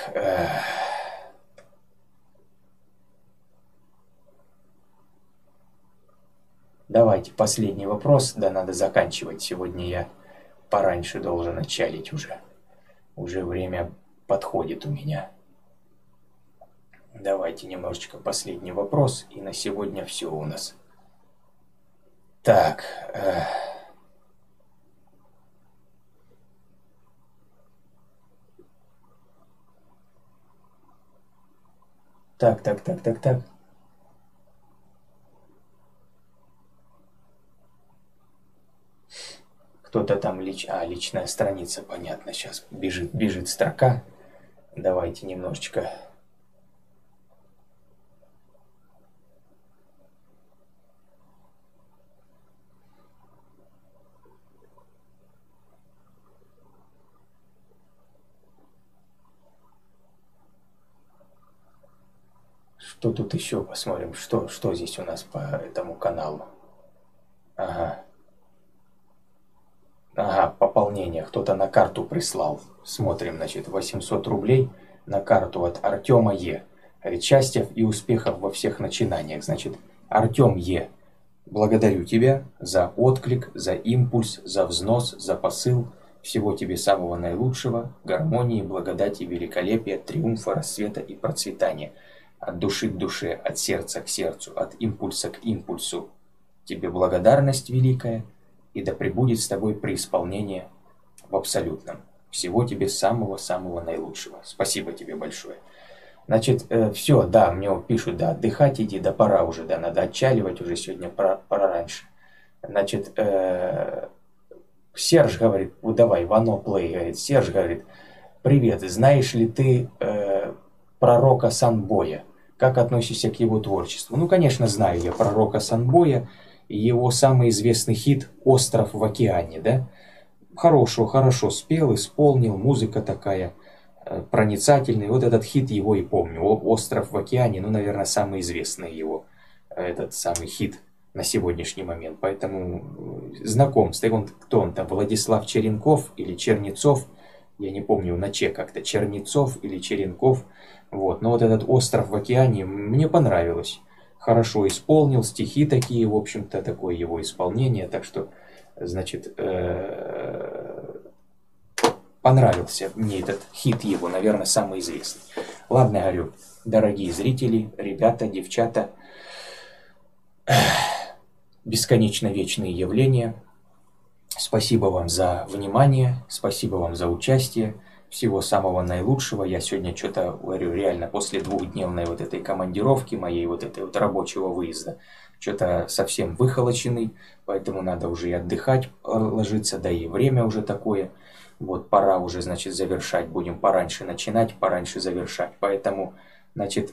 давайте последний вопрос, да надо заканчивать. Сегодня я пораньше должен отчалить уже. Уже время подходит у меня. Давайте немножечко последний вопрос, и на сегодня все у нас. Так. Так. Кто-то там личная страница, понятно, сейчас бежит строка. Давайте немножечко. Что тут еще посмотрим? Что здесь у нас по этому каналу? Ага, пополнение. Кто-то на карту прислал. Смотрим, значит, 800 рублей на карту от Артема Е. Говорит, счастья и успехов во всех начинаниях. Значит, Артем Е. Благодарю тебя за отклик, за импульс, за взнос, за посыл. Всего тебе самого наилучшего, гармонии, благодати, великолепия, триумфа, рассвета и процветания. От души к душе, от сердца к сердцу, от импульса к импульсу. Тебе благодарность великая, и да пребудет с тобой преисполнение в абсолютном. Всего тебе самого-самого наилучшего. Спасибо тебе большое. Значит, все, да, мне вот пишут, да, отдыхать иди, да пора уже, да, надо отчаливать уже сегодня, пора раньше. Значит, Серж говорит, вот давай, Вано Плей, говорит, Серж говорит, привет, знаешь ли ты пророка Санбоя? Как относишься к его творчеству? Ну, конечно, знаю я пророка Санбоя, и его самый известный хит «Остров в океане», да? Хорошо спел, исполнил, музыка такая проницательная. Вот этот хит его и помню, «Остров в океане», ну, наверное, самый известный его, этот самый хит на сегодняшний момент. Поэтому знаком с ним, кто он там, Владислав Черенков или Чернецов, я не помню, на че как-то, Чернецов или Черенков. Вот. Но вот этот «Остров в океане» мне понравилось. Хорошо исполнил, стихи такие, в общем-то, такое его исполнение. Так что, значит, понравился мне этот хит его, наверное, самый известный. Ладно, говорю, дорогие зрители, ребята, девчата, бесконечно вечные явления. Спасибо вам за внимание, спасибо вам за участие. Всего самого наилучшего. Я сегодня что-то, говорю, реально после двухдневной вот этой командировки, моей вот этой вот рабочего выезда, что-то совсем выхолоченный, поэтому надо уже и отдыхать, ложиться, да и время уже такое. Вот пора уже, значит, завершать. Будем пораньше начинать, пораньше завершать. Поэтому, значит,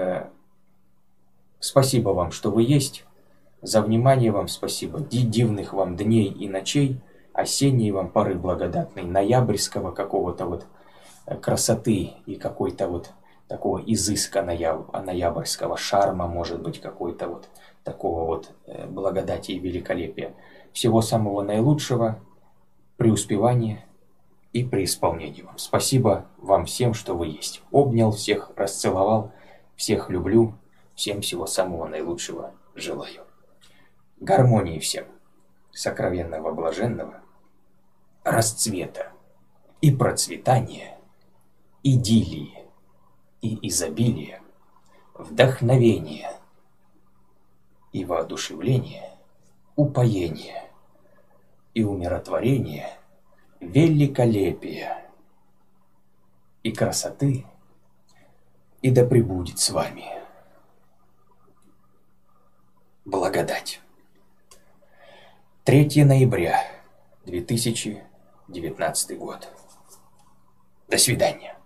спасибо вам, что вы есть. За внимание вам спасибо. Дивных вам дней и ночей. Осенней вам поры благодатной. Ноябрьского какого-то вот красоты и какой-то вот такого изыска ноябрьского шарма, может быть, какой-то вот такого вот благодати и великолепия. Всего самого наилучшего, преуспевания и преисполнения вам. Спасибо вам всем, что вы есть. Обнял всех, расцеловал, всех люблю, всем всего самого наилучшего желаю. Гармонии всем, сокровенного блаженного, расцвета и процветания, идиллии и изобилия, вдохновения и воодушевления, упоения и умиротворения, великолепия и красоты, и да пребудет с вами благодать. 3 ноября 2019 год. До свидания.